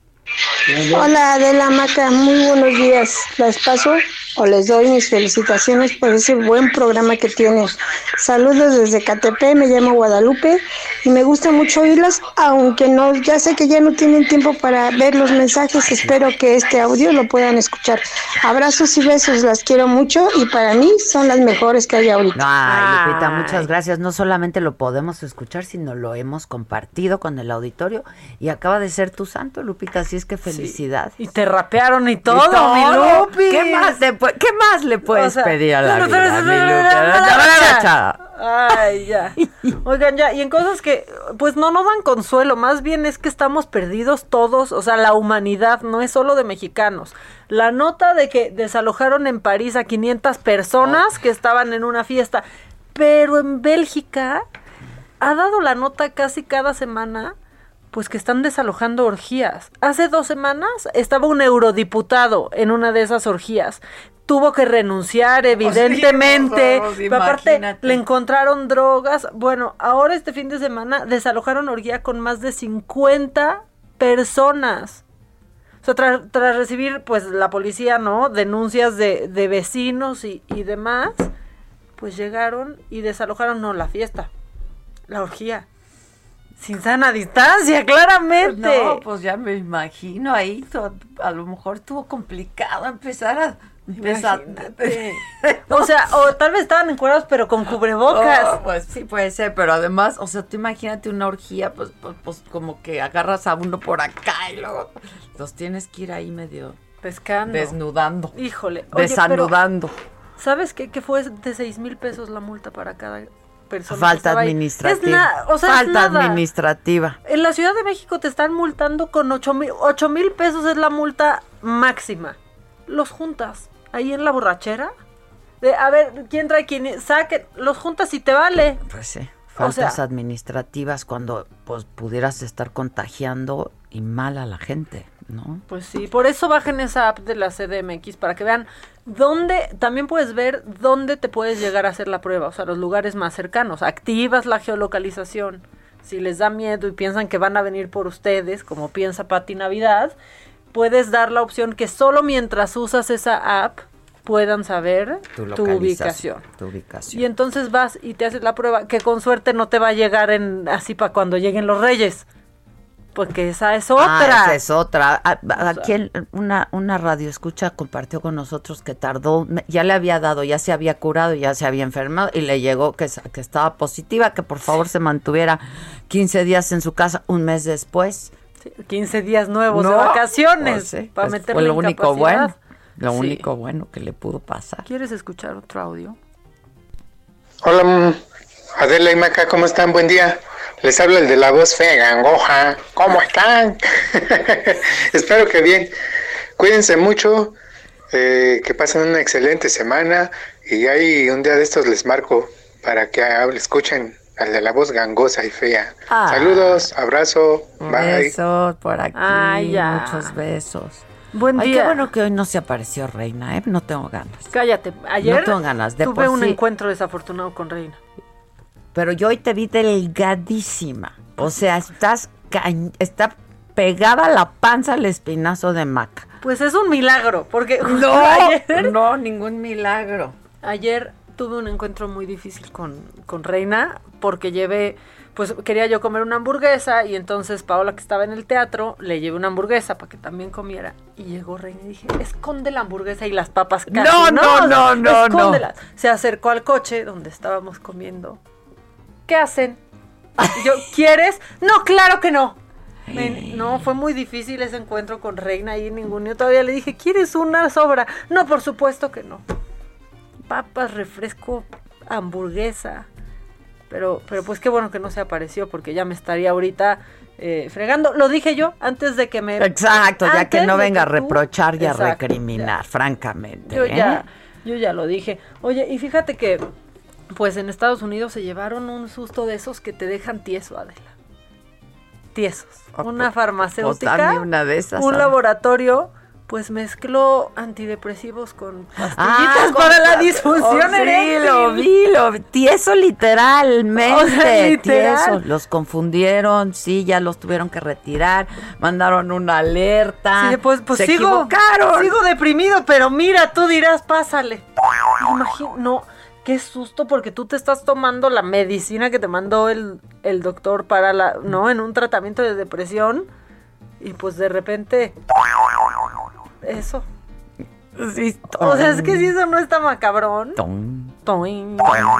S7: Hola Adela, Maca, muy buenos días. Les paso o les doy mis felicitaciones por ese buen programa que tienen. Saludos desde Catepec, me llamo Guadalupe y me gusta mucho oírlas, aunque no, ya sé que ya no tienen tiempo para ver los mensajes. Espero que este audio lo puedan escuchar. Abrazos y besos, las quiero mucho y para mí son las mejores que hay ahorita.
S3: Ay, Lupita, muchas gracias. No solamente lo podemos escuchar, sino lo hemos compartido con el auditorio y acaba de ser tu santo, Lupita, así es que felicidades.
S4: Y te rapearon y todo,
S3: Y todo.
S4: mi Lupi.
S3: ¿Qué más le, pu- ¿Qué más le puedes
S4: O sea,
S3: pedir a la
S4: no,
S3: vida,
S4: pero-
S3: mi
S4: pero-
S3: Lupita?
S4: Ay, ya. Oigan, ya, y en cosas que, pues no nos dan consuelo, más bien es que estamos perdidos todos, o sea, la humanidad no es solo de mexicanos. La nota de que desalojaron en París a quinientas personas que estaban en una fiesta, pero en Bélgica ha dado la nota casi cada semana, pues que están desalojando orgías. Hace dos semanas estaba un eurodiputado en una de esas orgías. Tuvo que renunciar, evidentemente.
S3: Oh, sí,
S4: pero aparte,
S3: imagínate.
S4: le encontraron drogas. Bueno, ahora este fin de semana desalojaron orgía con más de cincuenta personas. O sea, tras, tras recibir, pues, la policía, ¿no? Denuncias de, de vecinos y, y demás, pues llegaron y desalojaron, no, la fiesta, la orgía. Sin sana distancia, claramente.
S3: No, pues ya me imagino ahí, to- a lo mejor estuvo complicado empezar a... empezar-
S4: O sea, o tal vez estaban encuerados, pero con cubrebocas.
S3: Oh, pues sí puede ser, pero además, o sea, tú imagínate una orgía, pues, pues, pues como que agarras a uno por acá y luego los tienes que ir ahí medio
S4: pescando,
S3: desnudando,
S4: híjole, oye,
S3: desanudando.
S4: pero, ¿sabes qué? Que fue de seis mil pesos la multa para cada persona.
S3: Falta
S4: que estaba ahí.
S3: administrativa.
S4: Es na- o sea, es
S3: Falta
S4: nada.
S3: administrativa.
S4: En la Ciudad de México te están multando con ocho mil, ocho mil pesos es la multa máxima. Los juntas ahí en la borrachera. De, a ver, ¿quién trae quién? Saque, los juntas y te vale.
S3: Pues sí,
S4: O
S3: faltas
S4: sea,
S3: administrativas cuando pues pudieras estar contagiando y mal a la gente. ¿no?
S4: Pues sí, por eso bajen esa app de la C D M X para que vean dónde, también puedes ver dónde te puedes llegar a hacer la prueba, o sea, los lugares más cercanos. Activas la geolocalización. Si les da miedo y piensan que van a venir por ustedes, como piensa Pati Navidad, puedes dar la opción que solo mientras usas esa app puedan saber
S3: tu,
S4: tu ubicación.
S3: Tu ubicación.
S4: Y entonces vas y te haces la prueba, que con suerte no te va a llegar en así para cuando lleguen los Reyes. Porque esa es otra.
S3: Ah, esa es otra. Aquí el, una, una radio escucha compartió con nosotros que tardó, ya le había dado, ya se había curado, ya se había enfermado y le llegó que, que estaba positiva, que por favor se mantuviera quince días en su casa. Un mes después.
S4: Sí, quince díés nuevos
S3: no,
S4: de vacaciones.
S3: Pues sí,
S4: para
S3: pues
S4: meterle
S3: fue lo único bueno. Lo
S4: sí.
S3: único bueno que le pudo pasar.
S4: ¿Quieres escuchar otro audio?
S8: Hola, Adela y Maca, ¿cómo están? Buen día. Les habla el de la voz fea gangoja. ¿Cómo están? Espero que bien. Cuídense mucho, eh, que pasen una excelente semana y ahí un día de estos les marco para que hable, escuchen al de la voz gangosa y fea. Ah, saludos, abrazo, bye.
S3: Besos por aquí,
S4: Ay, ya.
S3: muchos besos.
S4: Buen
S3: Ay,
S4: día.
S3: qué bueno que hoy no se apareció Reina, ¿eh? No tengo ganas.
S4: Cállate, ayer
S3: no tengo ganas. De
S4: tuve
S3: por
S4: un
S3: sí.
S4: encuentro desafortunado con Reina.
S3: Pero yo hoy te vi delgadísima. O sea, estás ca... está pegada la panza al espinazo de Maca.
S4: Pues es un milagro, porque
S3: no,
S4: ayer,
S3: no, ningún milagro.
S4: Ayer tuve un encuentro muy difícil con, con Reina, porque llevé, pues quería yo comer una hamburguesa, y entonces Paola, que estaba en el teatro, le llevé una hamburguesa para que también comiera, y llegó Reina y dije, esconde la hamburguesa y las papas casi.
S3: No, no, no, no,
S4: escóndelas. No. Se acercó al coche donde estábamos comiendo. ¿Qué hacen? Y yo, ¿quieres? No, claro que no. Me, no, fue muy difícil ese encuentro con Reina y ningún yo todavía le dije, ¿quieres una sobra? No, por supuesto que no. Papas, refresco, hamburguesa. Pero, pero pues qué bueno que no se apareció, porque ya me estaría ahorita eh, fregando. Lo dije yo antes de que me...
S3: Exacto, ya que no venga a reprochar y a
S4: Exacto,
S3: recriminar, ya. francamente.
S4: Yo
S3: ¿eh?
S4: ya, yo ya lo dije. Oye, y fíjate que pues en Estados Unidos se llevaron un susto de esos que te dejan tieso, Adela. Tiesos. Una farmacéutica,
S3: pues una de esas,
S4: un
S3: ¿sabes?
S4: laboratorio, pues mezcló antidepresivos con pastillitas
S3: ah,
S4: para la disfunción
S3: oh,
S4: eréctil.
S3: Sí, lo vi, lo vi. Tieso literalmente.
S4: O sea, literal.
S3: Tieso. Los confundieron, sí, ya los tuvieron que retirar, mandaron una alerta.
S4: Sí, pues, pues
S3: se
S4: sigo,
S3: equivocaron.
S4: Sigo deprimido, pero mira, tú dirás, pásale. Imagino, no, qué susto, porque tú te estás tomando la medicina que te mandó el, el doctor para la, ¿no? En un tratamiento de depresión, y pues de repente eso.
S3: Sí,
S4: o sea, es que si eso no está macabrón.
S3: Ton.
S4: Toin.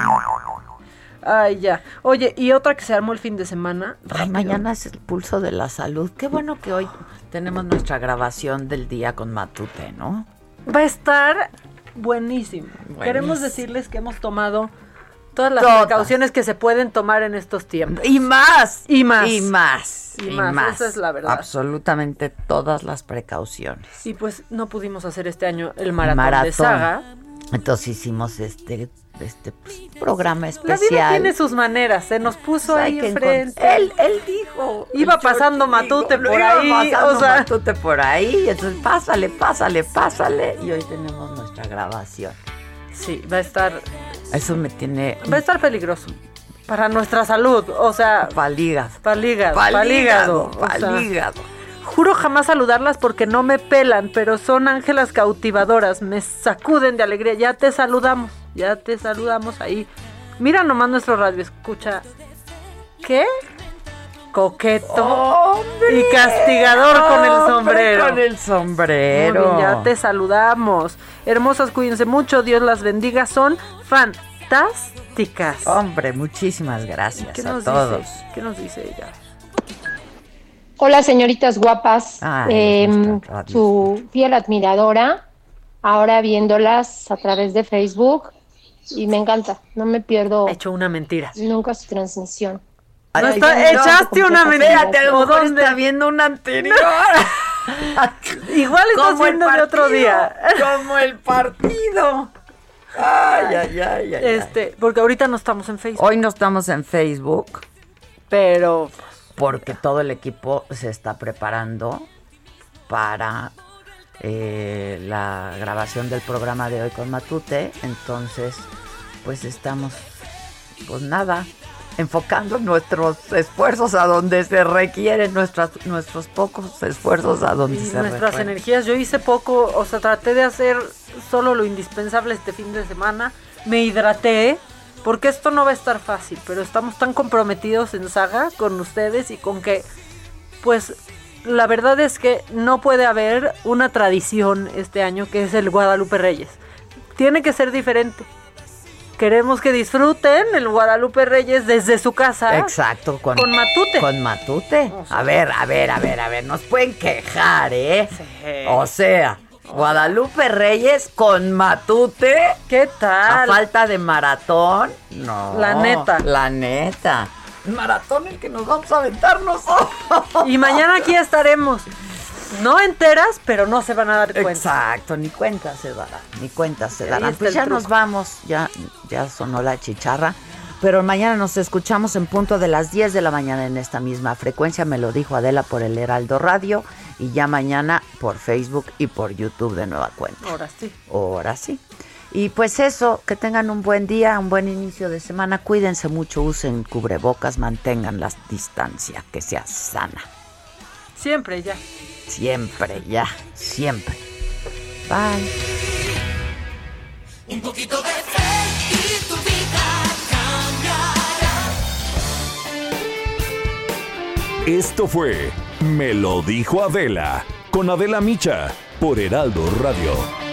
S4: Ay, ya. Oye, y otra que se armó el fin de semana.
S3: Ay, mañana es el pulso de la salud. Qué bueno que hoy tenemos nuestra grabación del día con Matute, ¿no?
S4: Va a estar buenísimo.
S3: buenísimo.
S4: Queremos decirles que hemos tomado todas las
S3: Todas.
S4: precauciones que se pueden tomar en estos tiempos.
S3: Y más.
S4: Y más.
S3: Y más.
S4: Y,
S3: y
S4: más.
S3: más.
S4: Esa es la verdad.
S3: Absolutamente todas las precauciones.
S4: Y pues no pudimos hacer este año el maratón,
S3: maratón.
S4: de Saga.
S3: Entonces hicimos este este pues, programa especial.
S4: La vida tiene sus maneras, se nos puso
S3: pues
S4: ahí enfrente.
S3: Él, él dijo.
S4: Iba pasando Matute
S3: dijo,
S4: por
S3: iba
S4: ahí.
S3: Pasando
S4: o sea,
S3: Matute por ahí. Entonces, pásale, pásale, pásale. Y hoy tenemos nuestra grabación.
S4: Sí, va a estar.
S3: Eso me tiene.
S4: Va a estar peligroso. Para nuestra salud, o sea.
S3: Pa'l hígado.
S4: Pa'l hígado.
S3: Pa'l hígado.
S4: Pa'l
S3: hígado.
S4: Juro jamás saludarlas porque no me pelan, pero son ángelas cautivadoras, me sacuden de alegría. Ya te saludamos, ya te saludamos ahí. Mira nomás nuestro radio, escucha. ¿Qué? Coqueto
S3: ¡Hombre!
S4: Y castigador con el sombrero.
S3: Con el sombrero.
S4: Muy bien, ya te saludamos. Hermosas, cuídense mucho, Dios las bendiga, son fantásticas.
S3: Hombre, muchísimas gracias
S4: ¿Qué
S3: a
S4: nos
S3: todos.
S4: Dice? ¿Qué nos dice ella?
S9: Hola, señoritas guapas.
S3: Ay,
S9: eh, su fiel admiradora. Ahora viéndolas a través de Facebook. Y me encanta. No me pierdo.
S4: He hecho una mentira.
S9: Nunca su transmisión.
S4: No está,
S9: no,
S4: echaste
S9: no,
S4: una
S9: no,
S4: mentira.
S9: no,
S4: Te
S9: no,
S4: ¿O
S9: no,
S4: dónde
S3: está viendo una anterior?
S4: Igual estás
S3: Como el
S4: viendo de otro
S3: partido,
S4: día.
S3: Como el partido. Ay, ay, ay, ay.
S4: Este, porque ahorita no estamos en Facebook.
S3: Hoy no estamos en Facebook.
S4: Pero
S3: porque todo el equipo se está preparando para eh, la grabación del programa de hoy con Matute. Entonces, pues estamos, pues nada, enfocando nuestros esfuerzos a donde se requieren, nuestras, nuestros pocos esfuerzos a donde
S4: y
S3: se
S4: nuestras
S3: requieren.
S4: energías. Yo hice poco, o sea, traté de hacer solo lo indispensable este fin de semana. Me hidraté, porque esto no va a estar fácil, pero estamos tan comprometidos en Saga con ustedes y con que, pues, la verdad es que no puede haber una tradición este año que es el Guadalupe Reyes. Tiene que ser diferente. Queremos que disfruten el Guadalupe Reyes desde su casa.
S3: Exacto, con,
S4: con Matute.
S3: Con Matute. A ver, a ver, a ver, a ver, nos pueden quejar, ¿eh?
S4: Sí.
S3: O sea, Guadalupe Reyes con Matute.
S4: ¿Qué tal?
S3: A falta de maratón. No.
S4: La neta.
S3: La neta. Maratón el que nos vamos a aventar nosotros.
S4: Y mañana aquí estaremos. No enteras, pero no se van a dar cuenta.
S3: Exacto, ni cuenta se dará, ni cuenta se
S4: Ahí
S3: dará.
S4: está
S3: Pues
S4: el
S3: ya
S4: truco.
S3: nos vamos, ya, ya sonó la chicharra. Pero mañana nos escuchamos en punto de las diez de la mañana en esta misma frecuencia. Me lo dijo Adela por el Heraldo Radio. Y ya mañana por Facebook y por YouTube de nueva cuenta.
S4: Ahora sí.
S3: Ahora sí. Y pues eso, que tengan un buen día, un buen inicio de semana. Cuídense mucho, usen cubrebocas, mantengan la distancia, que sea sana.
S4: Siempre ya.
S3: Siempre, ya, siempre. Bye.
S10: Un poquito de fe y tu vida cambiará.
S2: Esto fue Me lo dijo Adela, con Adela Micha, por Heraldo Radio.